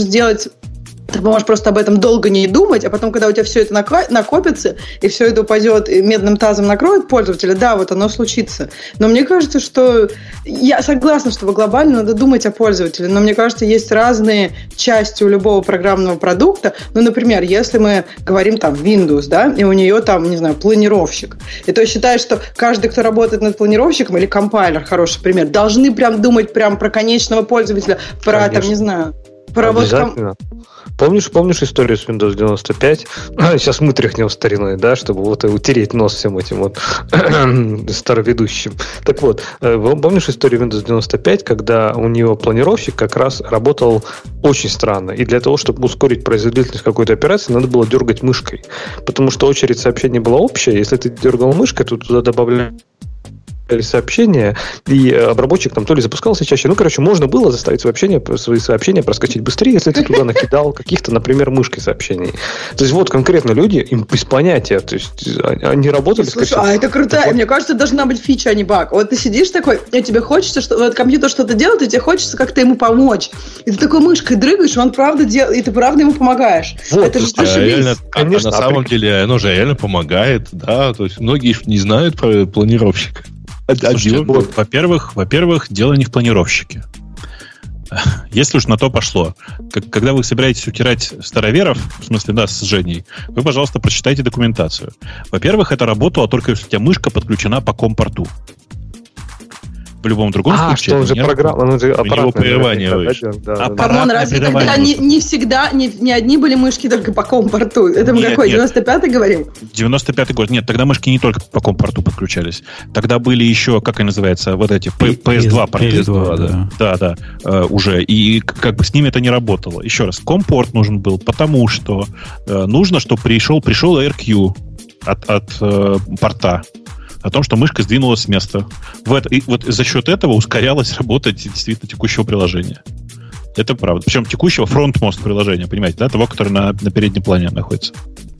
просто об этом долго не думать, а потом, когда у тебя все это накопится, и все это упадет, и медным тазом накроет пользователя, да, вот оно случится. Но мне кажется, что... Я согласна, что глобально надо думать о пользователе, но мне кажется, есть разные части у любого программного продукта. Ну, например, если мы говорим там Windows, да, и у нее там, не знаю, планировщик. И то считаешь, что каждый, кто работает над планировщиком, или компайлер, хороший пример, должны прям думать прям про конечного пользователя, про, там, не знаю... Обязательно. Помнишь историю с Windows 95? Сейчас мы тряхнем стариной, да, чтобы вот утереть нос всем этим вот староведущим. Так вот, помнишь историю Windows 95, когда у нее планировщик как раз работал очень странно, и для того, чтобы ускорить производительность какой-то операции, надо было дергать мышкой, потому что очередь сообщений была общая, если ты дергал мышкой, то туда добавляли сообщения, и обработчик там то ли запускался чаще. Можно было заставить свои сообщения проскочить быстрее, если ты туда накидал каких-то, например, мышкой сообщений. То есть вот конкретно люди, им без понятия, то есть они работали... Слушай, это крутая, мне кажется, должна быть фича, а не баг. Вот ты сидишь такой, и тебе хочется, что вот компьютер что-то делает, и тебе хочется как-то ему помочь. И ты такой мышкой дрыгаешь, он правда делает, и ты правда ему помогаешь. Вот, это же реально, конечно, на самом деле оно же реально помогает, да, то есть многие не знают про планировщика. Слушайте, во-первых, дело не в планировщике. Если уж на то пошло. Когда вы собираетесь утирать староверов, в смысле, да, с Женей, вы, пожалуйста, прочитайте документацию. Во-первых, это работало только если у тебя мышка подключена по компорту. В любом другом случае. Что он же программа, он же аппаратное прерывание. Тогда не всегда, не одни были мышки только по компорту. Это мы какой, 95-й говорим? 95-й год. Нет, тогда мышки не только по компорту подключались. Тогда были еще, как они называются, вот эти PS2 порты. PS2, да, уже. И как бы с ними это не работало. Еще раз, компорт нужен был, потому что нужно, чтобы пришел ARQ от порта. О том, что мышка сдвинулась с места. И вот за счет этого ускорялась работа действительно текущего приложения. Это правда. Причем текущего фронт-мост приложения, понимаете, да? Того, который на переднем плане находится.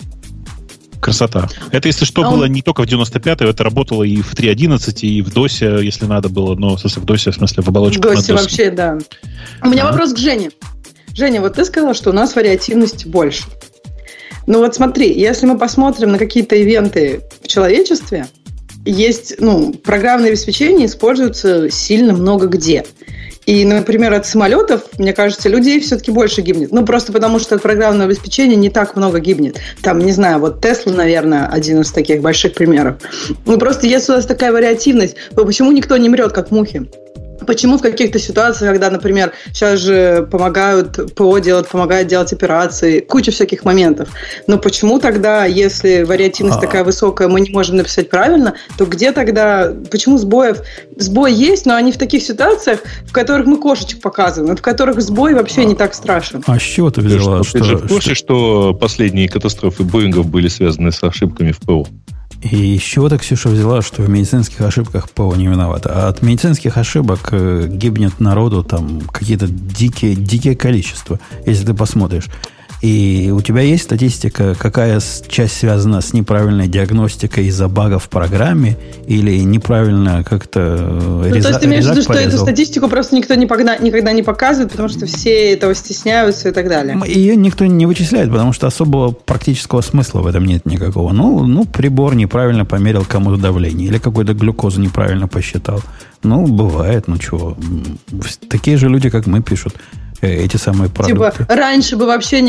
Красота. Это, если что, было не только в 95-м, это работало и в 3.11, и в DOS, если надо было. Но, в смысле, в DOS, в смысле, в оболочку. В DOS вообще, да. У меня вопрос к Жене. Женя, вот ты сказала, что у нас вариативности больше. Ну вот смотри, если мы посмотрим на какие-то ивенты в человечестве, есть, программное обеспечение используется сильно много где. И, например, от самолетов, мне кажется, людей все-таки больше гибнет. Просто потому, что от программного обеспечения не так много гибнет. Там, не знаю, вот Tesla, наверное, один из таких больших примеров. Просто если у нас такая вариативность, то почему никто не мрет, как мухи? Почему в каких-то ситуациях, когда, например, сейчас же помогают ПО делать, помогают делать операции, куча всяких моментов. Но почему тогда, если вариативность такая высокая, мы не можем написать правильно, то где тогда, почему сбой есть, но они в таких ситуациях, в которых мы кошечек показываем, в которых сбой вообще не так страшен. А с чего ты взяла? Ты же в курсе, что последние катастрофы Боингов были связаны с ошибками в ПО? И с чего-то Ксюша взяла, что в медицинских ошибках ПО не виновата. А от медицинских ошибок гибнет народу там какие-то дикие количества, если ты посмотришь. И у тебя есть статистика, какая часть связана с неправильной диагностикой из-за багов в программе или неправильно как-то резак? То есть ты имеешь в виду, что эту статистику просто никто никогда не показывает, потому что все этого стесняются и так далее? Ее никто не вычисляет, потому что особого практического смысла в этом нет никакого. Прибор неправильно померил кому-то давление или какую-то глюкозу неправильно посчитал. Бывает, чего. Такие же люди, как мы, пишут эти самые продукты. Раньше бы вообще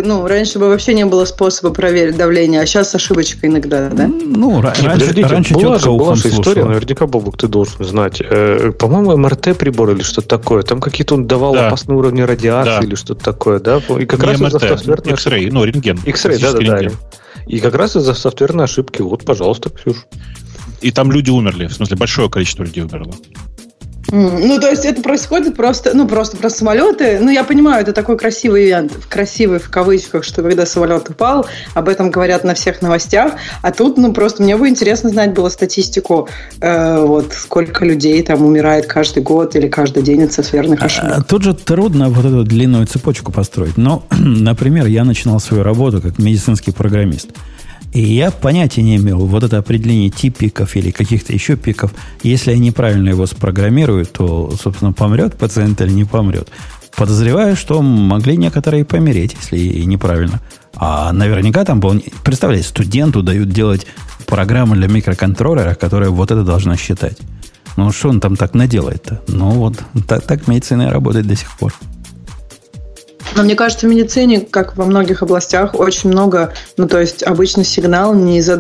не было способа проверить давление, а сейчас ошибочка иногда, да? Раньше была же история, наверняка, Бобук, ты должен знать. По-моему, МРТ-прибор или что-то такое. Там какие-то он давал опасные уровни радиации или что-то такое, да? И как раз МРТ, X-ray, рентген. X-ray, да. И как раз из-за софтверной ошибки. Вот, пожалуйста, Ксюш. И там люди умерли. В смысле, большое количество людей умерло. Ну, то есть это происходит просто про самолеты. Ну, я понимаю, это такой красивый ивент, красивый в кавычках, что когда самолет упал, об этом говорят на всех новостях. А тут, просто мне бы интересно знать было статистику, вот сколько людей там умирает каждый год или каждый день от софтверных ошибок. Тут же трудно вот эту длинную цепочку построить. Но, например, я начинал свою работу как медицинский программист. И я понятия не имел вот это определение T-пиков или каких-то еще пиков. Если я неправильно его спрограммирую, то, собственно, помрет пациент или не помрет. Подозреваю, что могли некоторые помереть, если и неправильно. А наверняка там был... Представляете, студенту дают делать программу для микроконтроллера, которая вот это должна считать. Ну, что он там так наделает-то? Ну, вот так медицина и работает до сих пор. Но мне кажется, в медицине, как во многих областях, очень много, то есть обычно сигнал не из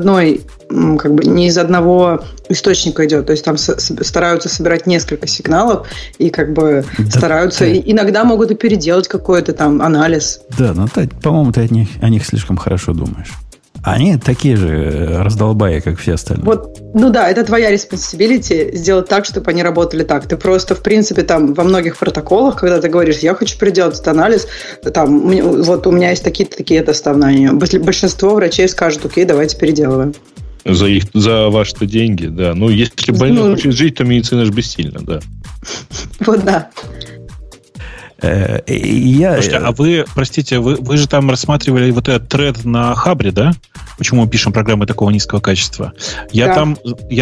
одного источника идет. То есть там стараются собирать несколько сигналов и стараются, иногда могут и переделать какой-то там анализ. Да, по-моему, ты о них слишком хорошо думаешь. Они такие же раздолбаи, как все остальные. Это твоя responsibility сделать так, чтобы они работали так. Ты просто, в принципе, там во многих протоколах, когда ты говоришь, я хочу переделать этот анализ, там, вот у меня есть такие доставания. Большинство врачей скажут, окей, давайте переделываем. За ваши-то деньги, да. Ну, если больной хочет жить, то медицина же бессильна, да. Вот да. Слушайте, а вы же там рассматривали вот этот тред на Хабре, да? Почему мы пишем программы такого низкого качества? Я там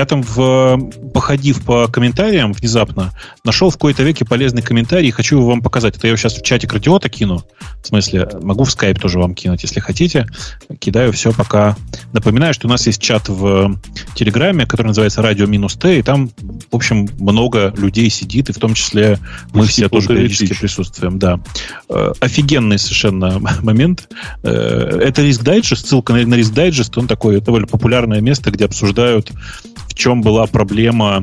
походив по комментариям внезапно, нашел в кои-то веке полезный комментарий и хочу его вам показать. Это я сейчас в чатик Радиота кину. В смысле, могу в Skype тоже вам кинуть, если хотите. Кидаю все пока. Напоминаю, что у нас есть чат в Телеграме, который называется Radio-T, и там, в общем, много людей сидит, и в том числе мы все тоже периодически присутствуем. Да. Офигенный совершенно момент. Это Risk Digest, ссылка на Risk Digest, он такое довольно популярное место, где обсуждают, в чем была проблема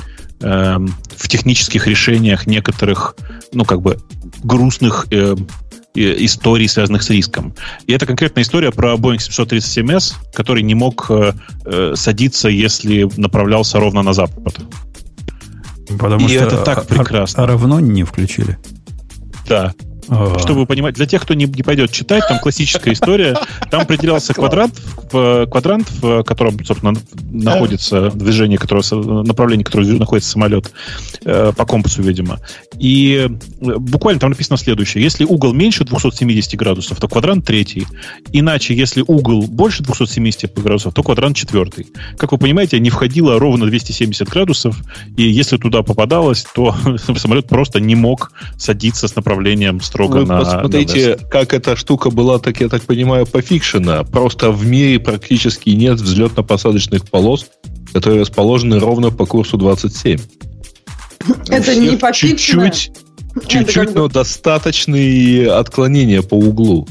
в технических решениях некоторых, грустных историй, связанных с риском. И это конкретная история про Boeing 737S, который не мог садиться, если направлялся ровно на запад. Потому что это так прекрасно. Равно не включили. Да. Чтобы понимать, для тех, кто не пойдет читать, там классическая история. Там определялся квадрант, в котором, собственно, находится движение, направление, которое находится самолет по компасу, видимо. И буквально там написано следующее. Если угол меньше 270 градусов, то квадрант третий. Иначе, если угол больше 270 градусов, то квадрант четвертый. Как вы понимаете, не входило ровно 270 градусов, и если туда попадалось, то самолет просто не мог садиться с направлением строго Вы посмотрите, как эта штука была, так я так понимаю, пофикшена. Просто в мире практически нет взлетно-посадочных полос, которые расположены ровно по курсу 27. Это не пофикшено. Чуть-чуть, но достаточные отклонения по углу.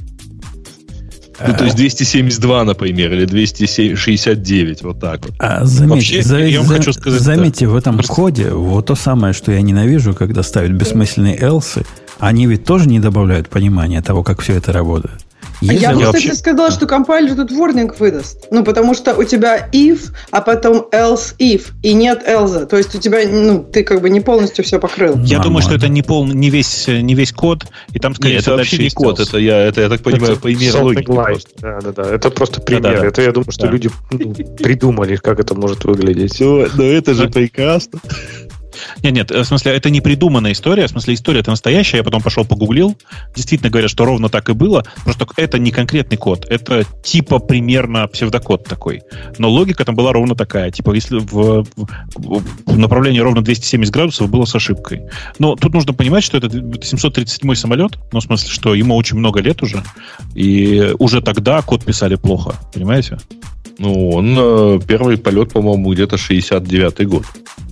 То есть 272, например, или 269, вот так вот. Заметьте, в этом коде вот то самое, что я ненавижу, когда ставят бессмысленные элсы, они ведь тоже не добавляют понимания того, как все это работает. Я бы, кстати, сказала, что компайлер тут warning выдаст. Потому что у тебя if, а потом else if, и нет else. То есть у тебя, ты не полностью все покрыл. Я думаю, что это не весь код, и там, скорее всего, это вообще не код. Это я так понимаю, пример логики. Да. Это просто пример. Да. Это я думаю, что люди придумали, как это может выглядеть. Но это же прекрасно. Нет, в смысле, это не придуманная история, в смысле, история-то настоящая, я потом пошел погуглил, действительно говорят, что ровно так и было, просто это не конкретный код, это типа примерно псевдокод такой, но логика там была ровно такая, типа, если в направлении ровно 270 градусов было с ошибкой. Но тут нужно понимать, что это 737-й самолет, в смысле, что ему очень много лет уже, и уже тогда код писали плохо, понимаете? Он первый полет, по-моему, где-то 69-й год.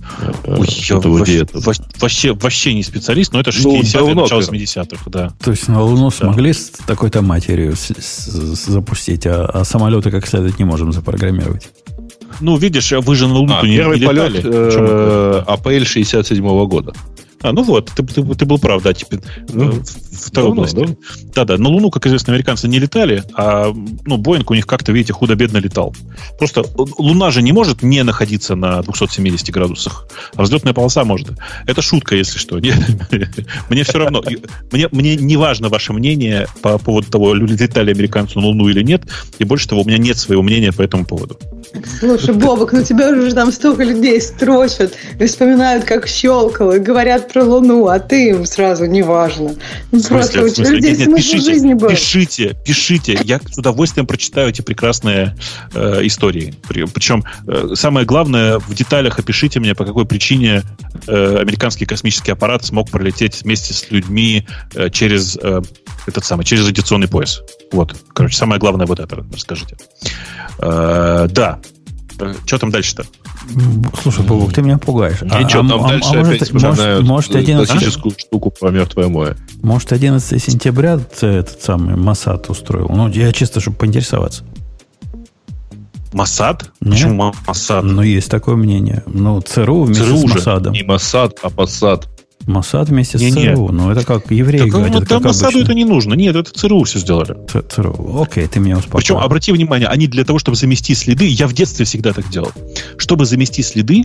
Вообще не специалист, но это 60-е, начало 70-х, да. То есть на Луну смогли с такой-то матерью запустить, а самолеты как следует не можем запрограммировать. Видишь, вы же на Луну не летали. Первый полет апрель 67-го года. Ну вот, ты был прав, да, теперь второй области. Да. На Луну, как известно, американцы не летали, а Боинг у них как-то, видите, худо-бедно летал. Просто Луна же не может не находиться на 270 градусах, а взлетная полоса может. Это шутка, если что. Мне все равно. Мне не важно ваше мнение по поводу того, летали американцы на Луну или нет, и больше того, у меня нет своего мнения по этому поводу. Слушай, Бобок, тебя уже там столько людей строчат, и вспоминают, как щелкало, и говорят про Луну, а ты им сразу не важно. Просто у тебя людей смысл жизни был. Пишите. Я с удовольствием прочитаю эти прекрасные истории. Причем самое главное, в деталях опишите мне, по какой причине американский космический аппарат смог пролететь вместе с людьми через через радиационный пояс. Вот. Короче, самое главное вот это расскажите. Да. Что там дальше-то? Слушай, Бобок, ты меня пугаешь. Ничего, там дальше опять вспоминают классическую штуку про Мертвое море. Может, 11 сентября этот самый Моссад устроил? Я чисто, чтобы поинтересоваться. Моссад? Нет? Почему Моссад? Есть такое мнение. ЦРУ вместе с Моссадом. Не Моссад, а Моссад. Моссад вместе с ЦРУ. Это как евреи гадят, как Моссаду это не нужно. Нет, это ЦРУ все сделали. ЦРУ. Окей, ты меня успокоил. Причем, обрати внимание, они для того, чтобы замести следы, я в детстве всегда так делал, чтобы замести следы,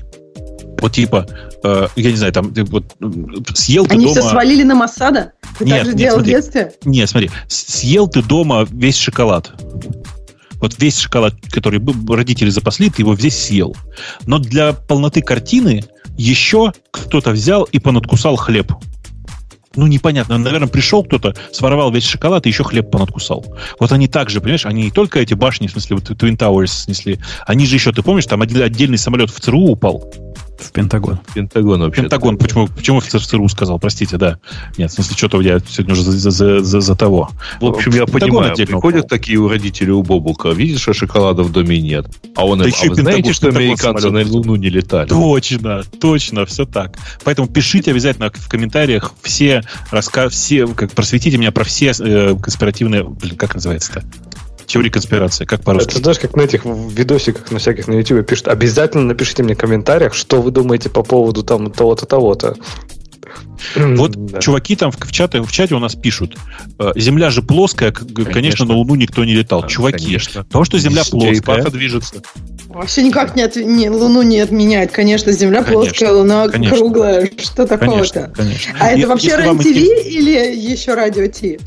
я не знаю, там, съел ты дома... Они все свалили на Моссада? Ты так же делал в детстве? Нет, смотри, съел ты дома весь шоколад. Весь шоколад, который родители запасли, ты его весь съел. Но для полноты картины еще кто-то взял и понадкусал хлеб. Непонятно. Наверное, пришел кто-то, своровал весь шоколад и еще хлеб понадкусал. Они так же, понимаешь, они не только эти башни, в смысле, Twin Towers снесли, они же еще, ты помнишь, там отдельный самолет в ЦРУ упал. В Пентагон. Пентагон. Почему в ЦРУ сказал? Простите, да. Нет, в смысле, что-то я сегодня уже за того. В общем, я понимаю, приходят такие у родителей у Бобука, видишь, что шоколада в доме нет. А вы знаете, что американцы на Луну не летали? Точно, все так. Поэтому пишите обязательно в комментариях просветите меня про все конспиративные... Как называется-то? Теории конспирации, как по-русски. Это знаешь, как на этих видосиках на всяких на YouTube пишут, обязательно напишите мне в комментариях, что вы думаете по поводу там того-то, того-то. Чуваки там в чате у нас пишут, Земля же плоская, конечно, на Луну никто не летал. Чуваки, то, что Земля плоская... движется. Вообще никак Луну не отменяет. Конечно, Земля плоская, Луна круглая. Что такого-то? А это вообще РЕН-ТВ или еще Радио Ти?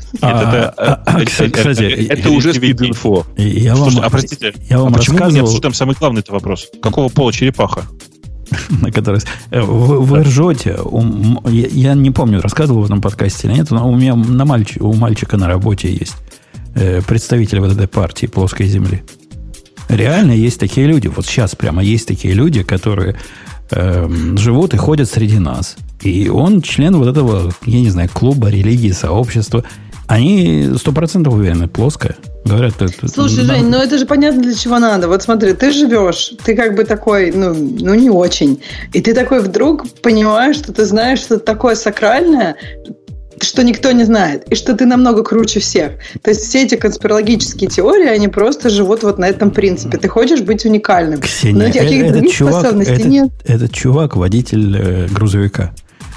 Кстати, это уже спид-инфо. Простите, почему мы не обсуждаем самый главный вопрос? Какого пола черепаха? На который... Вы ржете. Я не помню, рассказывал в этом подкасте или нет, но у меня у мальчика на работе есть представитель вот этой партии плоской земли. Реально есть такие люди. Вот сейчас прямо есть такие люди, которые живут и ходят среди нас. И он член вот этого, я не знаю, клуба, религии, сообщества. Они 100% уверены, плоская. Говорят, слушай, Жень, это же понятно, для чего надо. Вот смотри, ты живешь, ты как бы такой, не очень. И ты такой вдруг понимаешь, что ты знаешь что-то такое сакральное, что никто не знает, и что ты намного круче всех. То есть все эти конспирологические теории, они просто живут вот на этом принципе. Ты хочешь быть уникальным. Ксения, но у тебя каких-то других способностей нет. Этот чувак водитель грузовика.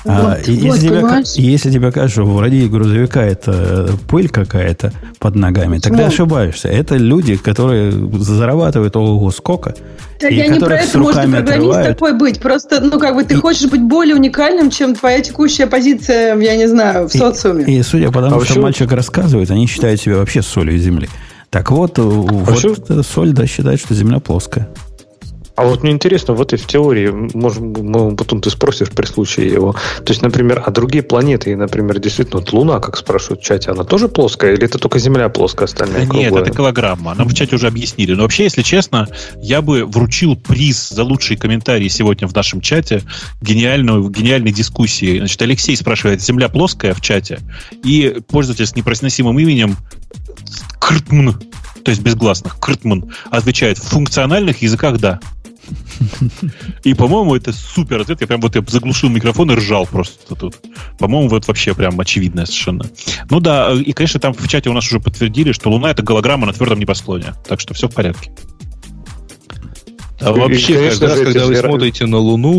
Если тебе кажется, что вроде грузовика это пыль какая-то под ногами, тогда ошибаешься. Это люди, которые зарабатывают ого сколько. Да, я не про это, может, и программист такой быть. Просто, ты хочешь быть более уникальным, чем твоя текущая позиция, я не знаю, в социуме. И судя по тому, что мальчик рассказывает, они считают себя вообще солью Земли. Так вот эта соль считает, что Земля плоская. А вот мне интересно, и в теории, может, потом ты спросишь при случае его, то есть, например, а другие планеты, например, действительно, Луна, как спрашивают в чате, она тоже плоская, или это только Земля плоская, остальная круглая? Нет, это голограмма, нам в чате уже объяснили. Но вообще, если честно, я бы вручил приз за лучшие комментарии сегодня в нашем чате гениальной дискуссии. Значит, Алексей спрашивает, Земля плоская в чате, и пользователь с непроизносимым именем Кртмн, то есть безгласных, Кртмн, отвечает, в функциональных языках да. И, по-моему, это супер ответ. Я заглушил микрофон и ржал просто тут. По-моему, вообще прям очевидное совершенно. И, конечно, там в чате у нас уже подтвердили, что Луна — это голограмма на твердом небосклоне. Так что все в порядке. А вообще, каждый раз, когда вы смотрите на Луну,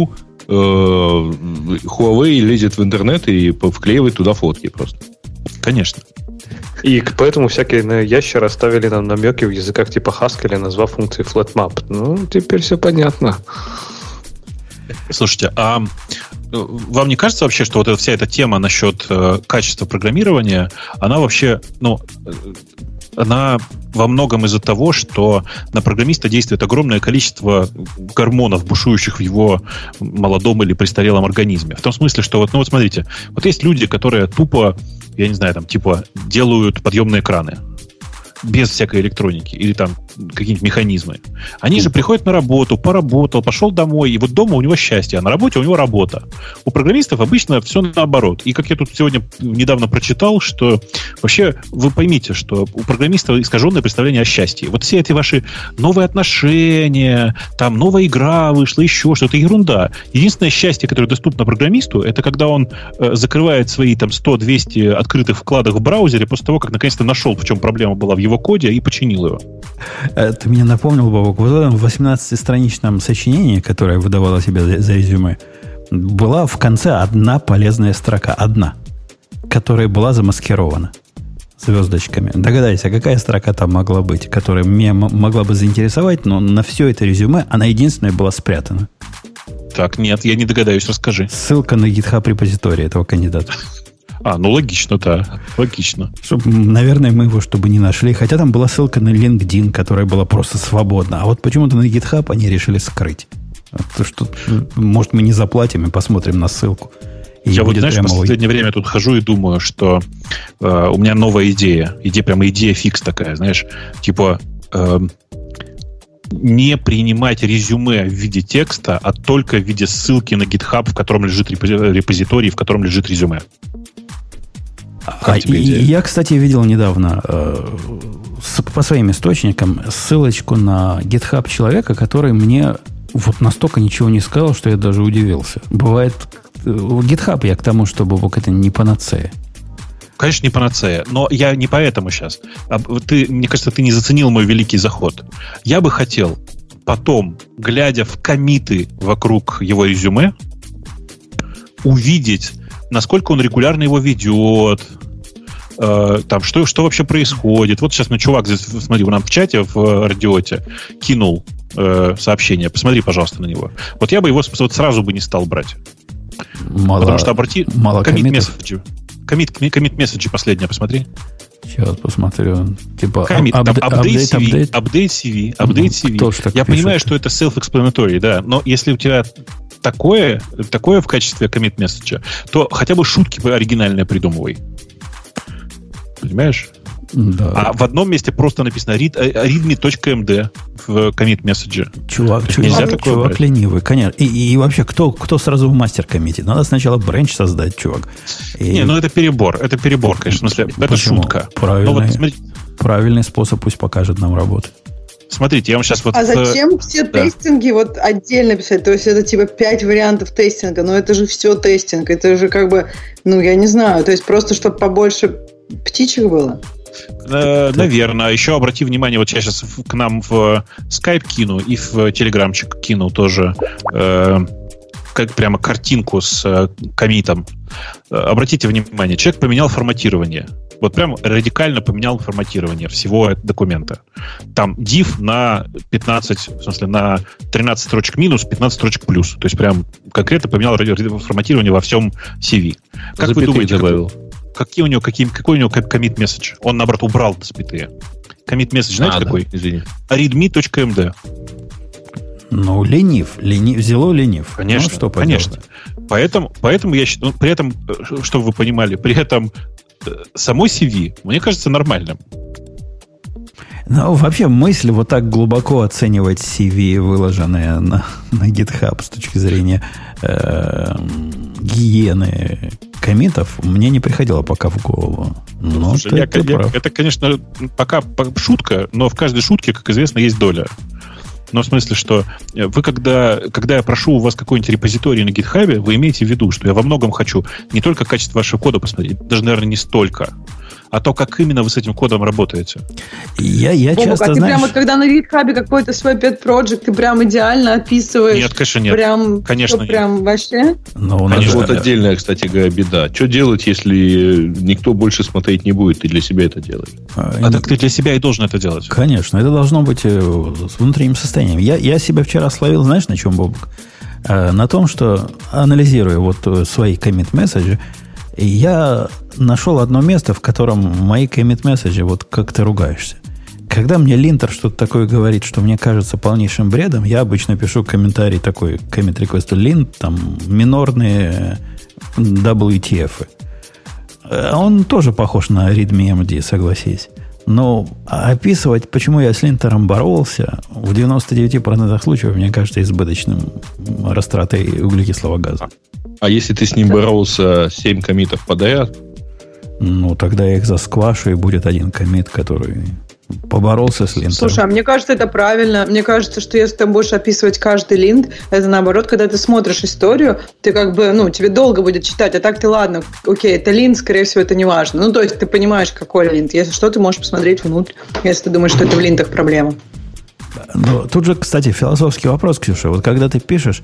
Huawei лезет в интернет и вклеивает туда фотки просто. Конечно. И поэтому всякие ящеры оставили нам намеки в языках типа Haskell, назвав функции flatmap. Ну, теперь все понятно. Слушайте, а вам не кажется вообще, что вот вся эта тема насчет качества программирования, она вообще, она во многом из-за того, что на программиста действует огромное количество гормонов, бушующих в его молодом или престарелом организме. В том смысле, что вот смотрите, вот есть люди, которые тупо, я не знаю, там, типа, делают подъемные краны без всякой электроники или там какие-нибудь механизмы. Они же приходят на работу, поработал, пошел домой, и вот дома у него счастье, а на работе у него работа. У программистов обычно все наоборот. И как я тут сегодня недавно прочитал, что вообще вы поймите, что у программистов искаженное представление о счастье. Вот все эти ваши новые отношения, там новая игра вышла, еще что-то, ерунда. Единственное счастье, которое доступно программисту, это когда он закрывает свои там 100-200 открытых вкладок в браузере после того, как наконец-то нашел, в чем проблема была в его коде, и починил его. Ты мне напомнил, Бобок, в этом 18-страничном сочинении, которое выдавало себя за резюме, была в конце одна полезная строка. Одна. Которая была замаскирована звездочками. Догадайся, какая строка там могла быть, которая меня могла бы заинтересовать, но на все это резюме она единственная была спрятана. Так, нет, я не догадаюсь, расскажи. Ссылка на GitHub репозиторий этого кандидата. Логично, да. Логично. Наверное, мы его чтобы не нашли. Хотя там была ссылка на LinkedIn, которая была просто свободна. А вот почему-то на GitHub они решили скрыть. Что, может, мы не заплатим и посмотрим на ссылку. Я вот, знаешь, в последнее время тут хожу и думаю, что у меня новая идея. Прямо идея фикс такая, знаешь. Типа не принимать резюме в виде текста, а только в виде ссылки на GitHub, в котором лежит репозиторий, в котором лежит резюме. Я, кстати, видел недавно по своим источникам ссылочку на GitHub человека, который мне вот настолько ничего не сказал, что я даже удивился. Бывает, GitHub я к тому, что, Бобок, это не панацея. Конечно, не панацея, но я не поэтому сейчас. Мне кажется, ты не заценил мой великий заход. Я бы хотел потом, глядя в коммиты вокруг его резюме, увидеть, насколько он регулярно его ведет, там, что вообще происходит. Вот сейчас чувак, смотри, у нас в чате в Радиоте кинул сообщение. Посмотри, пожалуйста, на него. Вот я бы его вот сразу бы не стал брать. Потому что мало коммитов. Коммит месседжи последнее, посмотри. Сейчас посмотрю. Типа update CV. Я понимаю, что это self-explanatory, да, но если у тебя такое в качестве commit месседжа, то хотя бы шутки оригинальные придумывай. Понимаешь? Да. А в одном месте просто написано readme.md в commit месседже. Чувак ленивый, конечно. И вообще, кто сразу в мастер коммитит? Надо сначала бренч создать, чувак. Это перебор. Это перебор, конечно. В смысле, это шутка. Правильный способ пусть покажет нам работу. Смотрите, я вам сейчас вот... А зачем все тестинги вот отдельно писать? То есть это типа 5 вариантов тестинга, но это же все тестинг. Это же как бы, я не знаю. То есть просто, чтобы побольше птичек было? Наверное. Еще обрати внимание, вот я сейчас к нам в Skype кину и в Телеграмчик кину тоже как прямо картинку с коммитом. Обратите внимание, человек поменял форматирование. Вот прям радикально поменял форматирование всего документа. Там div на 15, в смысле на 13 строчек минус, 15 строчек плюс. То есть прям конкретно поменял форматирование во всем CV. Как вы думаете, добавил? Какой у него commit message? Он, наоборот, убрал запятые. Commit message, знаете, какой? Извини. readme.md. Ленив. Взяло ленив. Конечно, что конечно. Поэтому я считаю, при этом, чтобы вы понимали, при этом само CV, мне кажется, нормальным. Вообще мысль вот так глубоко оценивать CV, выложенные на GitHub с точки зрения гигиены коммитов, мне не приходило пока в голову. Но слушай, это, конечно, пока шутка, но в каждой шутке, как известно, есть доля. Но в смысле, что вы, когда я прошу у вас какой-нибудь репозиторий на GitHub, вы имеете в виду, что я во многом хочу не только качество вашего кода посмотреть, даже, наверное, не столько, а то, как именно вы с этим кодом работаете. Я Бобок, часто, ты знаешь... прямо, когда на GitHub какой-то свой pet project, ты прям идеально описываешь. Нет, конечно, нет. Прям, конечно, нет. Прям вообще? Но у нас вот отдельная, кстати говоря, беда. Что делать, если никто больше смотреть не будет? Ты для себя это делаешь. Так ты для себя и должен это делать. Конечно, это должно быть с внутренним состоянием. Я себя вчера словил, знаешь, на чем, Бобок? На том, что, анализируя вот свои commit-месседжи, я нашел одно место, в котором мои commit-месседжи, вот как ты ругаешься. Когда мне линтер что-то такое говорит, что мне кажется полнейшим бредом, я обычно пишу комментарий такой, commit request lint, там, минорные WTF. Он тоже похож на readme.md, согласись. Но описывать, почему я с линтером боролся, в 99% случаев, мне кажется, избыточным растратой углекислого газа. А если ты с ним боролся 7 коммитов подряд? Ну, тогда я их засквашу, и будет один коммит, который поборолся с линтером. Слушай, а мне кажется, это правильно. Мне кажется, что если ты будешь описывать каждый линт, это наоборот, когда ты смотришь историю, ты как бы, тебе долго будет читать, а так ты, ладно, окей, это линт, скорее всего, это не важно. То есть ты понимаешь, какой линт. Если что, ты можешь посмотреть внутрь, если ты думаешь, что это в линтах проблема. Но тут же, кстати, философский вопрос, Ксюша. Вот когда ты пишешь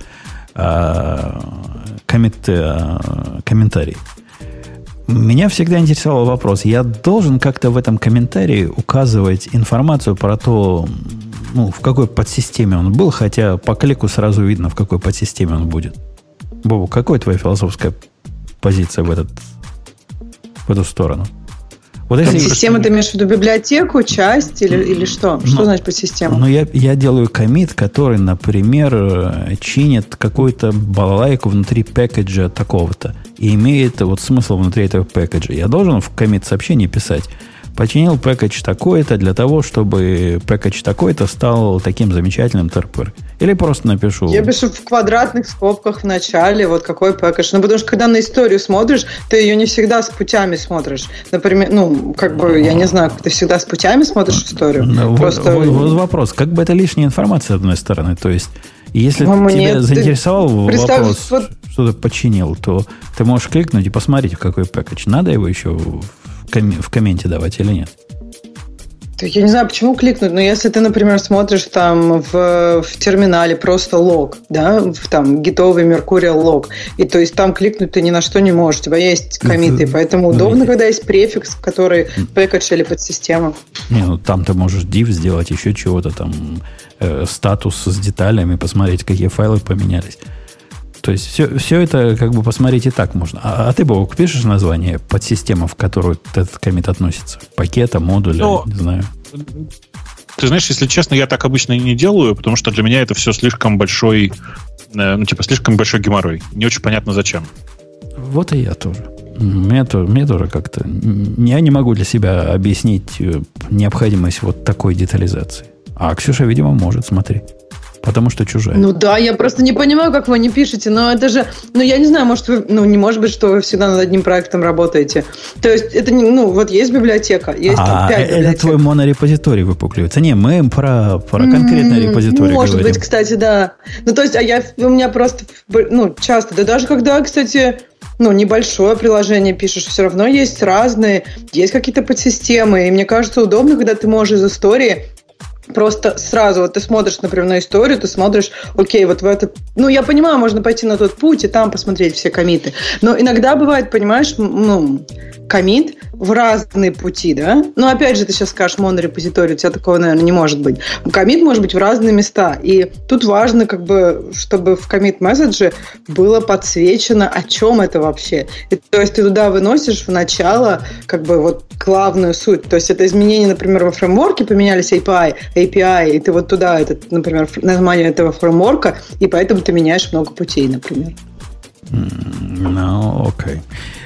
комментарий, меня всегда интересовал вопрос. Я должен как-то в этом комментарии указывать информацию про то, в какой подсистеме он был, хотя по клику сразу видно, в какой подсистеме он будет. Бобу, какая твоя философская позиция в эту сторону? Вот если... Подсистема, ты имеешь в виду библиотеку, часть или что? Что значит подсистема? Я делаю коммит, который, например, чинит какую-то балалайку внутри пэкэджа такого-то и имеет смысл внутри этого пэкэджа. Я должен в коммит сообщении писать: починил пэкэдж такой-то для того, чтобы пэкэдж такой-то стал таким замечательным ТРПР. Или просто напишу... Я пишу в квадратных скобках в начале, вот какой пэкэдж. Потому что когда на историю смотришь, ты ее не всегда с путями смотришь. Например, я не знаю, ты всегда с путями смотришь историю. Просто... Вот вопрос. Как бы это лишняя информация, с одной стороны. То есть, если тебя заинтересовал вопрос, что ты починил, то ты можешь кликнуть и посмотреть, в какой пэкэдж. Надо его еще в комменте давать или нет? Я не знаю, почему кликнуть, но если ты, например, смотришь там в терминале просто лог, да, там гитовый Mercurial лог, и то есть там кликнуть ты ни на что не можешь, у тебя есть коммиты, поэтому удобно, когда есть префикс, который пэкэдж или подсистема. Там ты можешь div сделать, еще чего-то там, статус с деталями, посмотреть, какие файлы поменялись. То есть все это как бы посмотреть и так можно. А ты, Бог, пишешь название подсистемы, в которую этот коммит относится? Пакета, модуля, не знаю. Ты знаешь, если честно, я так обычно и не делаю, потому что для меня это все слишком большой, слишком большой геморрой. Не очень понятно, зачем. Вот и я тоже. Мне тоже как-то... Я не могу для себя объяснить необходимость вот такой детализации. А Ксюша, видимо, может, смотри. Потому что чужая. Да, я просто не понимаю, как вы не пишете, но это же, я не знаю, может вы, не может быть, что вы всегда над одним проектом работаете. То есть это не, вот есть библиотека, есть 5 библиотек. Это твой монорепозиторий выпукливается. Не, мы про конкретный репозиторий может говорим. Быть, кстати, да. То есть, у меня просто, часто, да даже когда, кстати, небольшое приложение пишешь, все равно есть разные, есть какие-то подсистемы, и мне кажется, удобно, когда ты можешь из истории просто сразу, вот ты смотришь, например, на историю, ты смотришь, окей, вот в этот... я понимаю, можно пойти на тот путь и там посмотреть все коммиты. Но иногда бывает, понимаешь, коммит в разные пути, да? Опять же, ты сейчас скажешь монорепозиторий, у тебя такого, наверное, не может быть. Коммит может быть в разные места. И тут важно, чтобы в коммит-месседже было подсвечено, о чем это вообще. То есть ты туда выносишь в начало главную суть. То есть это изменения, например, во фреймворке, поменялись API, и ты вот туда, например, название этого фреймворка, и поэтому ты меняешь много путей, например. Окей.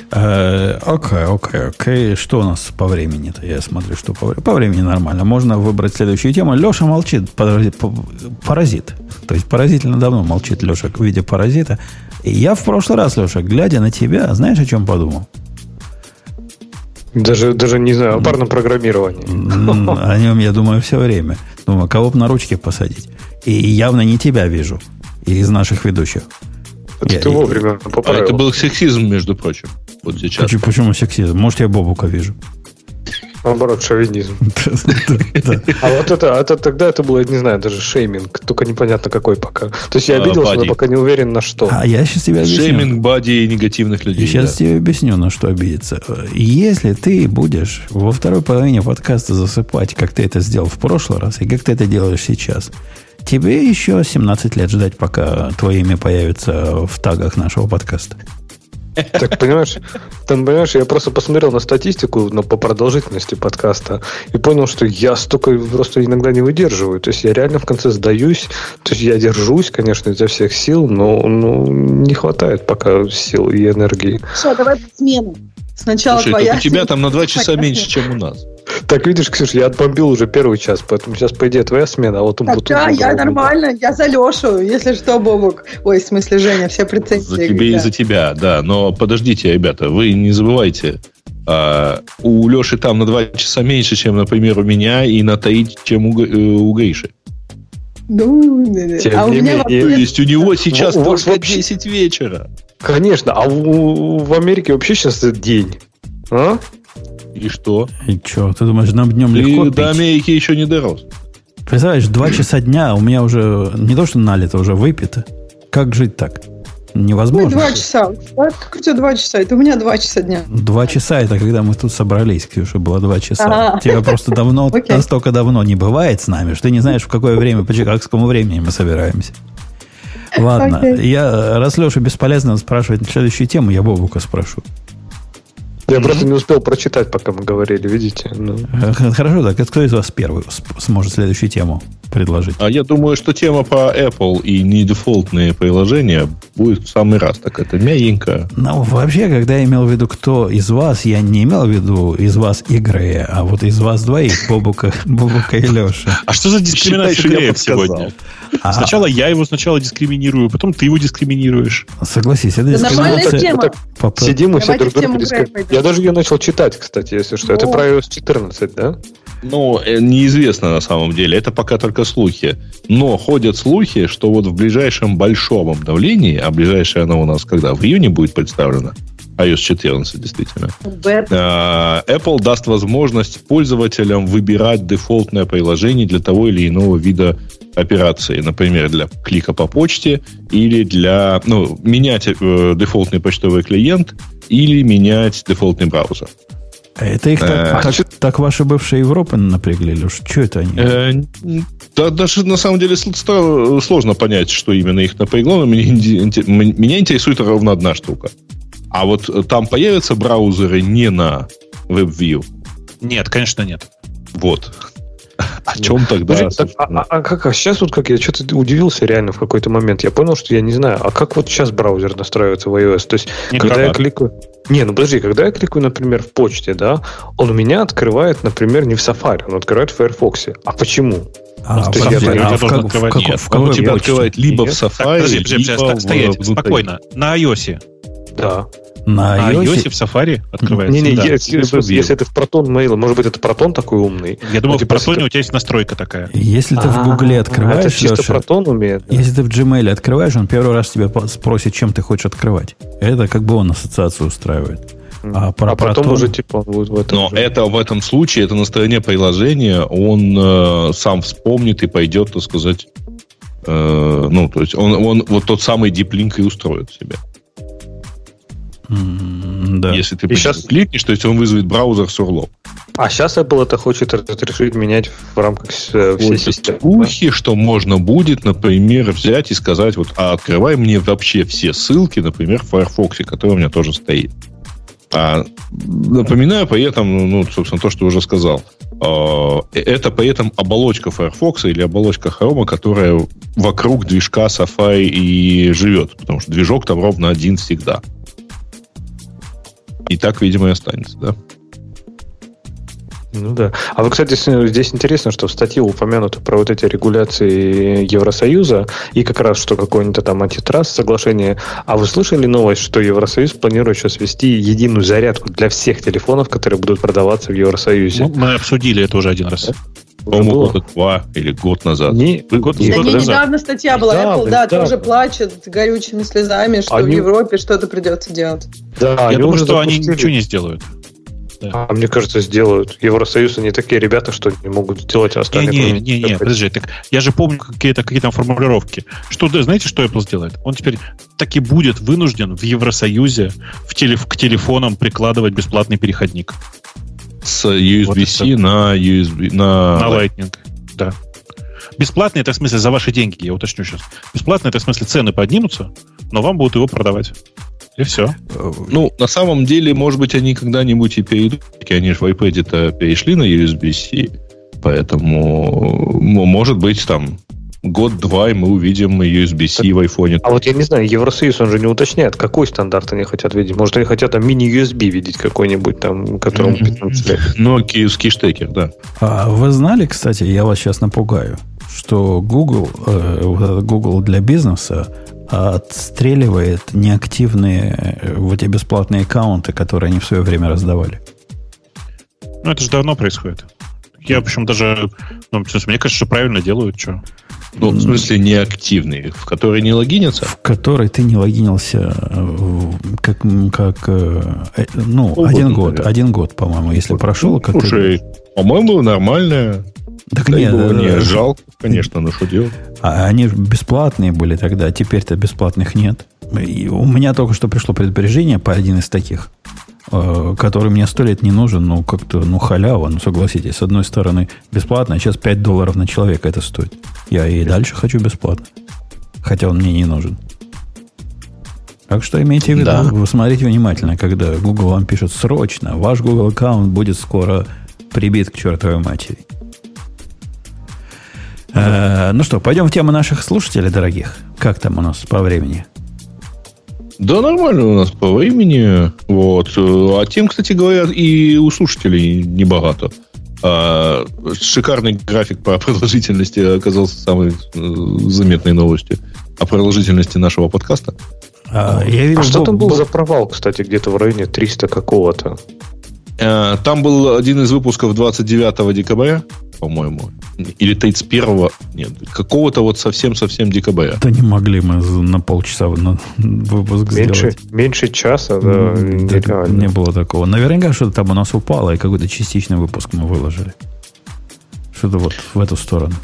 Окей. Что у нас по времени-то? Я смотрю, что по времени нормально. Можно выбрать следующую тему. Леша молчит. Паразит. То есть поразительно давно молчит Леша в виде паразита. И я в прошлый раз, Леша, глядя на тебя, знаешь, о чем подумал? Даже не знаю, о парном программировании. О нем я думаю все время. Думаю, кого бы на ручки посадить. И явно не тебя вижу. Из наших ведущих. Ты вовремя поправил. Это был сексизм, между прочим. Вот сейчас. Почему сексизм? Может, я Бобука вижу. Наоборот, шовинизм. А вот это тогда это было, я не знаю, даже шейминг, только непонятно какой пока. То есть я обиделся, но пока не уверен на что. А я сейчас тебе объясню. Шейминг бади негативных людей. Сейчас тебе объясню, на что обидеться. Если ты будешь во второй половине подкаста засыпать, как ты это сделал в прошлый раз, и как ты это делаешь сейчас, тебе еще 17 лет ждать, пока твое имя появится в тагах нашего подкаста. Так, понимаешь, я просто посмотрел на статистику по продолжительности подкаста и понял, что я столько просто иногда не выдерживаю. То есть я реально в конце сдаюсь. То есть я держусь, конечно, изо всех сил, но не хватает пока сил и энергии. Все, давай по смену. Сначала слушай, твоя. У тебя там на 2 часа меньше, чем у нас. Так, видишь, Ксюша, я отбомбил уже первый час, поэтому сейчас, по идее, твоя смена, а вот он будет... Да, я нормально, я за Лешу, если что, Бобук. Ой, в смысле, Женя, все претензии. За тебя и за тебя, да. Но подождите, ребята, вы не забывайте, у Леши там на 2 часа меньше, чем, например, у меня, и на Таить, чем у Гриши. Ну, а у меня то есть у него сейчас только 10 вечера. Конечно, а в Америке вообще сейчас день. А? И что? И что, ты думаешь, нам днем легко пить? До Америки еще не дорос. Представляешь, 2 часа дня у меня уже не то, что налито, уже выпито. Как жить так? Невозможно. 2 часа. Как у тебя 2 часа? Это у меня 2 часа дня. 2 часа это когда мы тут собрались, Ксюша, было 2 часа. Тебя просто давно, настолько давно не бывает с нами, что ты не знаешь, в какое время, по чикагскому времени мы собираемся. Ладно, раз Леша бесполезно спрашивать следующую тему, я Бобука спрошу. Я просто не успел прочитать, пока мы говорили, видите? Хорошо, так кто из вас первый сможет следующую тему предложить? А я думаю, что тема по Apple и недефолтные приложения будет в самый раз. Так это мягенько. Ну, вообще, когда я имел в виду, кто из вас, я не имел в виду из вас игры, а вот из вас двоих, Бобука и Леша. А что за дискриминация греев сегодня? Сначала я его дискриминирую, потом ты его дискриминируешь. Согласись, это нормальная тема. Сидим и все друг друга дискриминируем. Я даже ее начал читать, кстати, если что. Это про iOS 14, да? Ну, неизвестно на самом деле. Это пока только слухи. Но ходят слухи, что вот в ближайшем большом обновлении, а ближайшее оно у нас когда? В июне будет представлено? iOS 14, действительно. Apple даст возможность пользователям выбирать дефолтное приложение для того или иного вида операции. Например, для клика по почте или для... менять дефолтный почтовый клиент или менять дефолтный браузер. Это их так ваши бывшие Европы напрягли, Леш? Что это они? Да, даже на самом деле сложно понять, что именно их напрягло, но меня интересует ровно одна штука. А вот там появятся браузеры не на WebView? Нет, конечно, нет. Вот. О чем тогда? Сейчас вот как я что-то удивился реально в какой-то момент. Я понял, что я не знаю, а как вот сейчас браузер настраивается в iOS? То есть, когда я кликаю... когда я кликаю, например, в почте, да, он у меня открывает, например, не в Safari, он открывает в Firefox. А почему? У тебя открывает либо в Safari, либо в... Спокойно. На iOS. Да. На iOS в Safari открывается. Если это в Proton Mail, может быть, это Proton такой умный. Я думал, в Proton у тебя есть настройка такая. Если ты в Гугле открываешь, это чисто Proton умеет. Если ты в Gmail открываешь, он первый раз тебя спросит, чем ты хочешь открывать. Это как бы он ассоциацию устраивает. А потом уже типа он будет в этом. Но это в этом случае, это на стороне приложения, он сам вспомнит и пойдет, так сказать, то есть он вот тот самый диплинк и устроит себе. Да. Если ты кликнешь, то есть он вызовет браузер с URL. А сейчас Apple это хочет разрешить менять в рамках всей системы. Слухи, что можно будет, например, взять и сказать, вот, открывай мне вообще все ссылки, например, в Firefox, который у меня тоже стоит. Напоминаю при этом, собственно, то, что уже сказал. Это при этом оболочка Firefox или оболочка Chrome, которая вокруг движка Safari и живет, потому что движок там ровно один всегда. И так, видимо, и останется, да? Ну да. А вы, кстати, здесь интересно, что в статье упомянуто про вот эти регуляции Евросоюза и как раз, что какое-нибудь там антитраст соглашение. А вы слышали новость, что Евросоюз планирует сейчас ввести единую зарядку для всех телефонов, которые будут продаваться в Евросоюзе? Мы обсудили это уже один раз. По-моему, года 2 или год назад. Недавно статья была. Apple, тоже плачет горючими слезами, что в Европе что-то придется делать. Да, я думаю, что они ничего не сделают. А мне кажется, сделают. Евросоюз, они такие ребята, что не могут сделать, а остальные... Не, подожди, так я же помню какие там формулировки. Знаете, что Apple сделает? Он теперь таки будет вынужден в Евросоюзе к телефонам прикладывать бесплатный переходник. С USB-C на Lightning. Да. Бесплатный, это в смысле за ваши деньги, я уточню сейчас. Бесплатный, это в смысле цены поднимутся, но вам будут его продавать. И все. Ну, на самом деле, может быть, они когда-нибудь и перейдут. Они же в iPad-то перешли на USB-C. Поэтому, может быть, там год-два, и мы увидим USB-C в iPhone. А вот я не знаю, Евросоюз, он же не уточняет, какой стандарт они хотят видеть. Может, они хотят там мини-USB видеть какой-нибудь там, которому 15 лет. Ну, киевский штекер, да. А вы знали, кстати, я вас сейчас напугаю, что Google для бизнеса отстреливает неактивные вот эти бесплатные аккаунты, которые они в свое время раздавали. Ну, это же давно происходит. Я, в общем, даже... Ну, в смысле, мне кажется, что правильно делают, что... Ну, в смысле, неактивные, в которые не логинятся? В которые ты не логинился один год, по-моему, если прошел. Слушай, по-моему, нормальная. Так нет, не жалко, конечно, но что делать? А они же бесплатные были тогда, а теперь-то бесплатных нет. И у меня только что пришло предупреждение по один из таких, который мне 100 лет не нужен, как-то, халява, согласитесь. С одной стороны, бесплатно, а сейчас $5 на человека это стоит. Я и дальше хочу бесплатно. Хотя он мне не нужен. Так что имейте в виду, вы смотрите внимательно, когда Google вам пишет срочно, ваш Google аккаунт будет скоро прибит к чертовой матери. Ну что, пойдем в тему наших слушателей, дорогих. Как там у нас по времени? Да, нормально у нас по времени. Вот. А тем, кстати говоря, и у слушателей небогато. Шикарный график по продолжительности оказался самой заметной новостью о продолжительности нашего подкаста. Что там был за провал, кстати, где-то в районе 300 какого-то? Там был один из выпусков 29 декабря, по-моему, или 31, нет, какого-то вот совсем-совсем декабря. Да не могли мы на полчаса выпуск сделать. Меньше часа, да, нереально. Не было такого. Наверняка что-то там у нас упало, и какой-то частичный выпуск мы выложили. Что-то вот в эту сторону.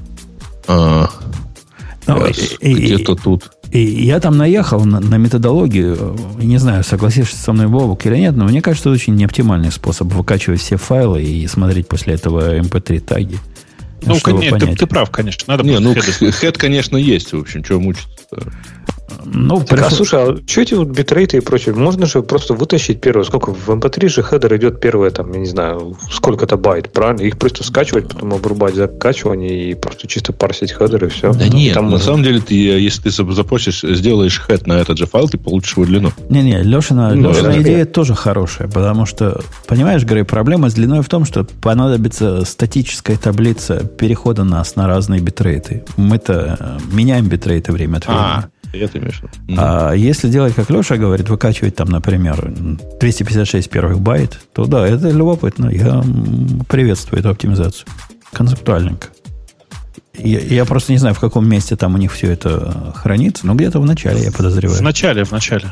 Где-то тут. И я там наехал на методологию. Не знаю, согласишься со мной, Бобук, или нет, но мне кажется, это очень неоптимальный способ выкачивать все файлы и смотреть после этого MP3 таги. Ну, конечно, ты прав, конечно. Надо хед, конечно, есть, в общем, чего мучиться-то. Слушай, а что эти вот битрейты и прочее? Можно же просто вытащить первое. Сколько в MP3 же хедер идет первое, там, я не знаю, сколько-то байт, правильно? Их просто скачивать, потом обрубать закачивание и просто чисто парсить хедер и все. Да нет, на самом деле, если ты запросишь, сделаешь хед на этот же файл, ты получишь его длину. Не-не, Лешина идея тоже хорошая, потому что, понимаешь, Грей, проблема с длиной в том, что понадобится статическая таблица перехода нас на разные битрейты. Мы-то меняем битрейты время от времени. Это имеешь. А если делать, как Леша говорит, выкачивать там, например, 256 первых байт, то да, это любопытно. Я приветствую эту оптимизацию. Концептуальненько. Я просто не знаю, в каком месте там у них все это хранится, но где-то в начале, я подозреваю. В начале.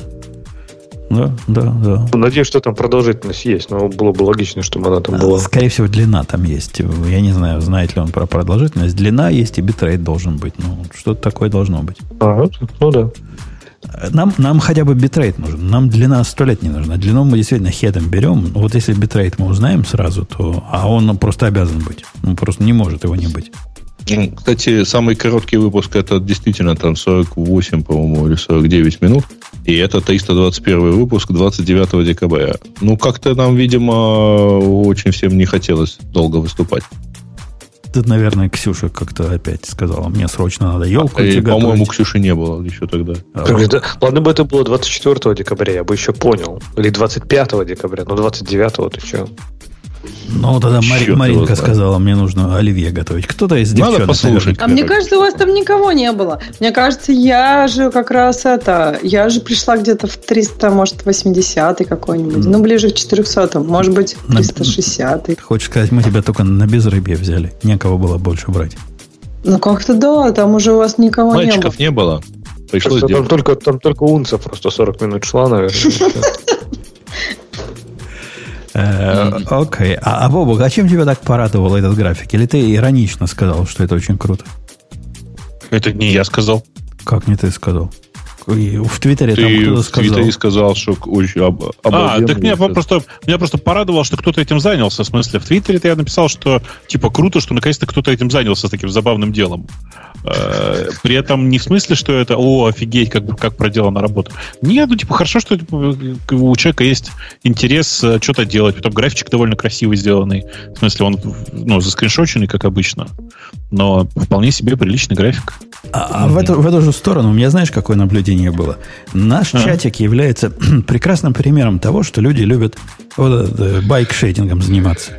Да. Надеюсь, что там продолжительность есть, но было бы логично, чтобы она там была. Скорее всего, длина там есть. Я не знаю, знает ли он про продолжительность. Длина есть и битрейт должен быть. Что-то такое должно быть. Да. Нам хотя бы битрейт нужен. Нам длина 100 лет не нужна. Длину мы действительно хедом берем. Вот если битрейт мы узнаем сразу, то... А он просто обязан быть. Просто не может его не быть. Кстати, самый короткий выпуск это действительно там 48, по-моему, или 49 минут. И это 321 выпуск 29 декабря. Как-то нам, видимо, очень всем не хотелось долго выступать. Тут, наверное, Ксюша как-то опять сказала, мне срочно надо елку готовить. По-моему, Ксюши не было еще тогда. Ладно бы это было 24 декабря, я бы еще понял. Или 25 декабря, но 29 ты что? Тогда Маринка сказала, мне нужно оливье готовить. Кто-то из девчонок. Надо послушать. А мне кажется, у вас там никого не было. Мне кажется, я же как раз я же пришла где-то в 300, может, 80-й какой-нибудь. Ближе к 400-м. Может быть, 360-й. Хочешь сказать, мы тебя только на безрыбье взяли? Некого было больше брать. Как-то да, там уже у вас никого не было. Мальчиков не было. Пришлось делать. Там только унца просто 40 минут шла, наверное. Окей. А Бобок, а чем тебя так порадовал этот график? Или ты иронично сказал, что это очень круто? Это не я сказал. Как не ты сказал? В Твиттере там кто-то сказал. В Твиттере сказал, что очень так меня просто порадовало, что кто-то этим занялся. В смысле, в Твиттере я написал, что типа круто, что наконец-то кто-то этим занялся таким забавным делом. При этом не в смысле, что это офигеть, как проделана работа. Нет, хорошо, что у человека есть интерес что-то делать. Потом графичек довольно красивый сделанный. В смысле, он заскриншоченный, как обычно. Но вполне себе приличный график. В эту же сторону у меня, знаешь, какое наблюдение было? Наш чатик является прекрасным примером того, что люди любят байк-шейдингом заниматься.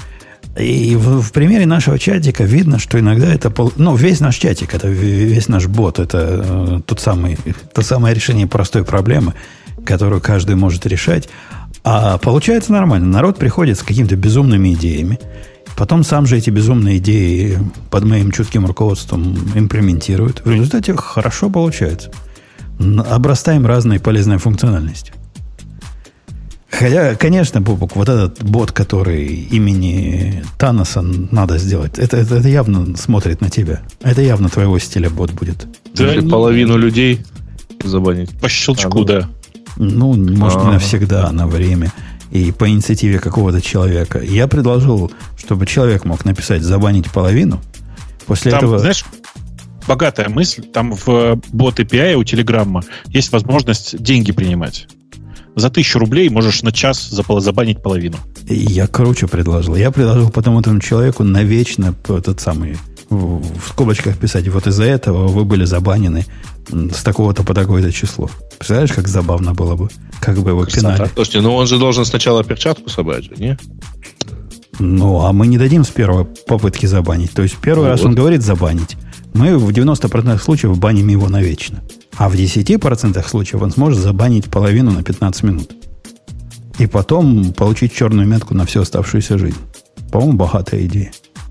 И в примере нашего чатика видно, что иногда это... весь наш чатик, это весь наш бот, это то самое решение простой проблемы, которую каждый может решать. А получается нормально. Народ приходит с какими-то безумными идеями. Потом сам же эти безумные идеи под моим чутким руководством имплементирует. В результате хорошо получается. Обрастаем разной полезной функциональностью. Хотя, конечно, Бобок, вот этот бот, который имени Таноса надо сделать, это явно смотрит на тебя. Это явно твоего стиля бот будет. Да, половину людей забанить. По щелчку, да. Может, не навсегда, а на время. И по инициативе какого-то человека. Я предложил, чтобы человек мог написать «забанить половину». После этого... Знаешь, богатая мысль. Там в бот API у Телеграмма есть возможность деньги принимать. За 1000 рублей можешь на час забанить половину. Я круче предложил. Я предложил потом этому человеку навечно в скобочках писать: вот из-за этого вы были забанены с такого-то по такое-то число. Представляешь, как забавно было бы? Как бы его пинали. Слушайте, он же должен сначала перчатку собрать же, не? А мы не дадим с первой попытки забанить. То есть первый раз он говорит забанить. Мы в 90% случаев баним его навечно. А в 10% случаев он сможет забанить половину на 15 минут. И потом получить черную метку на всю оставшуюся жизнь. По-моему, богатая идея.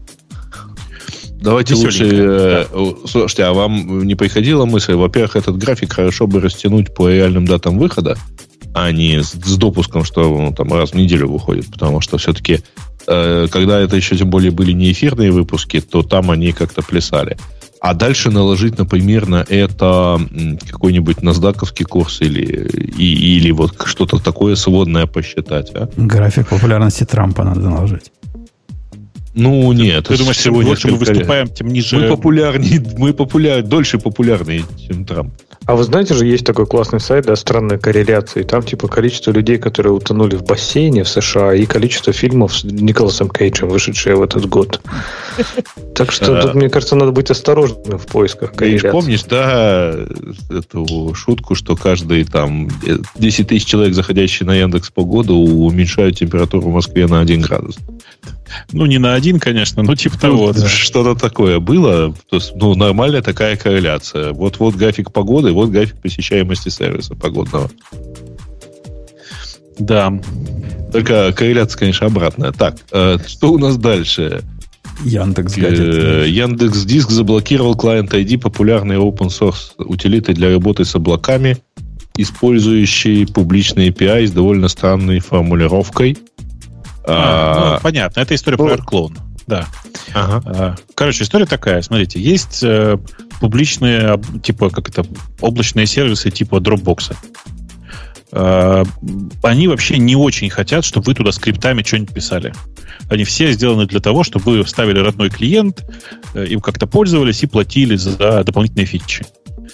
Давайте лучше... Слушайте, а вам не приходила мысль? Во-первых, этот график хорошо бы растянуть по реальным датам выхода, а не с допуском, что он там раз в неделю выходит. Потому что все-таки, когда это еще тем более были не эфирные выпуски, то там они как-то плясали. А дальше наложить, например, на это какой-нибудь насдаковский курс или вот что-то такое сводное посчитать. А? График популярности Трампа надо наложить. Нет. Ты думаешь, чем больше мы выступаем, тем ниже... Мы дольше популярнее, чем Трамп. А вы знаете же, есть такой классный сайт, да, странная корреляция. И там типа количество людей, которые утонули в бассейне в США, и количество фильмов с Николасом Кейджем, вышедшие в этот год. Так что тут, мне кажется, надо быть осторожным в поисках корреляции. Помнишь, да, эту шутку, что каждые там 10 тысяч человек, заходящие на Яндекс.Погоду, уменьшают температуру в Москве на 1 градус? Не на 1, конечно, но типа того. Да. Что-то такое было. То есть, нормальная такая корреляция. Вот график погоды, вот график посещаемости сервиса погодного. Да. Только корреляция, конечно, обратная. Так, что у нас дальше? Яндекс.Диск заблокировал Client ID, популярные open source утилиты для работы с облаками, использующие публичные API с довольно странной формулировкой. Понятно, это история про AirClone. Да. Ага. Короче, история такая. Смотрите, есть публичные, облачные сервисы типа Dropbox. Они вообще не очень хотят, чтобы вы туда скриптами что-нибудь писали. Они все сделаны для того, чтобы вы вставили родной клиент, им как-то пользовались и платили за дополнительные фичи.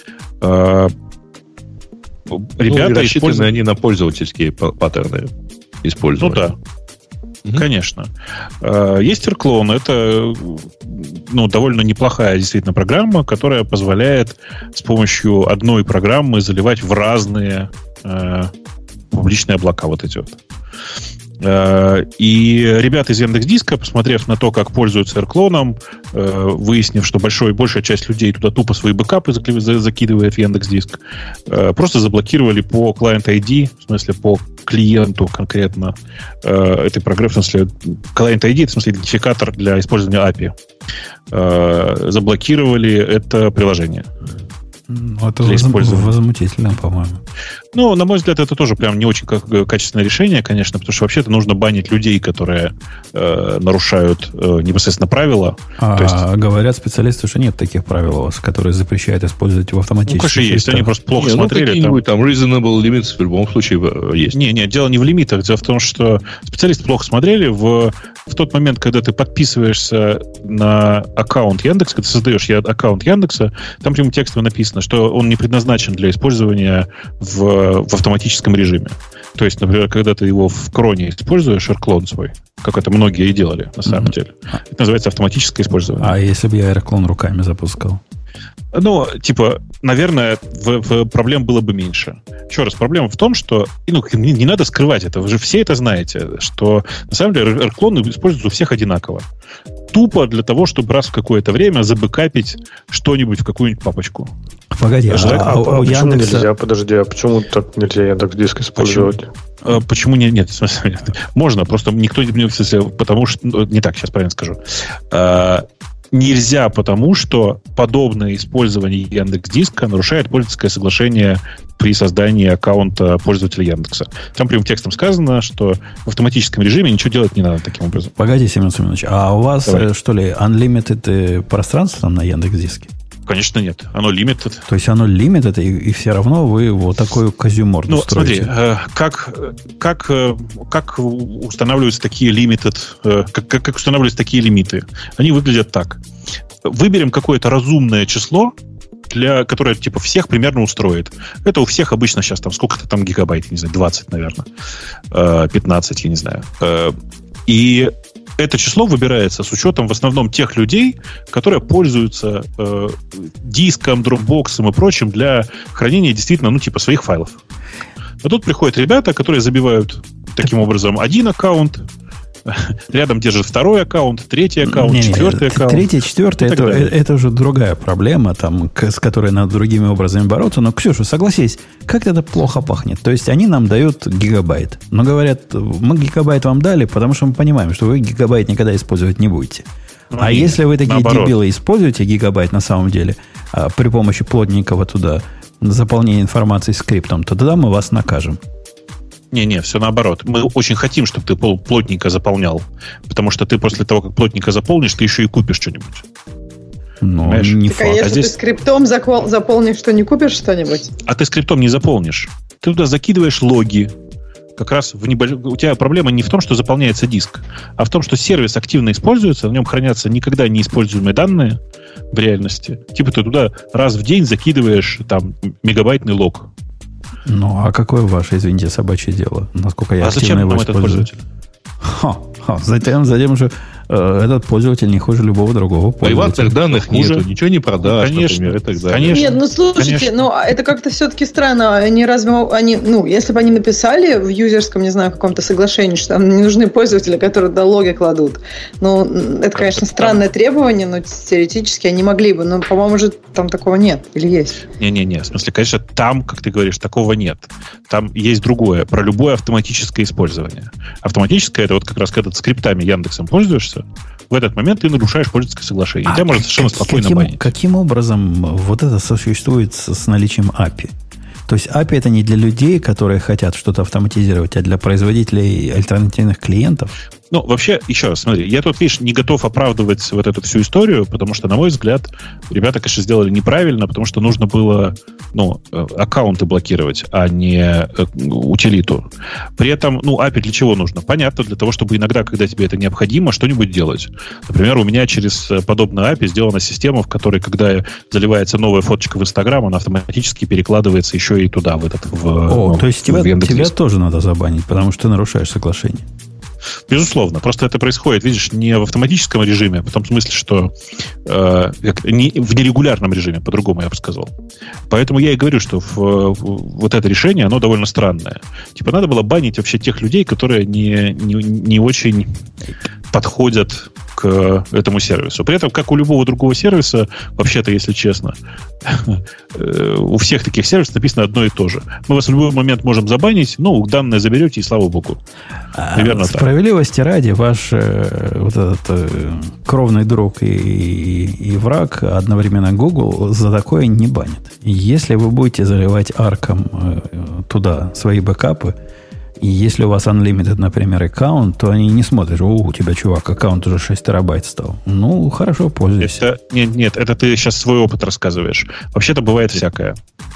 Ребята рассчитаны они на пользовательские паттерны использования. Да. Конечно. Есть AirClone. Это довольно неплохая действительно программа, которая позволяет с помощью одной программы заливать в разные публичные облака вот эти вот. И ребята из Яндекс.Диска, посмотрев на то, как пользуются AirClone, выяснив, что большая часть людей туда тупо свои бэкапы закидывает в Яндекс.Диск, просто заблокировали по Client ID, в смысле по клиенту конкретно этой программы, в смысле Client ID, это в смысле идентификатор для использования API. Заблокировали это приложение. Это возмутительно, по-моему. Ну, на мой взгляд, это тоже прям не очень качественное решение, конечно, потому что вообще-то нужно банить людей, которые нарушают непосредственно правила. Говорят специалисты, что нет таких правил у вас, которые запрещают использовать в автоматических. Ну, конечно, есть. Они просто плохо смотрели. Какие-нибудь там reasonable limits в любом случае есть. Не, дело не в лимитах. Дело в том, что специалисты плохо смотрели в тот момент, когда ты подписываешься на аккаунт Яндекса, когда ты создаешь аккаунт Яндекса, там прямо текстово написано, что он не предназначен для использования в автоматическом режиме. То есть, например, когда ты его в кроне используешь, AirClone свой, как это многие и делали, на самом деле. Это называется автоматическое использование. А если бы я AirClone руками запускал? Ну, наверное, проблем было бы меньше. Еще раз, проблема в том, что не надо скрывать это. Вы же все это знаете, что на самом деле AirClone используется у всех одинаково. Тупо для того, чтобы раз в какое-то время забэкапить что-нибудь в какую-нибудь папочку. Погоди, почему нельзя? Подожди, а почему так нельзя Яндекс.Диск использовать? Почему нет? В смысле, можно, просто никто не... Потому что... Не так, сейчас правильно скажу. Нельзя, потому что подобное использование Яндекс.Диска нарушает пользовательское соглашение при создании аккаунта пользователя Яндекса. Там прямым текстом сказано, что в автоматическом режиме ничего делать не надо таким образом. Погоди, Семен Семенович, а у вас, что ли, unlimited пространство там на Яндекс.Диске? Конечно, нет. Оно limited. То есть оно limited, и все равно вы вот такую козюморду строите. Смотри, как устанавливаются такие limited, как устанавливаются такие лимиты? Они выглядят так. Выберем какое-то разумное число, которое типа всех примерно устроит. Это у всех обычно сейчас там сколько-то там гигабайт, я не знаю, 20, наверное. 15, я не знаю. И это число выбирается с учетом в основном тех людей, которые пользуются диском, дропбоксом и прочим для хранения действительно, своих файлов. А тут приходят ребята, которые забивают таким образом один аккаунт, рядом держит второй аккаунт, третий аккаунт, четвертый аккаунт. Третий, четвертый, это уже другая проблема, там, с которой надо другими образами бороться. Но, Ксюша, согласись, как это плохо пахнет. То есть они нам дают гигабайт. Но говорят, мы гигабайт вам дали, потому что мы понимаем, что вы гигабайт никогда использовать не будете. Если вы такие дебилы используете гигабайт на самом деле при помощи плотненького туда заполнения информации скриптом, то тогда мы вас накажем. Не, все наоборот. Мы очень хотим, чтобы ты плотненько заполнял. Потому что ты после того, как плотненько заполнишь, ты еще и купишь что-нибудь. Ну, не факт. А если ты скриптом заполнишь, что не купишь что-нибудь? А ты скриптом не заполнишь. Ты туда закидываешь логи. Как раз у тебя проблема не в том, что заполняется диск, а в том, что сервис активно используется, в нем хранятся никогда не используемые данные в реальности. Типа ты туда раз в день закидываешь там мегабайтный лог. Ну, а какое ваше, извините, собачье дело? Насколько я активно его использую? Затем же этот пользователь не хуже любого другого пользователя. Приватных данных нету, ничего не продашь, например, и так далее. Конечно. Нет, слушайте, это как-то все-таки странно. Если бы они написали в юзерском, не знаю, каком-то соглашении, что там не нужны пользователи, которые логи кладут. Это, конечно, странное требование, но теоретически они могли бы. Но, по-моему, же там такого нет. Или есть? Не. В смысле, конечно, там, как ты говоришь, такого нет. Там есть другое. Про любое автоматическое использование. Автоматическое, это вот как раз когда ты скриптами Яндексом пользуешься, в этот момент ты нарушаешь пользовательское соглашение. Тебя можно совершенно спокойно банить. Каким образом вот это сосуществует с наличием API? То есть API это не для людей, которые хотят что-то автоматизировать, а для производителей альтернативных клиентов? Ну, вообще, еще раз, смотри, я тут, видишь, не готов оправдывать вот эту всю историю, потому что, на мой взгляд, ребята, конечно, сделали неправильно, потому что нужно было, аккаунты блокировать, а не утилиту. При этом, API для чего нужно? Понятно, для того, чтобы иногда, когда тебе это необходимо, что-нибудь делать. Например, у меня через подобную API сделана система, в которой, когда заливается новая фоточка в Инстаграм, она автоматически перекладывается еще и туда, то есть тебя тоже надо забанить, потому что ты нарушаешь соглашение. Безусловно. Просто это происходит, видишь, не в автоматическом режиме, в том смысле, что не в нерегулярном режиме, по-другому я бы сказал. Поэтому я и говорю, что вот это решение, оно довольно странное. Типа надо было банить вообще тех людей, которые не очень подходят к этому сервису. При этом, как у любого другого сервиса, вообще-то, если честно, у всех таких сервисов написано одно и то же. Мы вас в любой момент можем забанить, данные заберете, и слава богу. Наверное, справедливости ради, ваш вот этот кровный друг и враг, одновременно Google, за такое не банит. Если вы будете заливать арком туда свои бэкапы, и если у вас unlimited, например, аккаунт, то они не смотрят, у тебя, чувак, аккаунт уже 6 терабайт стал. Хорошо, пользуйся. Нет, это ты сейчас свой опыт рассказываешь. Вообще-то бывает всякое.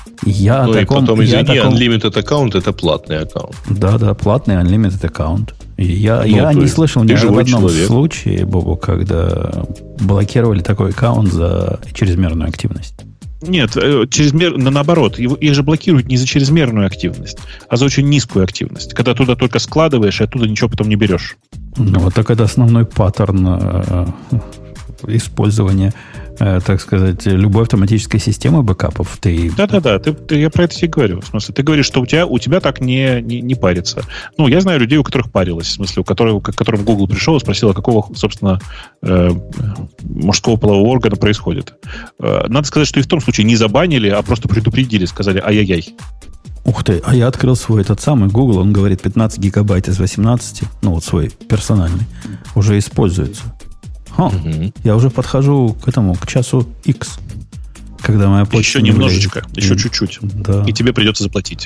unlimited аккаунт — это платный аккаунт. Да, платный unlimited аккаунт. Я не слышал ни в одном случае, Бобу, когда блокировали такой аккаунт за чрезмерную активность. Нет, наоборот, их же блокируют не за чрезмерную активность, а за очень низкую активность. Когда туда только складываешь, и оттуда ничего потом не берешь. Так это основной паттерн использования, так сказать, любой автоматической системы бэкапов. Да, я про это тебе говорю. В смысле, ты говоришь, что у тебя так не парится. Я знаю людей, у которых парилось, в смысле, которым Google пришел и спросил, а какого, собственно, мужского полового органа происходит. Надо сказать, что и в том случае не забанили, а просто предупредили, сказали ай-яй-яй. Ух ты, а я открыл свой этот самый Google, он говорит, 15 гигабайт из 18, свой персональный, уже используется. Я уже подхожу к часу X, когда моя почта... Еще немножечко, еще чуть-чуть. Да. И тебе придется заплатить.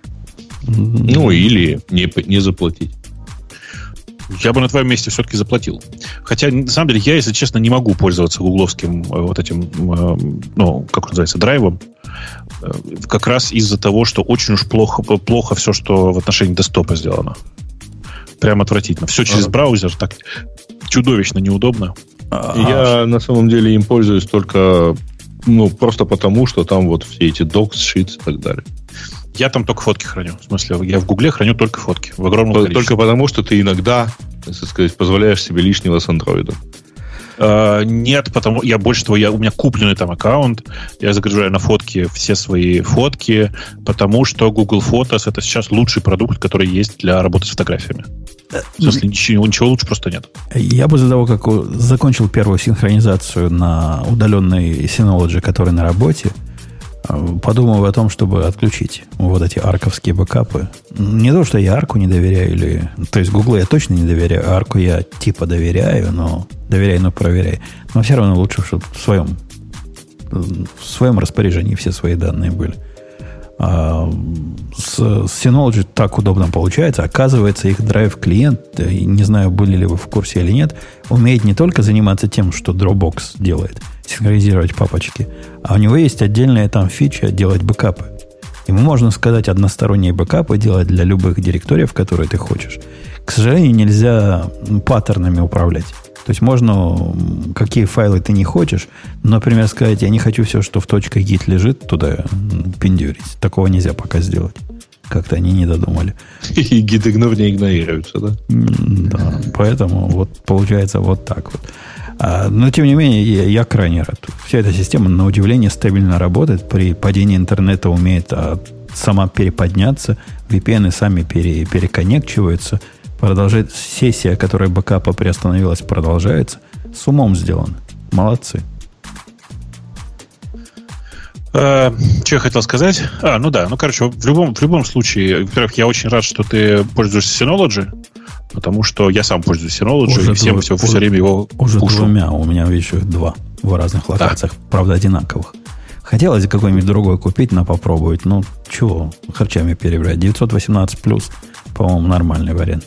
Или не заплатить. Я бы на твоем месте все-таки заплатил. Хотя, на самом деле, я, если честно, не могу пользоваться гугловским вот этим, как он называется, драйвом, как раз из-за того, что очень уж плохо все, что в отношении десктопа сделано. Прям отвратительно. Все через браузер, так чудовищно неудобно. Я на самом деле им пользуюсь только просто потому, что там вот все эти docs, sheets и так далее. Я там только фотки храню. В смысле, я в Гугле храню только фотки. В огромном количестве. Только потому, что ты иногда, так сказать, позволяешь себе лишнего с андроидом. Нет, потому у меня купленный там аккаунт, я загружаю на фотки все свои фотки, потому что Google Photos — это сейчас лучший продукт, который есть для работы с фотографиями. В смысле, ничего лучше просто нет. Я после того, как закончил первую синхронизацию на удаленной Synology, которая на работе, подумал о том, чтобы отключить вот эти арковские бэкапы. Не то, что я арку не доверяю, то есть Гуглу я точно не доверяю, а арку я типа доверяю, но проверяю. Но все равно лучше, чтобы в своем распоряжении все свои данные были. С Synology так удобно получается. Оказывается, их драйв-клиент, не знаю, были ли вы в курсе или нет, умеет не только заниматься тем, что Dropbox делает, синхронизировать папочки, а у него есть отдельная там фича делать бэкапы. Ему можно сказать односторонние бэкапы делать для любых директориев, которые ты хочешь. К сожалению, нельзя паттернами управлять. То есть можно, какие файлы ты не хочешь, например, сказать, я не хочу все, что в .git лежит, туда пиндюрить. Такого нельзя пока сделать. Как-то они не додумали. И git-игнор не игнорируется, да? Да, поэтому вот получается вот так вот. Но, тем не менее, я крайне рад. Вся эта система, на удивление, стабильно работает. При падении интернета умеет сама переподняться. VPN сами переконнекчиваются. Продолжает сессия, которая бэкапа приостановилась, продолжается. С умом сделано. Молодцы. Что я хотел сказать? В любом случае, во-первых, я очень рад, что ты пользуешься Synology, потому что я сам пользуюсь Synology, и все время его уже пушу. Двумя, у меня еще 2 в разных локациях, правда, одинаковых. Хотелось какой-нибудь другой купить, но попробовать. Чего харчами перебирать? 918 плюс, по-моему, нормальный вариант.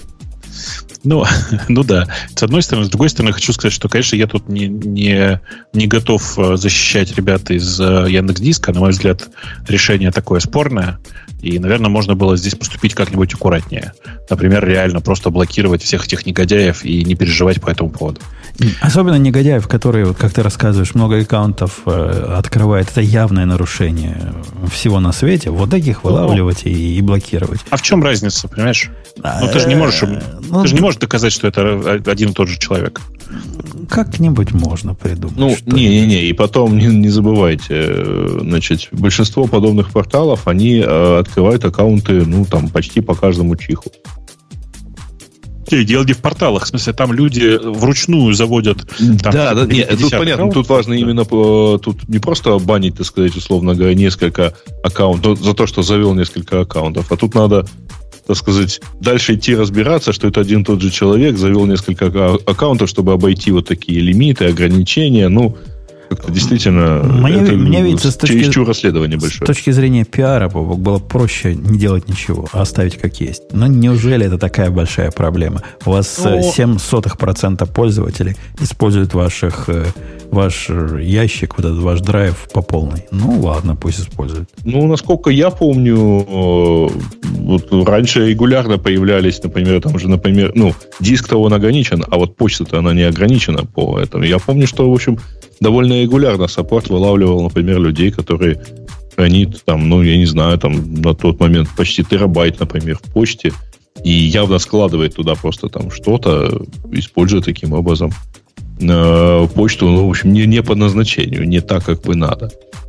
Да. С одной стороны. С другой стороны, хочу сказать, что, конечно, я тут не готов защищать ребят из Яндекс.Диска. На мой взгляд, решение такое спорное. И, наверное, можно было здесь поступить как-нибудь аккуратнее. Например, реально просто блокировать всех этих негодяев и не переживать по этому поводу. Особенно негодяев, которые, как ты рассказываешь, много аккаунтов открывает. Это явное нарушение всего на свете. Вот таких вылавливать и блокировать. А в чем разница, понимаешь? Ты же не можешь доказать, что это один и тот же человек. Как-нибудь можно придумать. И потом не забывайте, значит, большинство подобных порталов, они открывают аккаунты, почти по каждому чиху. Дело не в порталах. В смысле, там люди вручную заводят... Да, нет, тут понятно. Тут важно именно... Тут не просто банить, так сказать, условно говоря, несколько аккаунтов за то, что завел несколько аккаунтов, а тут надо, так сказать, дальше идти разбираться, что это один и тот же человек завел несколько аккаунтов, чтобы обойти вот такие лимиты, ограничения. Ну, как-то действительно мне видится, чересчур расследование большое. С точки зрения пиара, было проще не делать ничего, а оставить как есть. Но неужели это такая большая проблема? У вас 0,07% пользователей используют ваш ящик, вот этот ваш драйв по полной. Ну, ладно, пусть используют. Ну, насколько я помню, вот раньше регулярно появлялись, например, диск-то он ограничен, а вот почта-то она не ограничена по этому. Я помню, что, в общем, довольно регулярно саппорт вылавливал, например, людей, которые хранит там, я не знаю, там на тот момент почти терабайт, например, в почте, и явно складывает туда просто там что-то, используя таким образом почту, в общем, не по назначению, не так, как бы надо.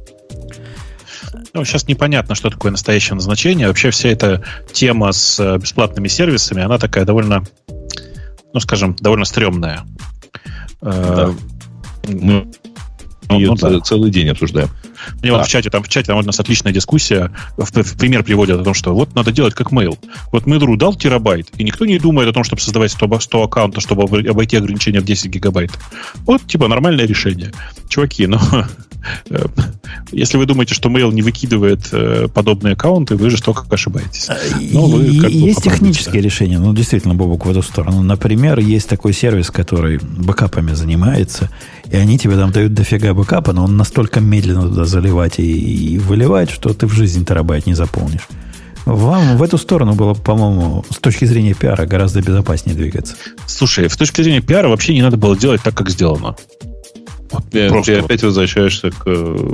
Сейчас непонятно, что такое настоящее назначение. Вообще вся эта тема с бесплатными сервисами, она такая довольно, довольно стрёмная. Да. Мы ее целый день обсуждаем. Мне вот в чате там у нас отличная дискуссия, в пример приводят о том, что вот надо делать как Mail. Вот Mail.ru дал терабайт, и никто не думает о том, чтобы создавать 100 аккаунтов, чтобы обойти ограничение в 10 гигабайт. Вот, нормальное решение. Чуваки, если вы думаете, что Mail не выкидывает подобные аккаунты, вы жестоко ошибаетесь. Есть технические решения, действительно, Бобук, в эту сторону. Например, есть такой сервис, который бэкапами занимается, и они тебе там дают дофига бэкапа, но он настолько медленно туда заливать и выливать, что ты в жизни терабайт не заполнишь. Вам в эту сторону было, по-моему, с точки зрения пиара гораздо безопаснее двигаться. Слушай, с точки зрения пиара вообще не надо было делать так, как сделано. Ты опять возвращаешься к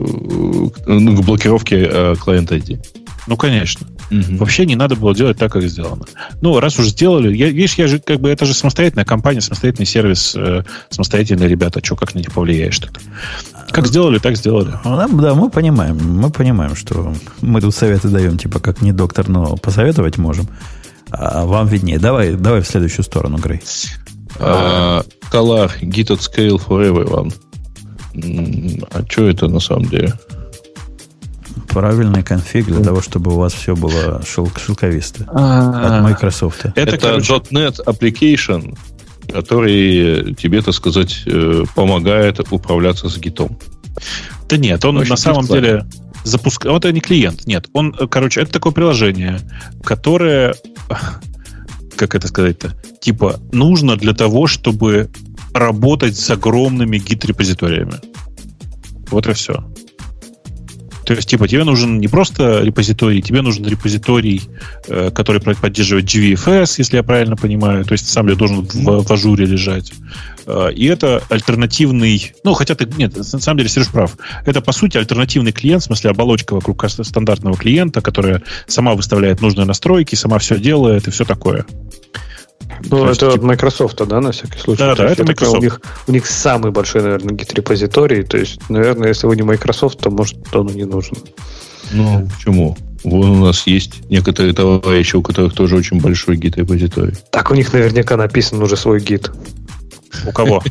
блокировке клиента ID. Ну, конечно. Угу. Вообще не надо было делать так, как сделано. Раз уж сделали... я же это же самостоятельная компания, самостоятельный сервис, самостоятельные ребята. Что, как на них повлияешь-то? Как сделали, так сделали. Да, мы понимаем, что мы тут советы даем, как не доктор, но посоветовать можем. А вам виднее. Давай в следующую сторону, Грей. Color, Git at Scale for Everyone. А что это на самом деле? Правильный конфиг для того, чтобы у вас все было шелковисто. От Microsoft. Это .NET Application, который тебе, так сказать, помогает управляться с гитом. Да нет, он на самом деле запускает... Вот это не клиент, нет. Это такое приложение, которое... Как это сказать-то? Нужно для того, чтобы работать с огромными гид-репозиториями. Вот и все. То есть, тебе нужен не просто репозиторий, тебе нужен репозиторий, который поддерживает GVFS, если я правильно понимаю. То есть, на самом деле, должен в ажуре лежать. И это альтернативный... Нет, на самом деле, Сереж прав. Это, по сути, альтернативный клиент, в смысле, оболочка вокруг стандартного клиента, которая сама выставляет нужные настройки, сама все делает и все такое. Это от Microsoft, да, на всякий случай? Да, это Microsoft. У них самый большой, наверное, гит-репозиторий. То есть, наверное, если вы не Microsoft, то, может, он и не нужен. Почему? Вон у нас есть некоторые товарищи, у которых тоже очень большой гит-репозиторий. Так у них наверняка написан уже свой гит. У кого?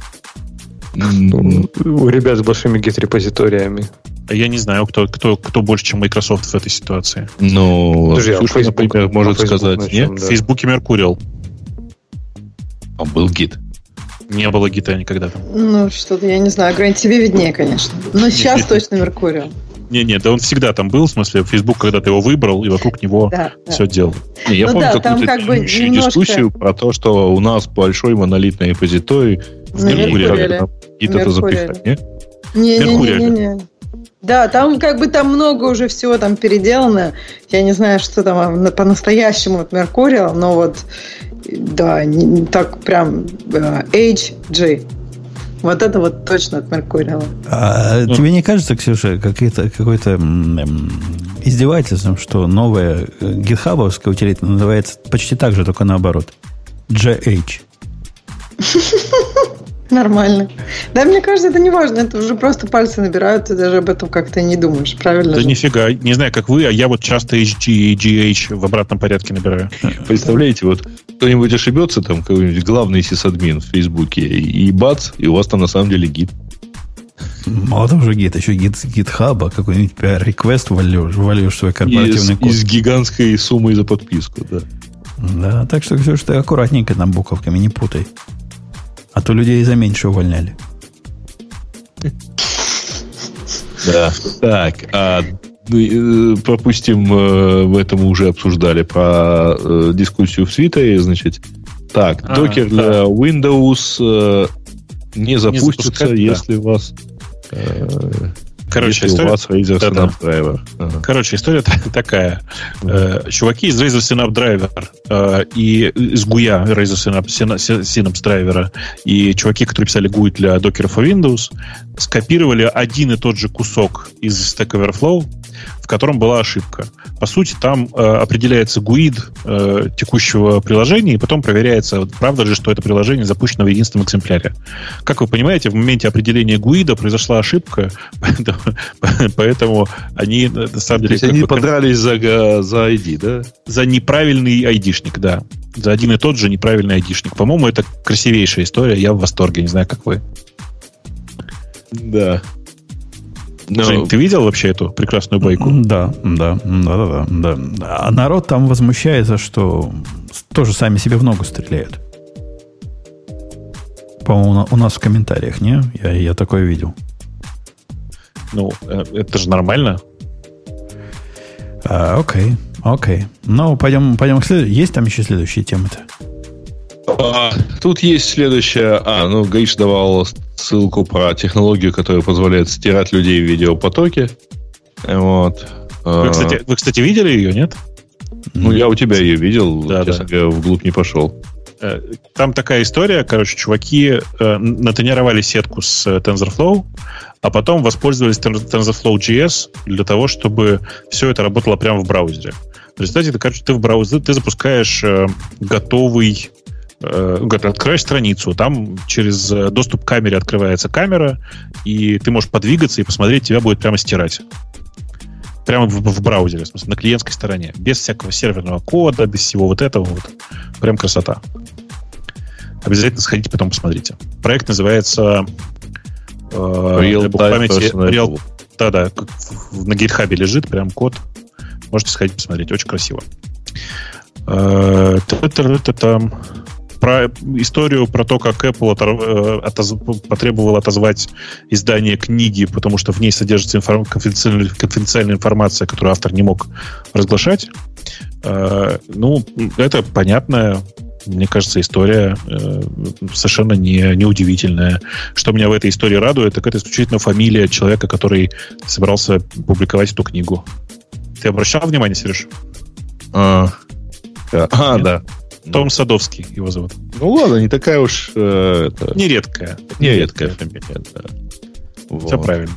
У ребят с большими гит-репозиториями. Я не знаю, кто больше, чем Microsoft в этой ситуации. Ксюша, например, может сказать, нет? В Фейсбуке Меркуриал. А был гид? Не было гита никогда там. Что-то я не знаю. Грань, тебе виднее, конечно. Но сейчас точно Меркуриал. Да он всегда там был, в смысле, Facebook, когда ты его выбрал, и вокруг него все делал. Я помню какую-то дискуссию про то, что у нас большой монолитный репозиторий в Меркуриале. Гид это запихать, нет? Не. Да, там там много уже всего там переделано. Я не знаю, что там по-настоящему от Меркуриал, но да, не так прям HG. Вот это точно от Меркуриала. Тебе не кажется, Ксюша, какое-то издевательством, что новая гитхабовская утилита называется почти так же, только наоборот? GH. Нормально. Да, мне кажется, это не важно. Это уже просто пальцы набирают, ты даже об этом как-то не думаешь. Правильно? Да нифига. Не знаю, как вы, а я вот часто HG и GH в обратном порядке набираю. Представляете, вот кто-нибудь ошибется, там, какой-нибудь главный сисадмин в Фейсбуке, и бац, и у вас там на самом деле гид. Мало того же гид, еще гид с гитхаба, какой-нибудь PR-реквест вольешь свой корпоративный код. И с гигантской суммой за подписку, да. Да, так что, Ксюша, ты аккуратненько там буковками не путай. А то людей за меньше увольняли. Да. Так, пропустим, в этом уже обсуждали про дискуссию в Твиттере, значит. Так, докер для Windows не запустится, если у вас... Короче, история... у вас Razer Synapse Driver. Короче, история такая. Чуваки из Razer Synapse Driver и из GUI Razer Synapse Driver и чуваки, которые писали GUI для Docker for Windows, скопировали один и тот же кусок из Stack Overflow, в котором была ошибка. По сути, там определяется GUID текущего приложения, и потом проверяется, правда ли, что это приложение запущено в единственном экземпляре. Как вы понимаете, в моменте определения GUID произошла ошибка, поэтому они, на самом деле... То есть они подрались за ID, да? За неправильный ID-шник, да. За один и тот же неправильный ID-шник. По-моему, это красивейшая история, я в восторге, не знаю, как вы. Да. Жень, ты видел вообще эту прекрасную байку? Да. А народ там возмущается, что тоже сами себе в ногу стреляют. По-моему, у нас в комментариях, не? Я такое видел. Ну, это же нормально. Окей. Ну, пойдем к следующей. Есть там еще следующие темы-то? Тут есть следующая... Гаиш давал ссылку про технологию, которая позволяет стирать людей в видеопотоке. Вот. Вы, кстати, видели ее, нет? Ну, я у тебя ее видел. Да. Я вглубь не пошел. Там такая история. Короче, чуваки натренировали сетку с TensorFlow, а потом воспользовались TensorFlow.js для того, чтобы все это работало прямо в браузере. В результате, ты в браузере ты запускаешь готовый... Открываешь страницу, там через доступ к камере открывается камера, и ты можешь подвигаться и посмотреть, тебя будет прямо стирать. Прямо в браузере, в смысле, на клиентской стороне. Без всякого серверного кода, без всего вот этого. Вот. Прям красота. Обязательно сходите, потом посмотрите. Проект называется Real. Да, на GitHub лежит прям код. Можете сходить посмотреть. Очень красиво. Про историю про то, как Apple потребовал отозвать издание книги, потому что в ней содержится конфиденциальная информация, которую автор не мог разглашать. Это понятная, мне кажется, история совершенно не удивительная. Что меня в этой истории радует, так это исключительно фамилия человека, который собирался публиковать эту книгу. Ты обращал внимание, Сереж? Да. Том Садовский его зовут. Ну ладно, не такая уж... Нередкая. Нередкая фамилия, да. Все правильно.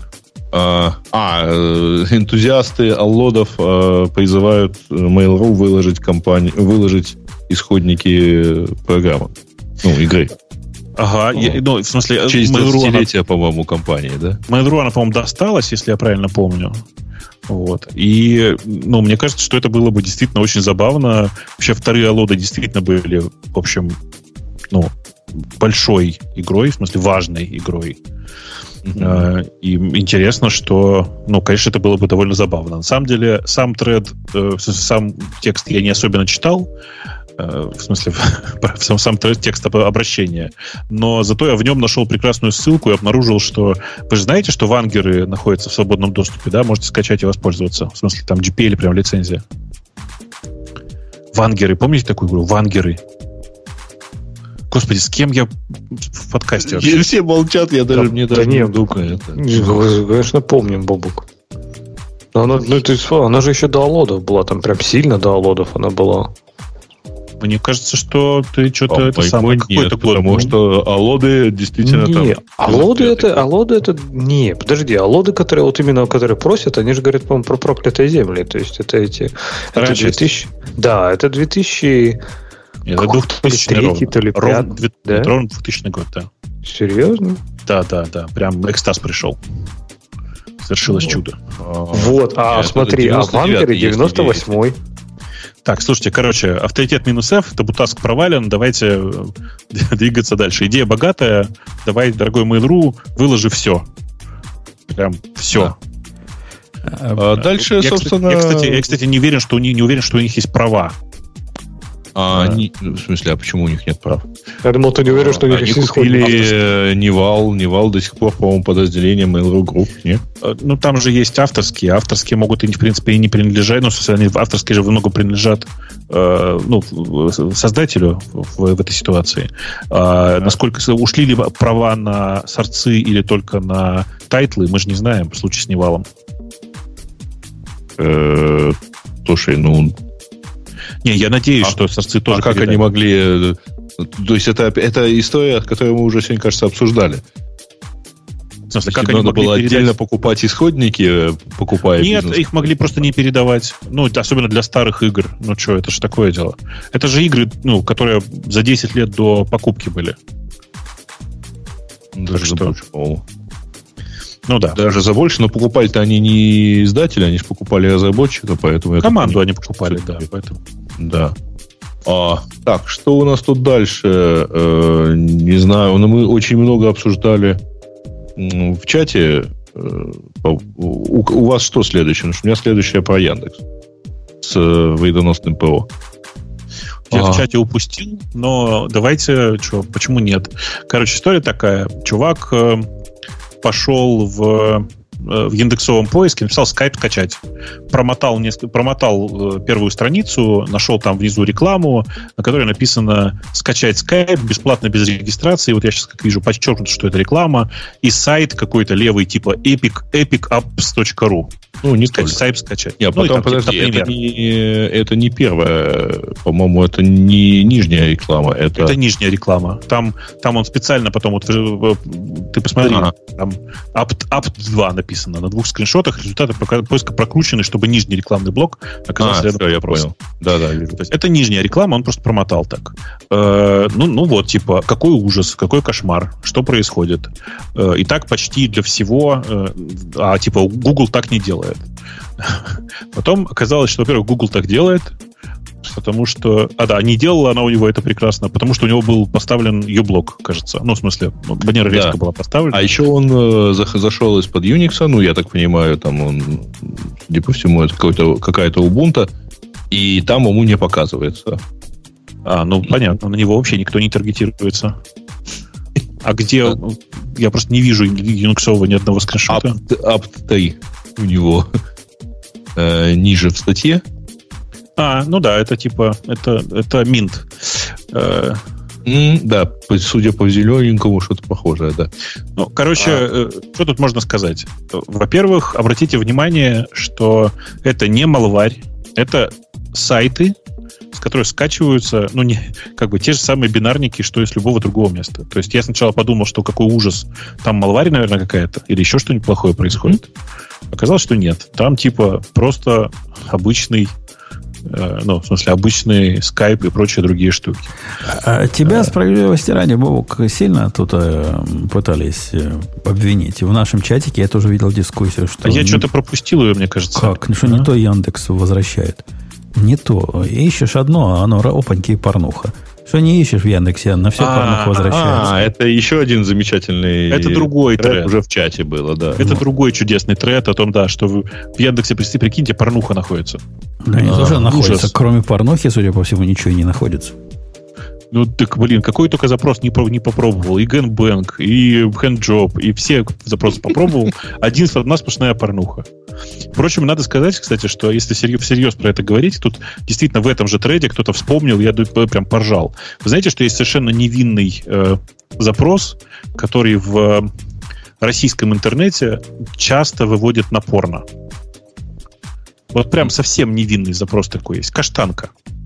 Энтузиасты аллодов призывают Mail.ru выложить исходники программы. Игры. Ага, в смысле... Через 20-летие, по-моему, компании, да? Mail.ru, она, по-моему, досталась, если я правильно помню. Вот. И, мне кажется, что это было бы действительно очень забавно. Вообще, вторые аллоды действительно были, в общем, большой игрой, в смысле, важной игрой. И интересно, что, конечно, это было бы довольно забавно. На самом деле, сам текст я не особенно читал, в смысле, сам текст обращения. Но зато я в нем нашел прекрасную ссылку и обнаружил, что... Вы же знаете, что вангеры находятся в свободном доступе, да? Можете скачать и воспользоваться. В смысле, там GPL прям лицензия. Вангеры. Помните такую игру? Вангеры. Господи, с кем я в подкасте вообще? Все молчат, я даже мне даже не думаю. Конечно, помним, Бобук. Она же еще до аллодов была. Там прям сильно до аллодов она была. Мне кажется, что ты что-то это самое какой-то год. Потому что аллоды действительно не, там... Аллоды это... Не, подожди, аллоды, которые просят, они же говорят, по-моему, про проклятые земли. То есть это эти... Это 2000... Да, это 2000... Это 2000 ровно. Ровно 2000 год, да. Серьезно? Да. Прям экстаз пришел. Совершилось чудо. Вот, смотри, в Анкере 98-й. Так, слушайте, авторитет -F, табутаск провален, давайте двигаться дальше. Идея богатая, давай, дорогой Mail.ru, выложи все. Прям все. Дальше, собственно... Я, кстати, не уверен, что у них есть права. В смысле, а почему у них нет прав? Я думал, ты не уверен, что у них есть исходник. Или Невал до сих пор, по-моему, подразделение Mail.ru Group, нет? Ну, там же есть авторские. Авторские могут, в принципе, и не принадлежать. Ну, они авторские же много принадлежат создателю в этой ситуации. Насколько ушли ли права на сорцы или только на тайтлы, мы же не знаем в случае с Невалом. Слушай, Не, я надеюсь, что сорцы тоже... А как они могли... То есть это история, которую мы уже сегодня, кажется, обсуждали. В смысле, как они надо могли было передать? отдельно покупать исходники, покупая Нет, бизнес. их могли просто не передавать. Ну, особенно для старых игр. Ну, что, это же такое дело. Это же игры, которые за 10 лет до покупки были. Даже за больше, по-моему. Ну да. Даже за больше, но покупали-то они не издатели, они же покупали разработчика, поэтому... Команду они покупали, да, поэтому... Да. Так, что у нас тут дальше? Не знаю, но мы очень много обсуждали в чате. У вас что следующее? У меня следующее про Яндекс с вредоносным ПО. Я в чате упустил, но давайте, почему нет? История такая. Чувак пошел в индексовом поиске, написал Skype скачать. Промотал первую страницу, нашел там внизу рекламу, на которой написано «Скачать Skype бесплатно без регистрации». Вот я сейчас как вижу подчеркнуто, что это реклама. И сайт какой-то левый, типа epicapps.ru. Ну, не Skype скачать. Нет, потом, подожди, это не первая, по-моему, это не нижняя реклама. Это нижняя реклама. Там он специально потом, вот ты посмотри, там apt 2 написано. На 2 скриншотах результаты поиска прокручены, чтобы нижний рекламный блок оказался рядом. Я понял. Да, вижу. То есть это нижняя реклама, он просто промотал так. Вот, типа, какой ужас, какой кошмар, что происходит. И так почти для всего, типа, Google так не делает. Потом оказалось, что, во-первых, Google так делает, потому что... не делала она у него это прекрасно, потому что у него был поставлен uBlock, кажется. Ну, в смысле, баннера резко была поставлена. А еще он зашел из-под Unix, я так понимаю, там он, судя по всему, это какая-то Ubuntu, и там ему не показывается. Понятно, на него вообще никто не таргетируется. А где... Я просто не вижу юниксового ни одного скриншота. apt 3 у него ниже в статье. Это типа... Это Mint. Да, судя по зелененькому, что-то похожее, да. Что тут можно сказать? Во-первых, обратите внимание, что это не малварь, это сайты, с которых скачиваются, те же самые бинарники, что и с любого другого места. То есть я сначала подумал, что какой ужас, там малварь, наверное, какая-то, или еще что-нибудь плохое происходит. Оказалось, что нет. Там типа просто обычный, обычный Skype и прочие другие штуки. Тебя, справедливости ради, Бобук, сильно тут пытались обвинить. В нашем чатике я тоже видел дискуссию, что... Я что-то пропустил ее, мне кажется. Как? Что не то Яндекс возвращает. Не то. Ищешь одно, а оно опаньки и порнуха. Что не ищешь в Яндексе, на все порнуха возвращается. Это еще один замечательный... Это другой тред. Уже в чате было, да. Это другой чудесный тред о том, что в Яндексе, прикиньте, порнуха находится. Да, не тоже находится. Кроме порнухи, судя по всему, ничего и не находится. Какой только запрос не попробовал. И Gangbang, и Handjob, и все запросы попробовал. Одна сплошная порнуха. Впрочем, надо сказать, кстати, что если всерьез про это говорить, тут действительно в этом же треде кто-то вспомнил, я прям поржал. Вы знаете, что есть совершенно невинный запрос, который в российском интернете часто выводит на порно. Вот прям совсем невинный запрос такой есть. Каштанка.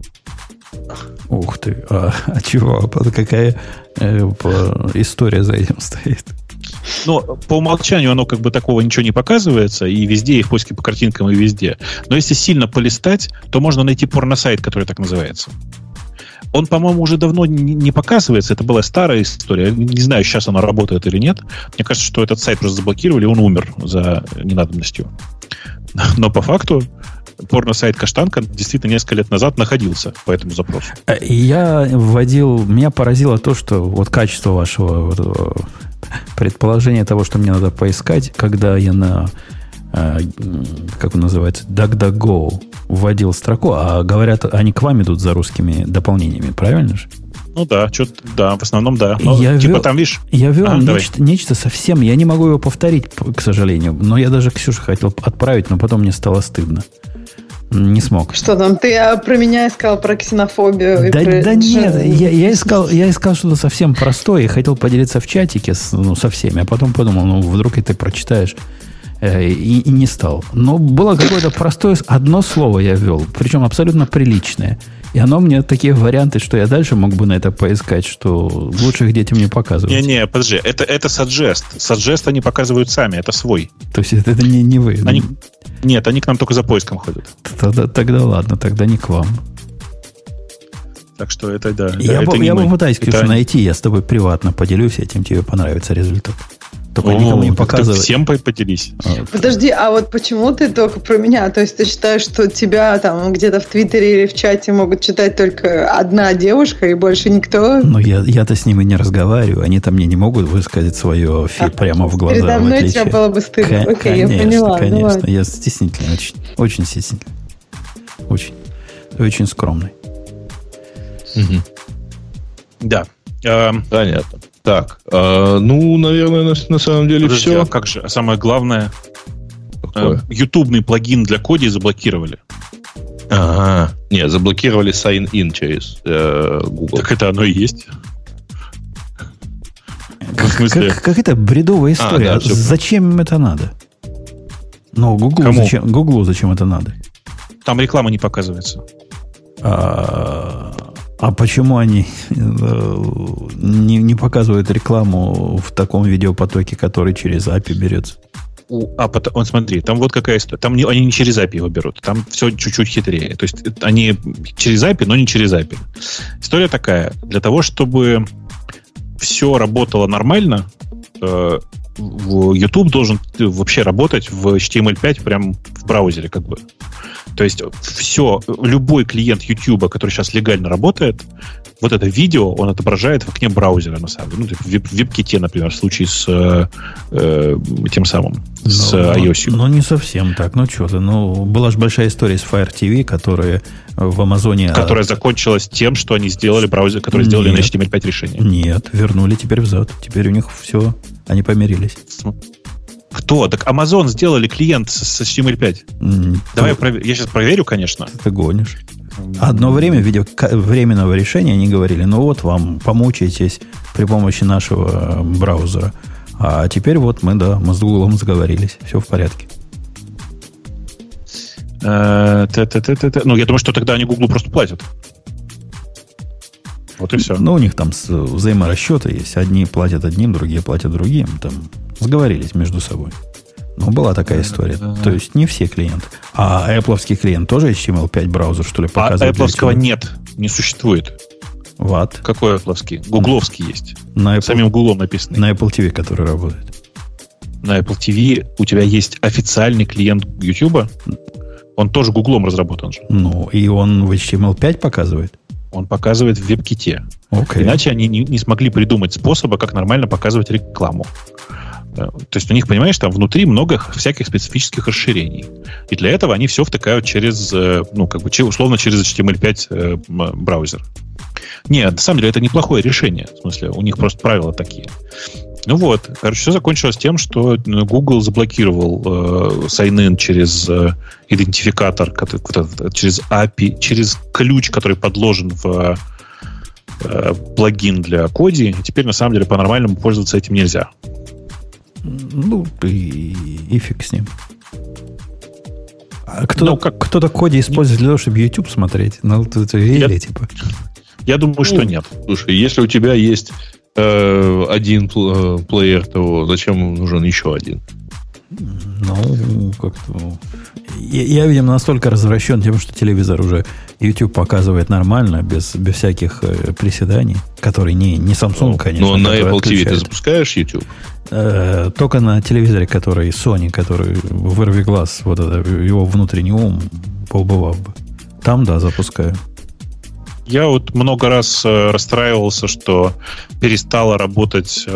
Ух ты, чего? Какая история за этим стоит? По умолчанию оно такого ничего не показывается, и везде, и в поиске по картинкам, и везде. Но если сильно полистать, то можно найти порносайт, который так называется. Он, по-моему, уже давно не показывается. Это была старая история. Не знаю, сейчас она работает или нет. Мне кажется, что этот сайт просто заблокировали, он умер за ненадобностью. Но по факту порно-сайт «Каштанка» действительно несколько лет назад находился по этому запросу. Меня поразило то, что вот качество вашего предположения того, что мне надо поискать, когда я на, как он называется, DuckDuckGo вводил строку, а говорят, они к вам идут за русскими дополнениями, правильно же? Ну да, в основном да. Но, там, видишь... Я ввел нечто совсем... Я не могу его повторить, к сожалению. Но я даже Ксюше хотел отправить, но потом мне стало стыдно. Не смог. Что там? Ты про меня искал, про ксенофобию? Да нет, я искал что-то совсем простое и хотел поделиться в чатике со всеми, а потом подумал, вдруг и ты прочитаешь. И не стал. Но было какое-то простое одно слово я ввел, причем абсолютно приличное. И оно мне такие варианты, что я дальше мог бы на это поискать, что лучше их детям не показывать. Не, подожди, это suggest. Suggest они показывают сами, это свой. То есть это не вы? Нет, они к нам только за поиском ходят. Тогда ладно, тогда не к вам. Так что это да. Я попытаюсь, Ксюша, найти, я с тобой приватно поделюсь этим, тебе понравится результат. Только никому не показывай. Всем поделись. Подожди, а вот почему ты только про меня? То есть ты считаешь, что тебя там где-то в Твиттере или в чате могут читать только одна девушка и больше никто? Ну, я-то с ними не разговариваю. Они-то мне не могут высказать свое прямо в глаза. Передо мной тебе было бы стыдно. Окей, я поняла. Конечно, я стеснительный. Очень стеснительный. Очень скромный. Да. Понятно. Так, наверное, на самом деле все. А как же? А самое главное, ютубный плагин для Коди заблокировали. Ага. Не, заблокировали sign-in через Google. Так это оно и есть. Какая-то бредовая история. Да, зачем им это надо? Ну, Гуглу зачем это надо? Там реклама не показывается. А почему они не показывают рекламу в таком видеопотоке, который через API берется? Смотри, там вот какая история. Там они не через API его берут. Там все чуть-чуть хитрее. То есть они через API, но не через API. История такая. Для того, чтобы все работало нормально, YouTube должен вообще работать в HTML5 прям в браузере как бы. То есть любой клиент YouTube, который сейчас легально работает, вот это видео он отображает в окне браузера, на самом деле. В WebKit, например, в случае с тем самым, с iOS. Ну, не совсем так. Ну, что ты. Была же большая история с Fire TV, которая в Амазоне... Которая закончилась тем, что они сделали браузер, который сделали на HTML5 решение. Нет, вернули теперь взад. Теперь у них все, они помирились. Кто? Так Amazon сделали клиент с HTML5. Давай я сейчас проверю, конечно. Ты гонишь. Одно время в виде временного решения они говорили, вам помучаетесь при помощи нашего браузера. А теперь мы с Google сговорились. Все в порядке. Я думаю, что тогда они Google просто платят. Вот и все. У них там взаиморасчеты есть. Одни платят одним, другие платят другим. Там сговорились между собой. Была такая история. То есть не все клиенты. А Apple'овский клиент тоже HTML5 браузер, что ли, показывает? А Apple'овского нет. Не существует. Вот. Какой Apple'овский? Гугловский есть. Самим Гуглом написанный. На Apple TV, который работает. На Apple TV у тебя есть официальный клиент YouTube. Он тоже Гуглом разработан же. И он в HTML5 показывает? Он показывает в WebKit. Okay. Иначе они не смогли придумать способа, как нормально показывать рекламу. То есть у них, понимаешь, там внутри много всяких специфических расширений. И для этого они все втыкают через, условно, через HTML5 браузер. Нет, на самом деле это неплохое решение. В смысле, у них просто правила такие. Все закончилось тем, что Google заблокировал sign-in через идентификатор, через API, через ключ, который подложен в плагин для Коди. И теперь, на самом деле, по-нормальному пользоваться этим нельзя. И фиг с ним. А кто-то Коди использует для того, чтобы YouTube смотреть? Это типа. Я думаю, что нет. Слушай, если у тебя есть один плеер, то зачем нужен еще один? Я, видимо, настолько развращен тем, что телевизор уже YouTube показывает нормально, без всяких приседаний, который не Samsung, конечно. Но на Apple TV ты запускаешь YouTube? Только на телевизоре, который Sony, который вырви глаз, вот это, его внутренний ум, побывав бы. Там, да, запускаю. Я вот много раз расстраивался, что перестала работать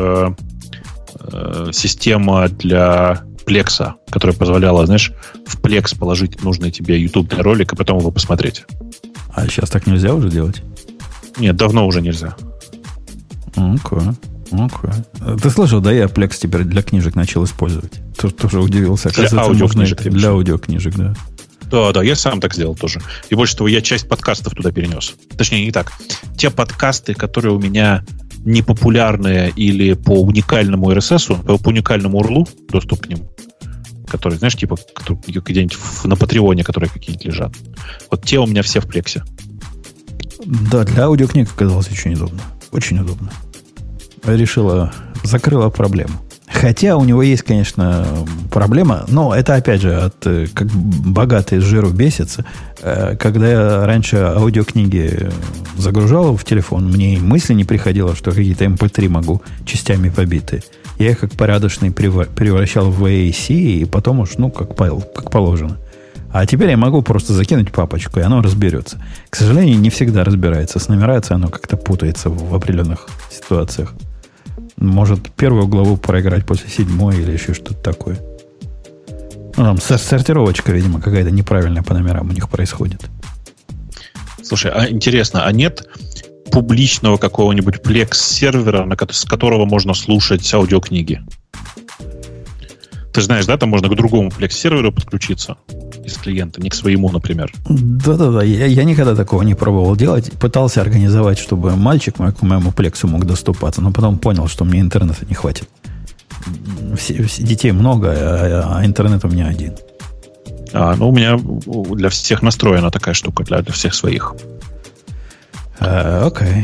система для Plex, которая позволяла, знаешь, в Plex положить нужный тебе YouTube ролик и потом его посмотреть. А сейчас так нельзя уже делать? Нет, давно уже нельзя. Okay. Ты слышал, да, я Plex теперь для книжек начал использовать. Тоже удивился. Для аудиокнижек. Для аудиокнижек, да. Да, я сам так сделал тоже. И больше того, я часть подкастов туда перенес. Точнее, не так. Те подкасты, которые у меня непопулярные или по уникальному RSS, по уникальному URL, доступ к ним, которые, знаешь, типа где-нибудь на Патреоне, которые какие-нибудь лежат. Вот те у меня все в Плексе. Да, для аудиокниг оказалось очень удобно. Очень удобно. Закрыла проблему. Хотя у него есть, конечно, проблема, но это, опять же, как богатый с жиру бесится. Когда я раньше аудиокниги загружал в телефон, мне и мысли не приходило, что какие-то MP3 могу частями побитые. Я их как порядочный превращал в AAC, и потом уж, как положено. А теперь я могу просто закинуть папочку, и оно разберется. К сожалению, не всегда разбирается. С нумерацией оно как-то путается в определенных ситуациях. Может, первую главу проиграть после 7-й или еще что-то такое. Там сортировочка, видимо, какая-то неправильная по номерам у них происходит. Слушай, а интересно, а нет публичного какого-нибудь Plex-сервера, с которого можно слушать аудиокниги? Ты знаешь, да, там можно к другому Plex-серверу подключиться из клиента, не к своему, например. Да. Я никогда такого не пробовал делать. Пытался организовать, чтобы мальчик к моему Plex'у мог доступаться, но потом понял, что мне интернета не хватит. Детей много, а интернет у меня один. У меня для всех настроена такая штука, для всех своих. Окей.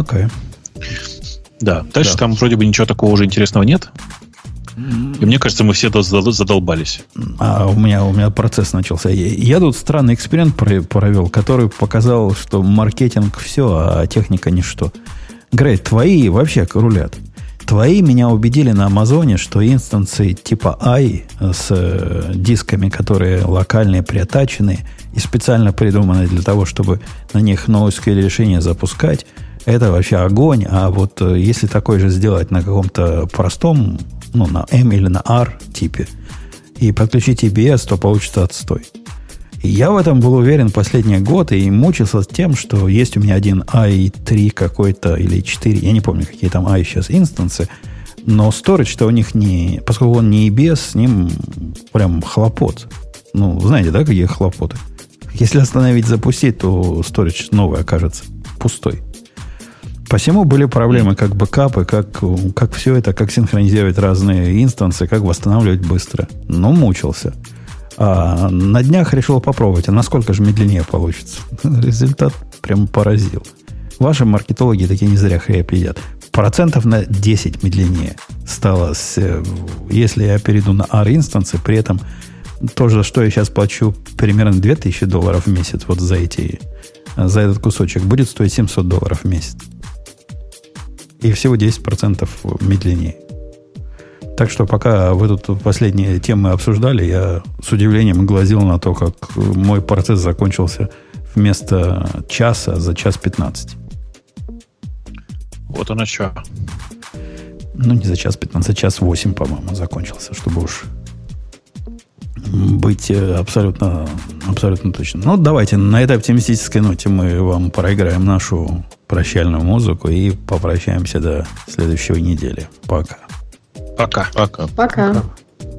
Да, дальше там вроде бы ничего такого уже интересного нет. И мне кажется, мы все задолбались. У меня процесс начался. Я тут странный эксперимент провел, который показал, что маркетинг все, а техника ничто. Грей, твои вообще рулят. Твои меня убедили на Амазоне, что инстансы типа i с дисками, которые локальные, приотаченные и специально придуманы для того, чтобы на них NoSQL решения запускать, это вообще огонь. А вот если такое же сделать на каком-то простом, на M или на R типе, и подключить EBS, то получится отстой. И я в этом был уверен последний год и мучился с тем, что есть у меня один i3 какой-то или 4, я не помню, какие там i сейчас инстансы, но storage-то у них поскольку он не EBS, с ним прям хлопот. Знаете, да, какие хлопоты? Если остановить, запустить, то storage новый окажется пустой. Посему были проблемы, как бэкапы, как все это, как синхронизировать разные инстансы, как восстанавливать быстро. Мучился. А на днях решил попробовать, а насколько же медленнее получится. Результат прям поразил. Ваши маркетологи такие не зря хлеб едят. Процентов на 10 медленнее стало, если я перейду на R-инстансы, при этом то же, что я сейчас плачу, примерно $2000 в месяц вот за этот кусочек, будет стоить $700 в месяц. И всего 10% медленнее. Так что пока вы тут последние темы обсуждали, я с удивлением глазел на то, как мой процесс закончился вместо часа за 1:15. Вот оно что. Не за 1:15, за 1:08, по-моему, закончился, чтобы уж быть абсолютно точно. Давайте на этой оптимистической ноте мы вам проиграем нашу прощальную музыку и попрощаемся до следующей недели. Пока. Пока.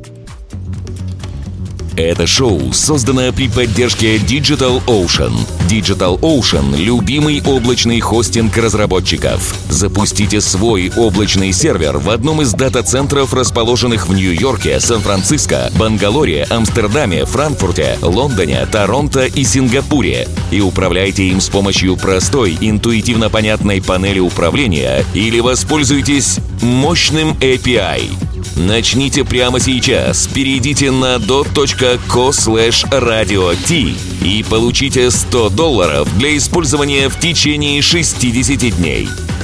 Это шоу, созданное при поддержке Digital Ocean. Digital Ocean – любимый облачный хостинг разработчиков. Запустите свой облачный сервер в одном из дата-центров, расположенных в Нью-Йорке, Сан-Франциско, Бангалоре, Амстердаме, Франкфурте, Лондоне, Торонто и Сингапуре. И управляйте им с помощью простой, интуитивно понятной панели управления или воспользуйтесь мощным API. Начните прямо сейчас. Перейдите на dot.co/radio-t и получите $100 для использования в течение 60 дней.